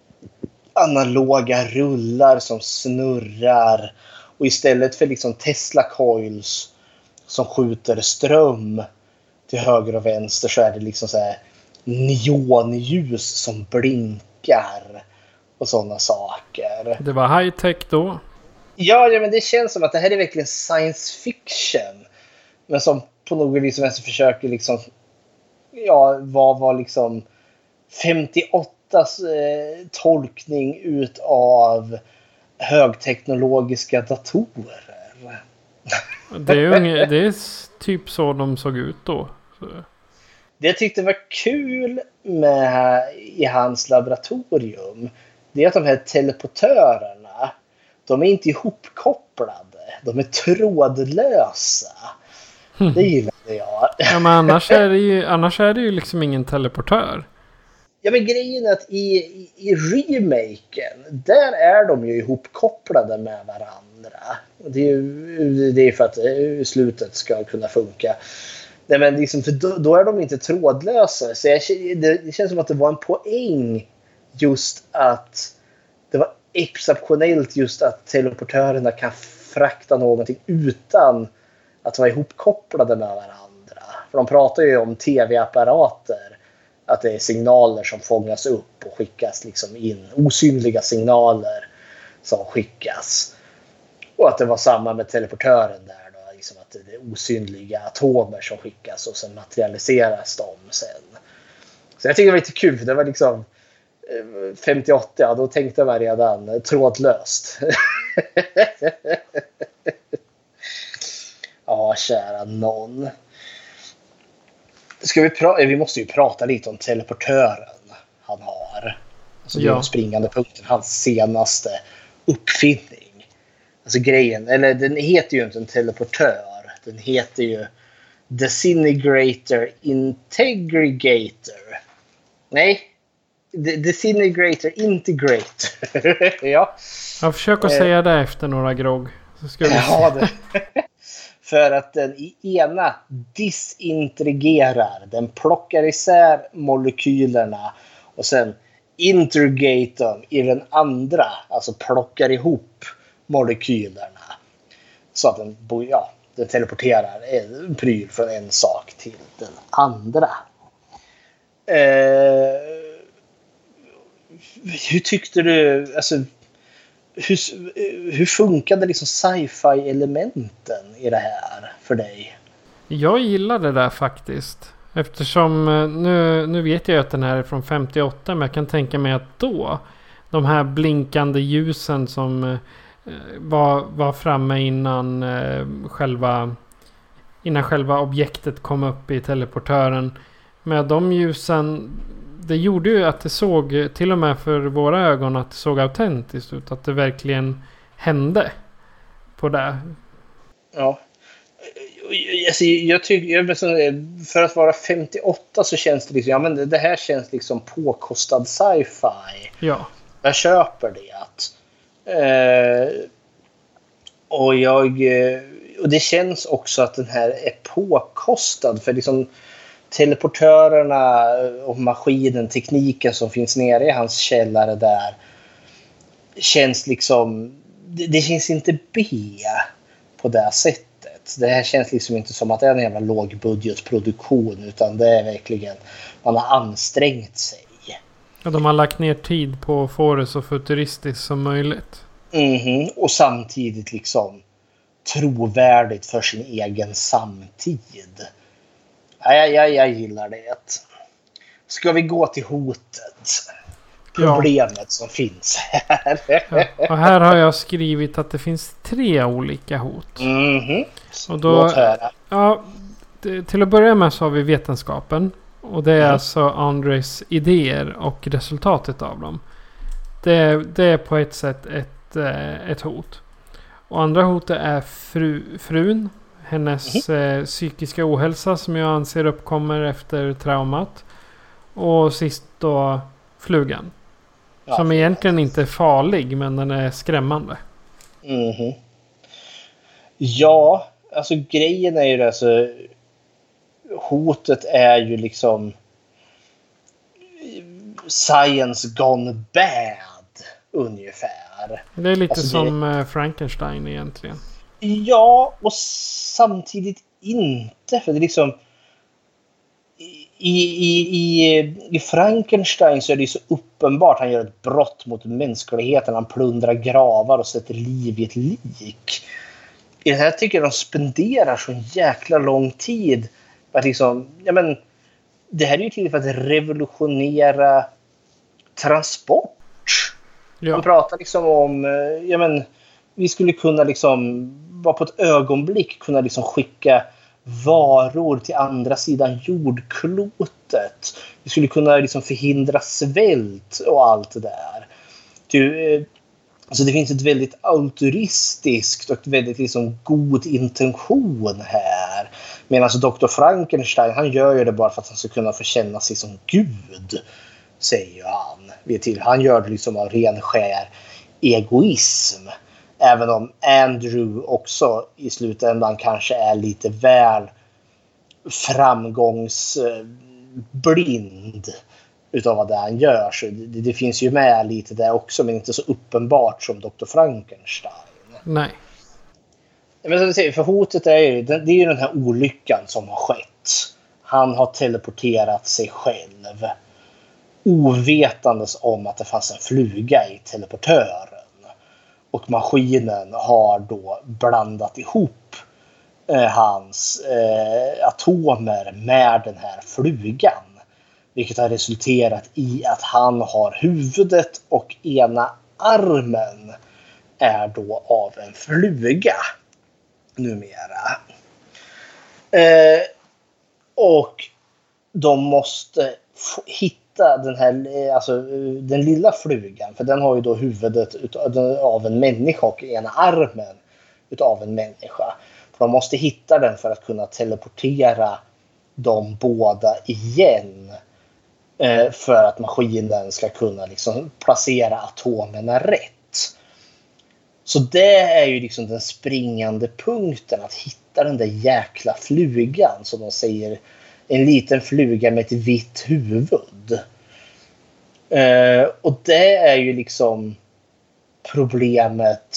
analoga rullar som snurrar. Och istället för liksom Tesla coils som skjuter ström till höger och vänster så är det liksom så här neonljus som blinkar och sådana saker. Det var high tech då. Ja, ja, men det känns som att det här är verkligen science fiction. Men som på något vis som försöker liksom ja, vad var liksom femtioåttas eh, tolkning utav högteknologiska datorer. Det är, unge, det är typ så de såg ut då. Så. Det jag tyckte var kul med i hans laboratorium, det är att de här teleportörerna, de är inte ihopkopplade. De är trådlösa. Mm. Det gillade jag. Ja, men annars är det ju, annars är det ju liksom ingen teleportör. Ja, men grejen är att i, i, i remaken, där är de ju ihopkopplade med varandra. Det är ju det är för att slutet ska kunna funka. Nej, men liksom, för då, då är de inte trådlösa. Så jag, det, det känns som att det var en poäng just att det var exceptionellt just att teleportörerna kan frakta någonting utan att vara ihopkopplade med varandra. För de pratar ju om tv-apparater. Att det är signaler som fångas upp och skickas liksom in. Osynliga signaler som skickas. Och att det var samma med teleportören där. Då, liksom att det är osynliga atomer som skickas och sen materialiseras de sen. Så jag tycker det var lite kul. Det var liksom femtioåtta, ja, då tänkte man redan trådlöst. Ja, kära någon. Ska vi, pra- vi måste ju prata lite om teleportören han har. Alltså ja. Den springande punkten, hans senaste uppfinning. Alltså grejen, eller den heter ju inte en teleportör. Den heter ju Disintegrator Integrator. Nej, Disintegrator Integrator. Ja. Jag försöker eh. säga det efter några grogg. Så ska vi ja, det. För att den i ena disintegrerar. Den plockar isär molekylerna. Och sen integrate dem i den andra. Alltså plockar ihop molekylerna. Så att den, ja, den teleporterar en pryl från en sak till den andra. Eh, hur tyckte du... Alltså, hur, hur funkade liksom sci-fi-elementen i det här för dig? Jag gillar det där faktiskt. Eftersom nu, nu vet jag att den här är från femtioåtta. Men jag kan tänka mig att då de här blinkande ljusen som eh, var, var framme innan eh, själva innan själva objektet kom upp i teleportören. Med de ljusen, det gjorde ju att det såg, till och med för våra ögon, att det såg autentiskt ut. Att det verkligen hände på det. Ja. Alltså, jag tycker, för att vara femtioåtta så känns det liksom, ja men det här känns liksom påkostad sci-fi. Ja. Jag köper det. Att, eh, och jag och det känns också att den här är påkostad för liksom teleportörerna och maskinen, tekniken som finns nere i hans källare där känns liksom, det, det känns inte B på det sättet. Det här känns liksom inte som att det är en jävla lågbudgetproduktion, utan det är verkligen, man har ansträngt sig. Ja, de har lagt ner tid på att få det så futuristiskt som möjligt. Mm-hmm. Och samtidigt liksom trovärdigt för sin egen samtid. Ja, jag, jag, jag gillar det. Ska vi gå till hotet? Problemet ja. Som finns här. Ja, och här har jag skrivit att det finns tre olika hot. Mm-hmm. Och då, ja, det, till att börja med så har vi vetenskapen. Och det är mm. alltså Andres idéer och resultatet av dem. Det, det är på ett sätt ett, ett hot. Och andra hotet är fru, frun. Hennes mm. eh, psykiska ohälsa som jag anser uppkommer efter traumat. Och sist då flugan. Ja, som egentligen inte är farlig, men den är skrämmande. Mm-hmm. Ja, alltså grejen är ju det. Alltså, hotet är ju liksom science gone bad ungefär. Det är lite alltså som det... Frankenstein egentligen. Ja, och samtidigt inte. För det är liksom I, i, i, i Frankenstein så är det så uppenbart. Han gör ett brott mot mänskligheten. Han plundrar gravar och sätter liv i ett lik. I det här tycker jag de spenderar så en jäkla lång tid. Att liksom, ja men, det här är ju till för att revolutionera transport. Ja. Man pratar liksom om, ja men, vi skulle kunna liksom, bara på ett ögonblick kunna liksom skicka varor till andra sidan jordklotet. Vi skulle kunna liksom förhindra svält och allt det där. Du, så det finns ett väldigt altruistiskt och väldigt liksom god intention här. Medan doktor Frankenstein, han gör ju det bara för att han ska kunna få känna sig som Gud, säger han. Vet till, han gör det liksom av ren skär egoism. Även om Andrew också i slutändan kanske är lite väl framgångsblind utav vad det han gör. Så det, det finns ju med lite där också, men inte så uppenbart som doktor Frankenstein. Nej. Men för hotet är ju, det är ju den här olyckan som har skett. Han har teleporterat sig själv ovetandes om att det fanns en fluga i teleportören. Och maskinen har då blandat ihop eh, hans eh, atomer med den här flugan. Vilket har resulterat i att han har huvudet och ena armen är då av en fluga numera. Eh, och de måste få hitta den här, alltså den lilla flugan, för den har ju då huvudet av en människa och ena armen utav en människa. För de måste hitta den för att kunna teleportera de båda igen, för att maskinen ska kunna liksom placera atomerna rätt. Så det är ju liksom den springande punkten, att hitta den där jäkla flugan, som de säger, en liten fluga med ett vitt huvud. Uh, och det är ju liksom problemet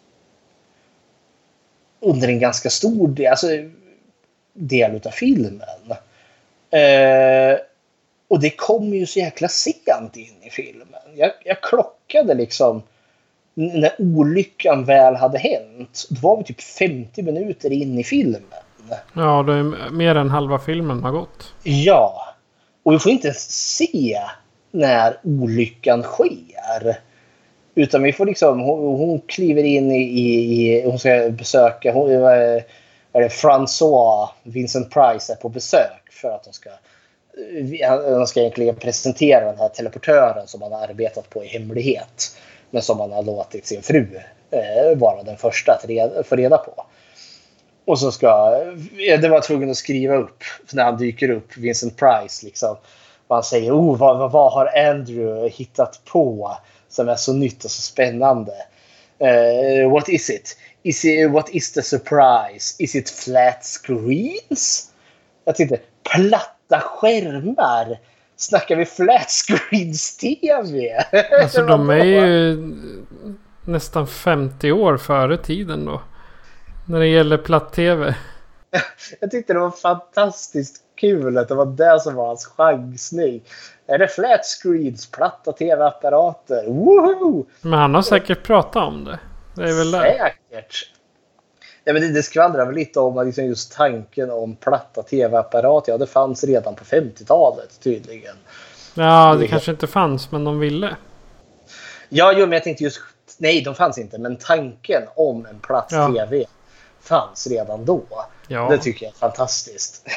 under en ganska stor del, alltså, del av filmen. Uh, och det kommer ju så jäkla sent in i filmen. Jag, jag klockade liksom när olyckan väl hade hänt, då var vi typ femtio minuter in i filmen. Ja, det är mer än halva filmen har gått. Ja, och vi får inte se när olyckan sker. Utan vi får liksom, hon, hon kliver in i, i, hon ska besöka, hon, är det François, Vincent Price är på besök för att de ska, de ska egentligen presentera den här teleportören som han har arbetat på i hemlighet. Men som han har låtit sin fru eh, vara den första att reda, få reda på. Och så ska, det var tvungen att skriva upp när han dyker upp, Vincent Price liksom. Och han säger, oh, vad, vad, vad har Andrew hittat på som är så nytt och så spännande? Uh, what is it? Is it? What is the surprise? Is it flat screens? Jag tänkte, platta skärmar? Snackar vi flat screens tv? Alltså de är ju nästan femtio år före tiden då. När det gäller platt-tv. Jag tyckte det var fantastiskt kul att det var det som var hans chansning. Är det flat screens, platta tv-apparater? Woohoo! Men han har säkert pratat om det. Det är väl det. Säkert. Ja, men det, det skvallrar väl lite om liksom just tanken om platta tv-apparater. Ja, det fanns redan på femtiotalet tydligen. Ja, det, det kanske inte fanns, men de ville. Ja, jo, men jag tänkte just... Nej, de fanns inte. Men tanken om en platt ja. tv fanns redan då. Ja. Det tycker jag är fantastiskt.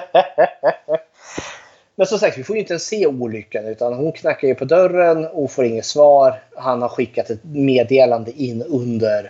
Men som sagt, vi får ju inte ens se olyckan, utan hon knackar ju på dörren och får inget svar. Han har skickat ett meddelande in under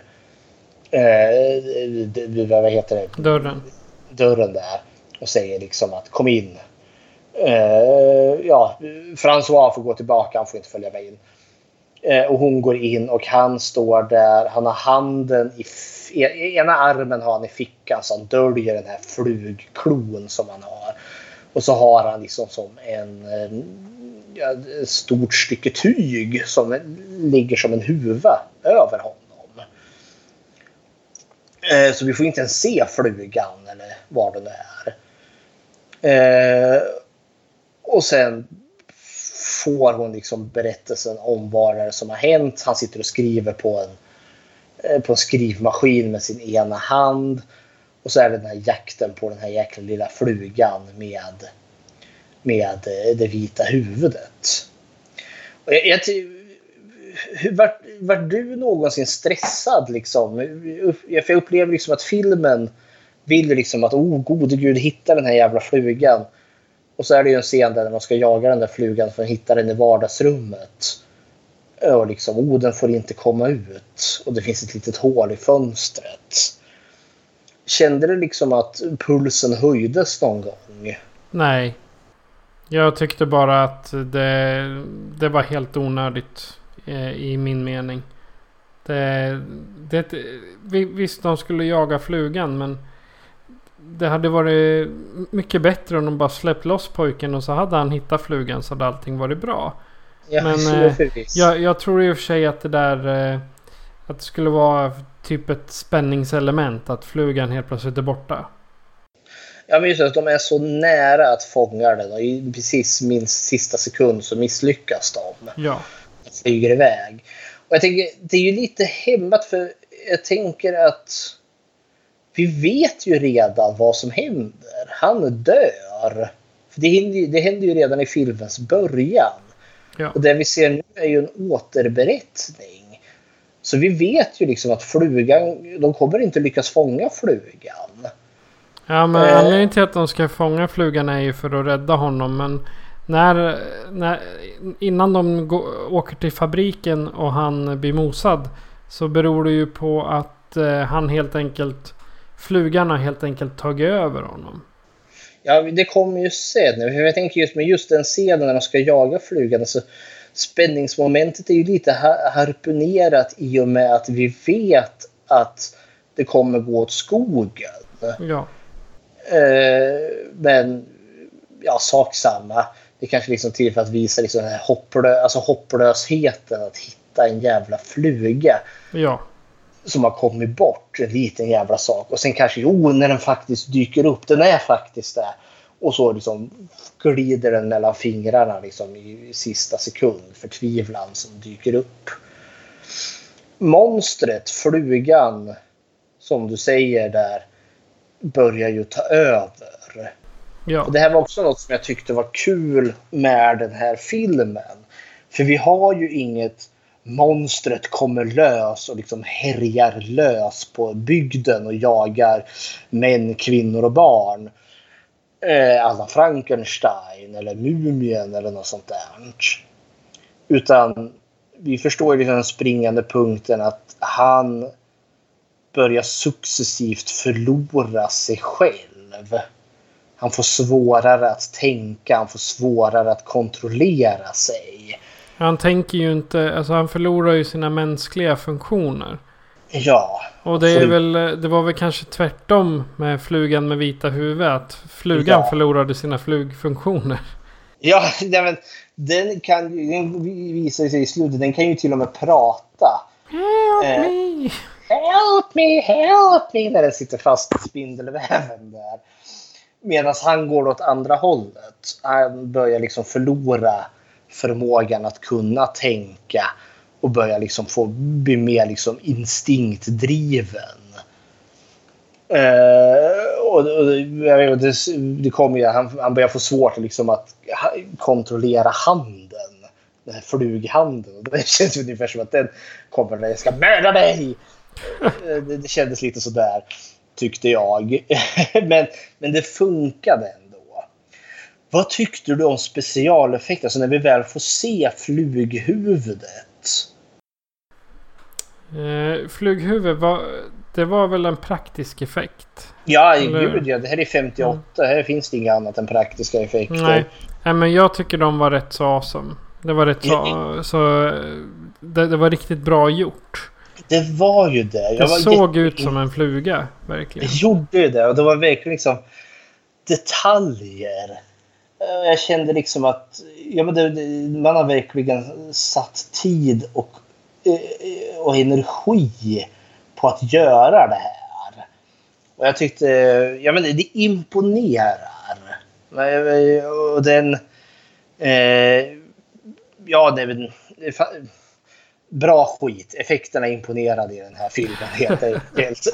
eh, vad heter det? Dörren. Dörren där och säger liksom att kom in. Eh, ja, François får gå tillbaka, han får inte följa med in. Eh, och hon går in och han står där, han har handen i ena armen har han i fickan så han döljer den här flugklon som han har. Och så har han liksom som en ja, ett stort stycke tyg som ligger som en huva över honom. Eh, så vi får inte ens se flugan eller vad det är. Eh, och sen får hon liksom berättelsen om vad det är som har hänt. Han sitter och skriver på en på en skrivmaskin med sin ena hand. Och så är det den här jakten på den här jäkla lilla flugan med, med det vita huvudet. Och jag, jag, var, var du någonsin stressad liksom? För jag upplever liksom att filmen vill liksom att oh gode gud hitta den här jävla flugan. Och så är det ju en scen där man ska jaga den där flugan för att hitta den i vardagsrummet. Och liksom, oh, den får inte komma ut. Och det finns ett litet hål i fönstret. Kände du liksom att pulsen höjdes någon gång? Nej. Jag tyckte bara att det, det var helt onödigt eh, i min mening. Det, det, visst, de skulle jaga flugan, men det hade varit mycket bättre om de bara släppt loss pojken och så hade han hittat flugan så hade allting varit bra. Ja, men eh, jag, jag tror i och för sig att det där eh, att det skulle vara typ ett spänningselement att flugan helt plötsligt är borta. Ja, men just att de är så nära att fånga den och i precis min sista sekund så misslyckas de. Ja. Att flyger iväg. Och jag tänker, det är ju lite hämmat för jag tänker att vi vet ju redan vad som händer. Han dör. För det händer, det händer ju redan i filmens början. Ja. Och det vi ser nu är ju en återberättning. Så vi vet ju liksom att flugan, de kommer inte lyckas fånga flugan. Ja, men eh. anledningen till att de ska fånga flugan är ju för att rädda honom. Men när, när, innan de går, åker till fabriken och han blir mosad så beror det ju på att eh, han helt enkelt, flugan har helt enkelt tagit över honom. Ja, det kommer ju sen. Jag tänker just med just den scenen när de ska jaga flugan. Så spänningsmomentet är ju lite harpunerat i och med att vi vet att det kommer gå åt skogen. Ja. Eh, men ja, sak samma. Det kanske liksom till för att visa liksom den här hopplö- alltså hopplösheten att hitta en jävla fluga. Ja. Som har kommit bort, en liten jävla sak. Och sen kanske, jo, när den faktiskt dyker upp, den är faktiskt där. Och så liksom glider den mellan fingrarna liksom i sista sekund, förtvivlan som dyker upp. monstret, flugan, som du säger där, börjar ju ta över. Ja. Och det här var också något som jag tyckte var kul med den här filmen. För vi har ju inget monstret kommer lös och liksom härjar lös på bygden och jagar män, kvinnor och barn. Eh, alla Frankenstein eller Mumien eller något sånt där. Utan vi förstår ju liksom den springande punkten att han börjar successivt förlora sig själv. Han får svårare att tänka, han får svårare att kontrollera sig. Han tänker ju inte, alltså han förlorar ju sina mänskliga funktioner. Ja. Och det är väl, det var väl kanske tvärtom med flugan med vita huvudet. Flugan ja. förlorade sina flugfunktioner. Ja, men den kan ju, den visar sig i slutet, den kan ju till och med prata. Help eh, me! Help me, help me! När den sitter fast i spindelväven där. Medan han går åt andra hållet. Han börjar liksom förlora förmågan att kunna tänka och börjar liksom få bli mer liksom instinktdriven. Uh, och, och det, det kommer ju, han, han börjar få svårt liksom att kontrollera handen, den här flughanden. Det känns ungefär som att den kommer när jag ska mörda dig. det, det kändes lite sådär, tyckte jag. men, men det funkade ändå. Vad tyckte du om specialeffekter, alltså när vi väl får se flughuvudet? Eh, flughuvud var, det var väl en praktisk effekt? Ja, gud ja, det här är femtioåtta. Mm. Här finns det inga annat än praktiska effekter. Nej, Nej men jag tycker de var rätt så awesome. Det var rätt så, mm. så det, det var riktigt bra gjort. Det var ju det. Jag det var såg jätte... ut som en fluga, verkligen. Det gjorde det, och det var verkligen liksom detaljer. Jag kände liksom att ja, men det, man har verkligen satt tid och, och energi på att göra det här. Och jag tyckte, ja men det, det imponerar. Och den, eh, ja det är bra skit. Effekterna imponerade i den här filmen helt enkelt.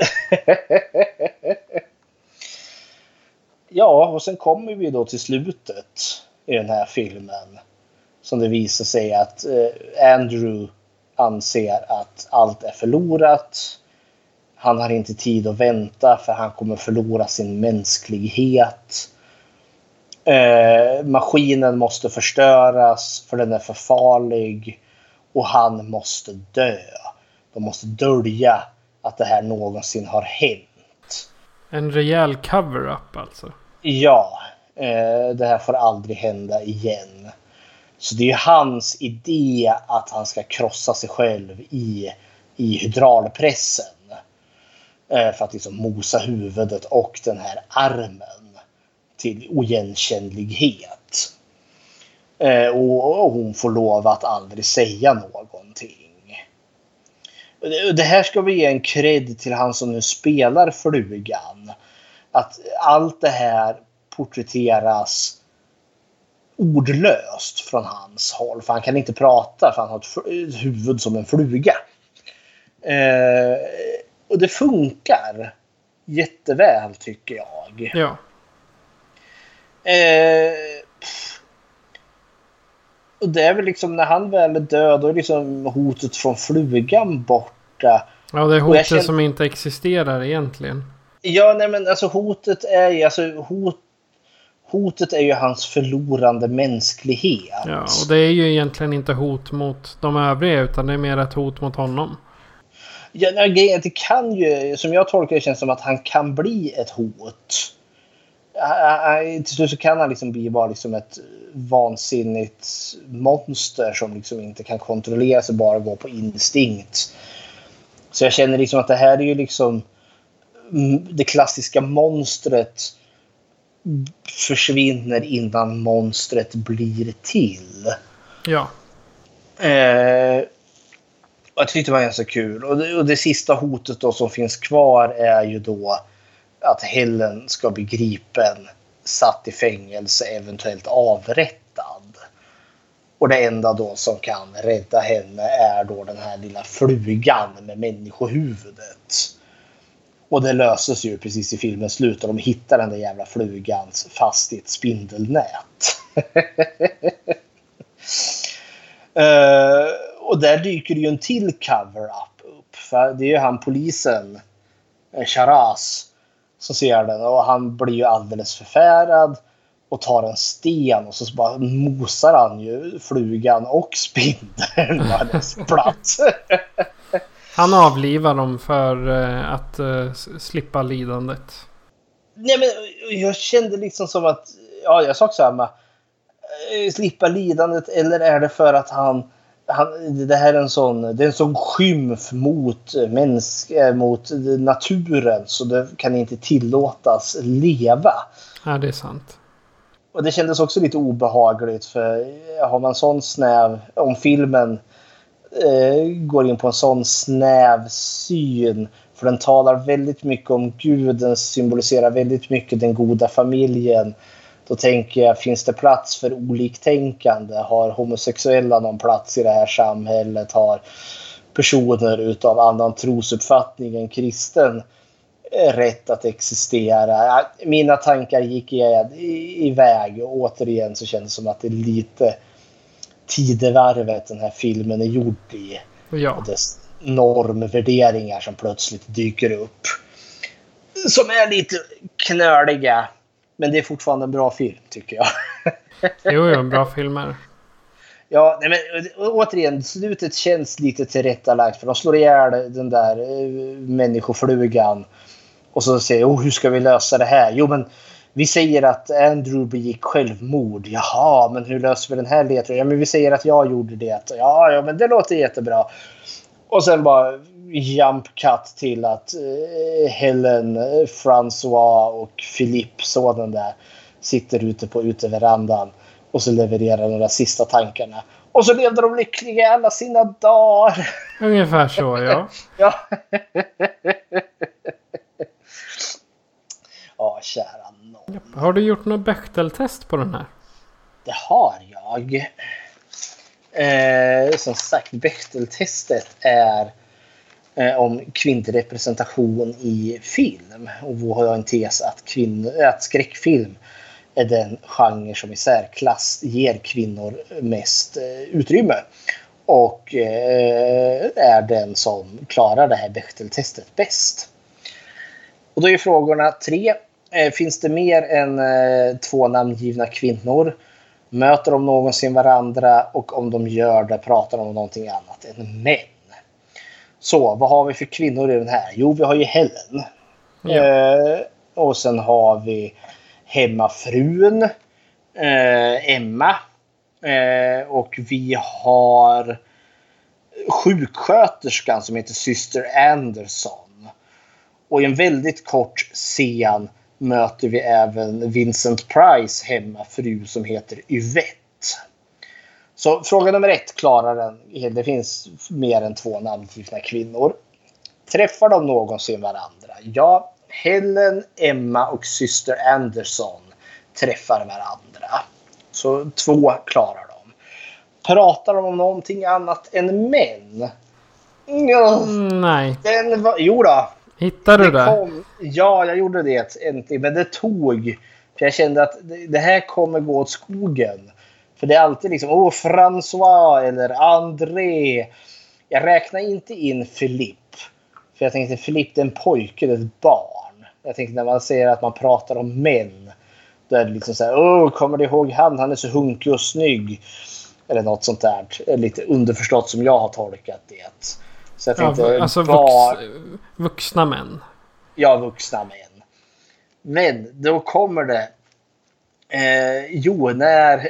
Ja, och sen kommer vi då till slutet i den här filmen. Som det visar sig att eh, Andrew anser att allt är förlorat. Han har inte tid att vänta för han kommer förlora sin mänsklighet. Eh, maskinen måste förstöras för den är för farlig. Och han måste dö. De måste dölja att det här någonsin har hänt. En rejäl cover-up alltså. Ja, eh, det här får aldrig hända igen. Så det är hans idé att han ska krossa sig själv i, i hydraulpressen. Eh, för att liksom mosa huvudet och den här armen till oigenkännlighet. Eh, och, och hon får lov att aldrig säga någonting. Det, det här ska vi ge en cred till han som nu spelar flugan. Att allt det här porträtteras ordlöst från hans håll. För han kan inte prata för han har ett huvud som en fluga. Eh, och det funkar jätteväl tycker jag. Ja. Eh, och det är väl liksom när han väl är död då är liksom hotet från flugan borta. Ja, det är hotet känner... som inte existerar egentligen. Ja, nej men alltså hotet är ju alltså hot, hotet är ju hans förlorande mänsklighet. Ja, och det är ju egentligen inte hot mot de övriga utan det är mer ett hot mot honom. Ja, nej, det kan ju, som jag tolkar det känns som att han kan bli ett hot. Till slut så kan han liksom bli bara liksom ett vansinnigt monster som liksom inte kan kontrollera sig, bara gå på instinkt. Så jag känner liksom att det här är ju liksom det klassiska monstret försvinner innan monstret blir till. Ja. Eh, jag tyckte det var ganska kul. Och det, och det sista hotet då som finns kvar är ju då att Helen ska bli gripen, satt i fängelse, eventuellt avrättad. Och det enda då som kan rädda henne är då den här lilla flugan med människohuvudet. Och det löses ju precis i filmens slut och de hittar den där jävla flugan fast i ett spindelnät. uh, och där dyker ju en till cover-up upp. För det är ju han polisen, Charas, som ser den. Och han blir ju alldeles förfärad och tar en sten och så bara mosar han ju flugan och spindeln på hennes plats. Han avlivar dem för uh, att uh, slippa lidandet. Nej, men jag kände liksom som att, ja, jag sa samma, uh, slippa lidandet, eller är det för att han, han det här är en sån, det är en sån skymf mot mänsk, mot naturen, så det kan inte tillåtas leva. Ja, det är sant. Och det kändes också lite obehagligt, för har man sån snäv, om filmen eh, går in på en sån snäv syn, för den talar väldigt mycket om Gud, den symboliserar väldigt mycket den goda familjen, då tänker jag, finns det plats för oliktänkande? Har homosexuella någon plats i det här samhället? Har personer utav annan trosuppfattning än kristen rätt att existera? Mina tankar gick iväg och återigen så känns det som att det är lite tidevarvet den här filmen är gjord i. Ja. Och dess normvärderingar som plötsligt dyker upp. Som är lite knöliga. Men det är fortfarande en bra film, tycker jag. Jo, jo, bra filmer. Ja, nej, men återigen, slutet känns lite tillrättalagt, för de slår ihjäl den där uh, människoflugan. Och så säger oh, hur ska vi lösa det här? Jo, men vi säger att Andrew begick självmord. Jaha, men hur löser vi den här ledtråden? Ja, men vi säger att jag gjorde det. Ja, ja, men det låter jättebra. Och sen bara jump cut till att uh, Helen, uh, François och Philippe, sonen där, sitter ute på uteverandan. Och så levererar de där sista tankarna. Och så levde de lyckliga alla sina dagar. Ungefär så, ja. Ja. Ja, kära någon. Har du gjort något Bechdel-test på den här? Det har jag. Eh, som sagt, Bechdel-testet är eh, om kvinnrepresentation i film. Och då har jag en tes att, kvinn- att skräckfilm är den genre som i särklass ger kvinnor mest eh, utrymme. Och eh, är den som klarar det här Bechdel-testet bäst. Och då är frågorna tre. Eh, finns det mer än eh, två namngivna kvinnor? Möter de någonsin varandra? Och om de gör det, pratar de om någonting annat än män? Så, vad har vi för kvinnor i den här? Jo, vi har ju Helen. Ja. Eh, och sen har vi hemmafrun, eh, Emma. Eh, och vi har sjuksköterskan som heter Syster Anderson. Och i en väldigt kort scen möter vi även Vincent Price hemmafru som heter Yvette. Så fråga nummer ett klarar den. Det finns mer än två namngivna kvinnor. Träffar de någonsin varandra? Ja, Helen, Emma och Syster Anderson träffar varandra. Så två klarar de. Pratar de om någonting annat än män? Ja, mm, nej. Den var, jo då. Hittade du det? Kom, ja, jag gjorde det äntligen. Men det tog. För jag kände att det här kommer gå åt skogen. För det är alltid liksom, åh, François eller André. Jag räknar inte in Philippe. För jag tänkte, Philippe är en pojke, det är ett barn. Jag tänkte när man säger att man pratar om män. Då är det liksom så här, åh, kommer du ihåg han? Han är så hunkig och snygg. Eller något sånt där. Lite underförstått som jag har tolkat det. Så jag tänkte, ja, alltså var... vux, vuxna män. Ja, vuxna män. Men då kommer det. Eh, jo, när,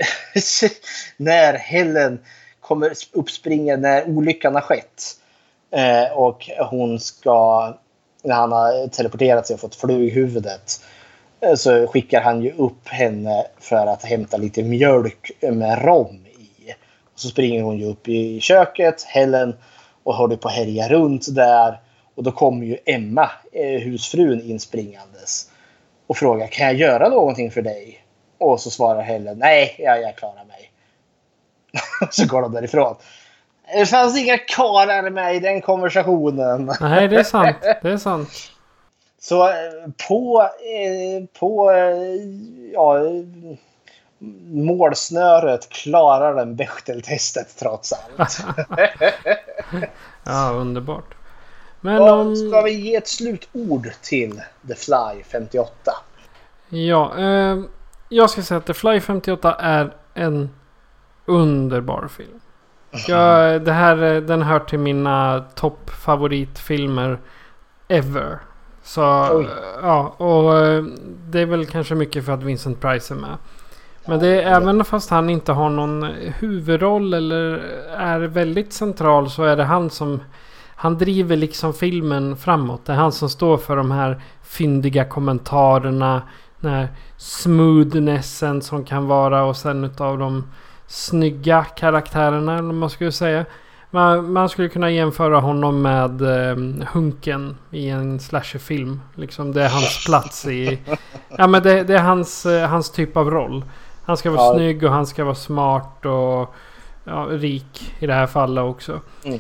när Helen kommer uppspringa när olyckan har skett. Eh, och hon ska, när han har teleporterat sig och fått flughuvudet, eh, så skickar han ju upp henne för att hämta lite mjölk med rom i. Och så springer hon ju upp i köket, Helen, och håller på att härja runt där. Och då kommer ju Emma, eh, husfrun, inspringandes och frågar, kan jag göra någonting för dig? Och så svarar Helen, nej, jag, jag klarar mig. Så går de därifrån. Det fanns inga karlar med i den konversationen. Nej, det är sant. Det är sant. Så på, på ja, målsnöret klarar den Bechdel-testet trots allt. Ja, underbart. Men ja, om... Ska vi ge ett slutord till The Fly femtioåtta? Ja, eh, jag ska säga att The Fly femtioåtta är en underbar film. Jag, det här, den hör till mina toppfavoritfilmer ever. Så, Oj. ja, och det är väl kanske mycket för att Vincent Price är med. Men det är även fast han inte har någon huvudroll eller är väldigt central, så är det han som han driver liksom filmen framåt. Det är han som står för de här fyndiga kommentarerna, den här smoothnessen som kan vara, och sen utav de snygga karaktärerna, eller man skulle säga. Man, man skulle kunna jämföra honom med eh, Hunken i en slasherfilm. Liksom det är hans plats i... Ja, men det, det är hans, eh, hans typ av roll. Han ska vara ja. snygg och han ska vara smart och ja, rik i det här fallet också. Mm.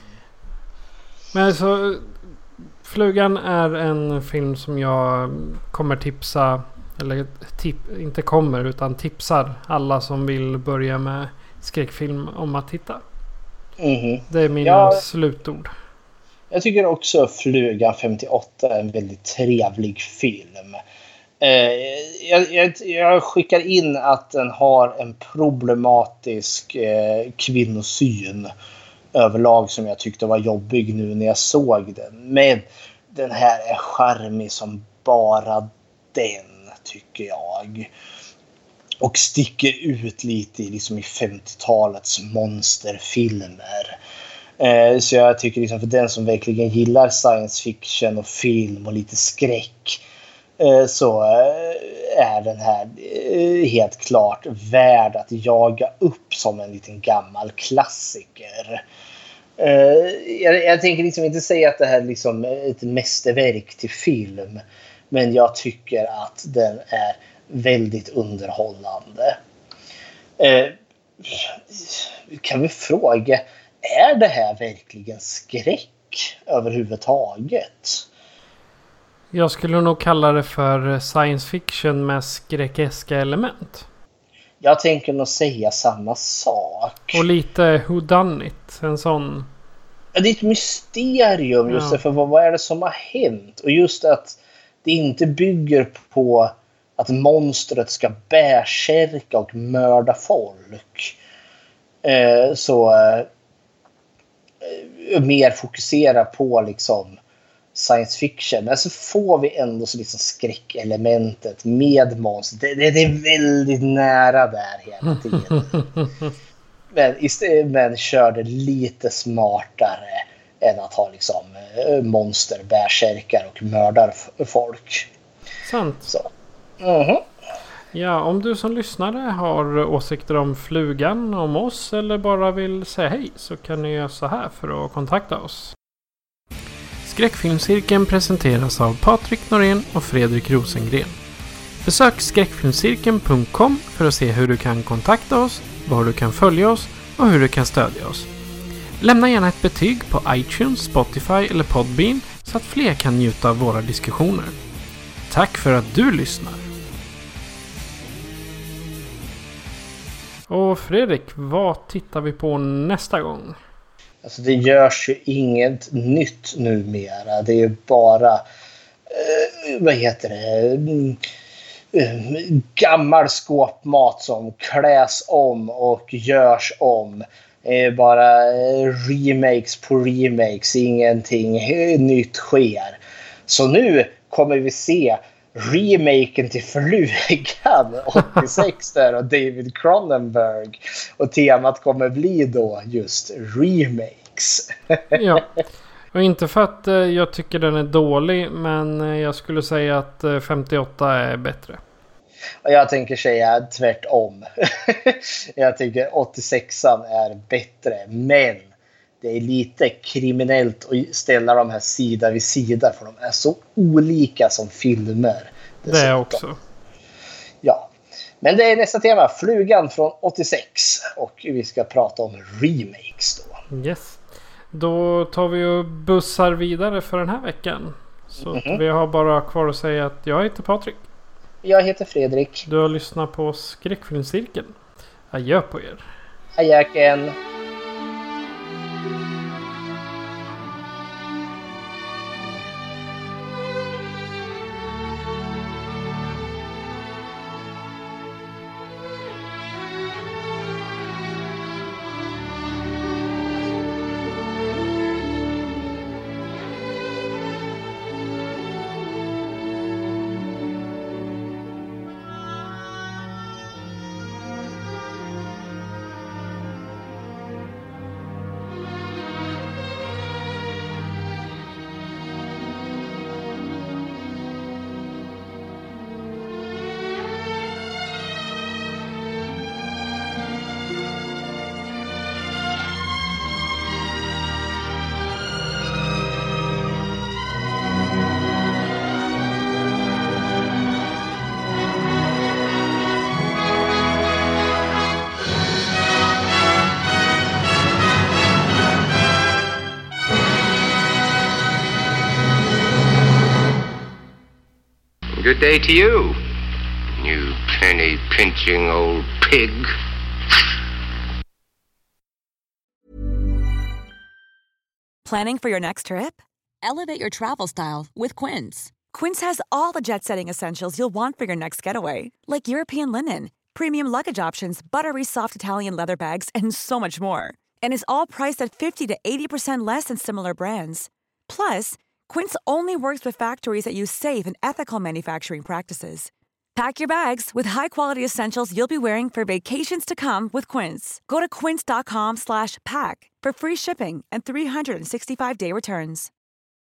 Men så Flugan är en film som jag kommer tipsa, eller tip, inte kommer utan tipsar alla som vill börja med skräckfilm om att titta. Mm-hmm. Det är mina ja, slutord. Jag tycker också Flugan femtioåtta är en väldigt trevlig film. Eh, jag, jag, jag skickar in att den har en problematisk eh, kvinnosyn överlag som jag tyckte var jobbig nu när jag såg den. Men den här är charmig som bara den, tycker jag. Och sticker ut lite liksom i femtiotalets monsterfilmer. Eh, så jag tycker liksom för den som verkligen gillar science fiction och film och lite skräck, eh, så eh, är den här eh, helt klart värd att jaga upp som en liten gammal klassiker. Uh, jag, jag tänker liksom inte säga att det här liksom är ett mästerverk till film, men jag tycker att den är väldigt underhållande. Uh, kan vi fråga, är det här verkligen skräck överhuvudtaget? Jag skulle nog kalla det för science fiction med skräckeska element. Jag tänker nog säga samma sak. Och lite who done it, en sån... Det är ett mysterium just ja. För vad, vad är det som har hänt? Och just att det inte bygger på att monstret ska bärsärka och mörda folk. Eh, så eh, mer fokusera på liksom science fiction. Men så får vi ändå så liksom skräckelementet med monster. Det, det, det är väldigt nära där hela tiden. men, ist- men kör det lite smartare än att ha liksom monster, bärsärkar och mördar folk. Sant. Så. Mm-hmm. Ja, om du som lyssnare har åsikter om Flugan, om oss eller bara vill säga hej, så kan ni göra så här för att kontakta oss. Skräckfilmscirkeln presenteras av Patrik Norén och Fredrik Rosengren. Besök skräckfilmscirkeln punkt com för att se hur du kan kontakta oss, var du kan följa oss och hur du kan stödja oss. Lämna gärna ett betyg på iTunes, Spotify eller Podbean så att fler kan njuta av våra diskussioner. Tack för att du lyssnar. Och Fredrik, vad tittar vi på nästa gång? Alltså det görs ju inget nytt numera. Det är ju bara eh, vad heter det? Eh, gammal skåpmat som kläs om och görs om. Det är bara remakes på remakes. Ingenting nytt sker. Så nu kommer vi se remaken till Flugan åttiosex där och David Cronenberg, och temat kommer bli då just remakes. Ja, och inte för att eh, jag tycker den är dålig, men eh, jag skulle säga att eh, femtioåtta är bättre. Och jag tänker säga tvärtom. Jag tycker åttiosexan är bättre, men det är lite kriminellt att ställa de här sida vid sida, för de är så olika som filmer. Det är också. Ja. Men det är nästa tema, Flugan från åttiosex. Och vi ska prata om remakes då. Yes. Då tar vi och bussar vidare för den här veckan. Så mm-hmm. vi har bara kvar att säga att jag heter Patrik. Jag heter Fredrik. Du har lyssnat på Skräckfilmscirkeln. Adjö på er. Adjöken. Good day to you, you penny-pinching old pig. Planning for your next trip? Elevate your travel style with Quince. Quince has all the jet-setting essentials you'll want for your next getaway, like European linen, premium luggage options, buttery soft Italian leather bags, and so much more. And is all priced at fifty to eighty percent less than similar brands. Plus, Quince only works with factories that use safe and ethical manufacturing practices. Pack your bags with high-quality essentials you'll be wearing for vacations to come with Quince. Go to quince dot com slash pack for free shipping and three sixty-five day returns.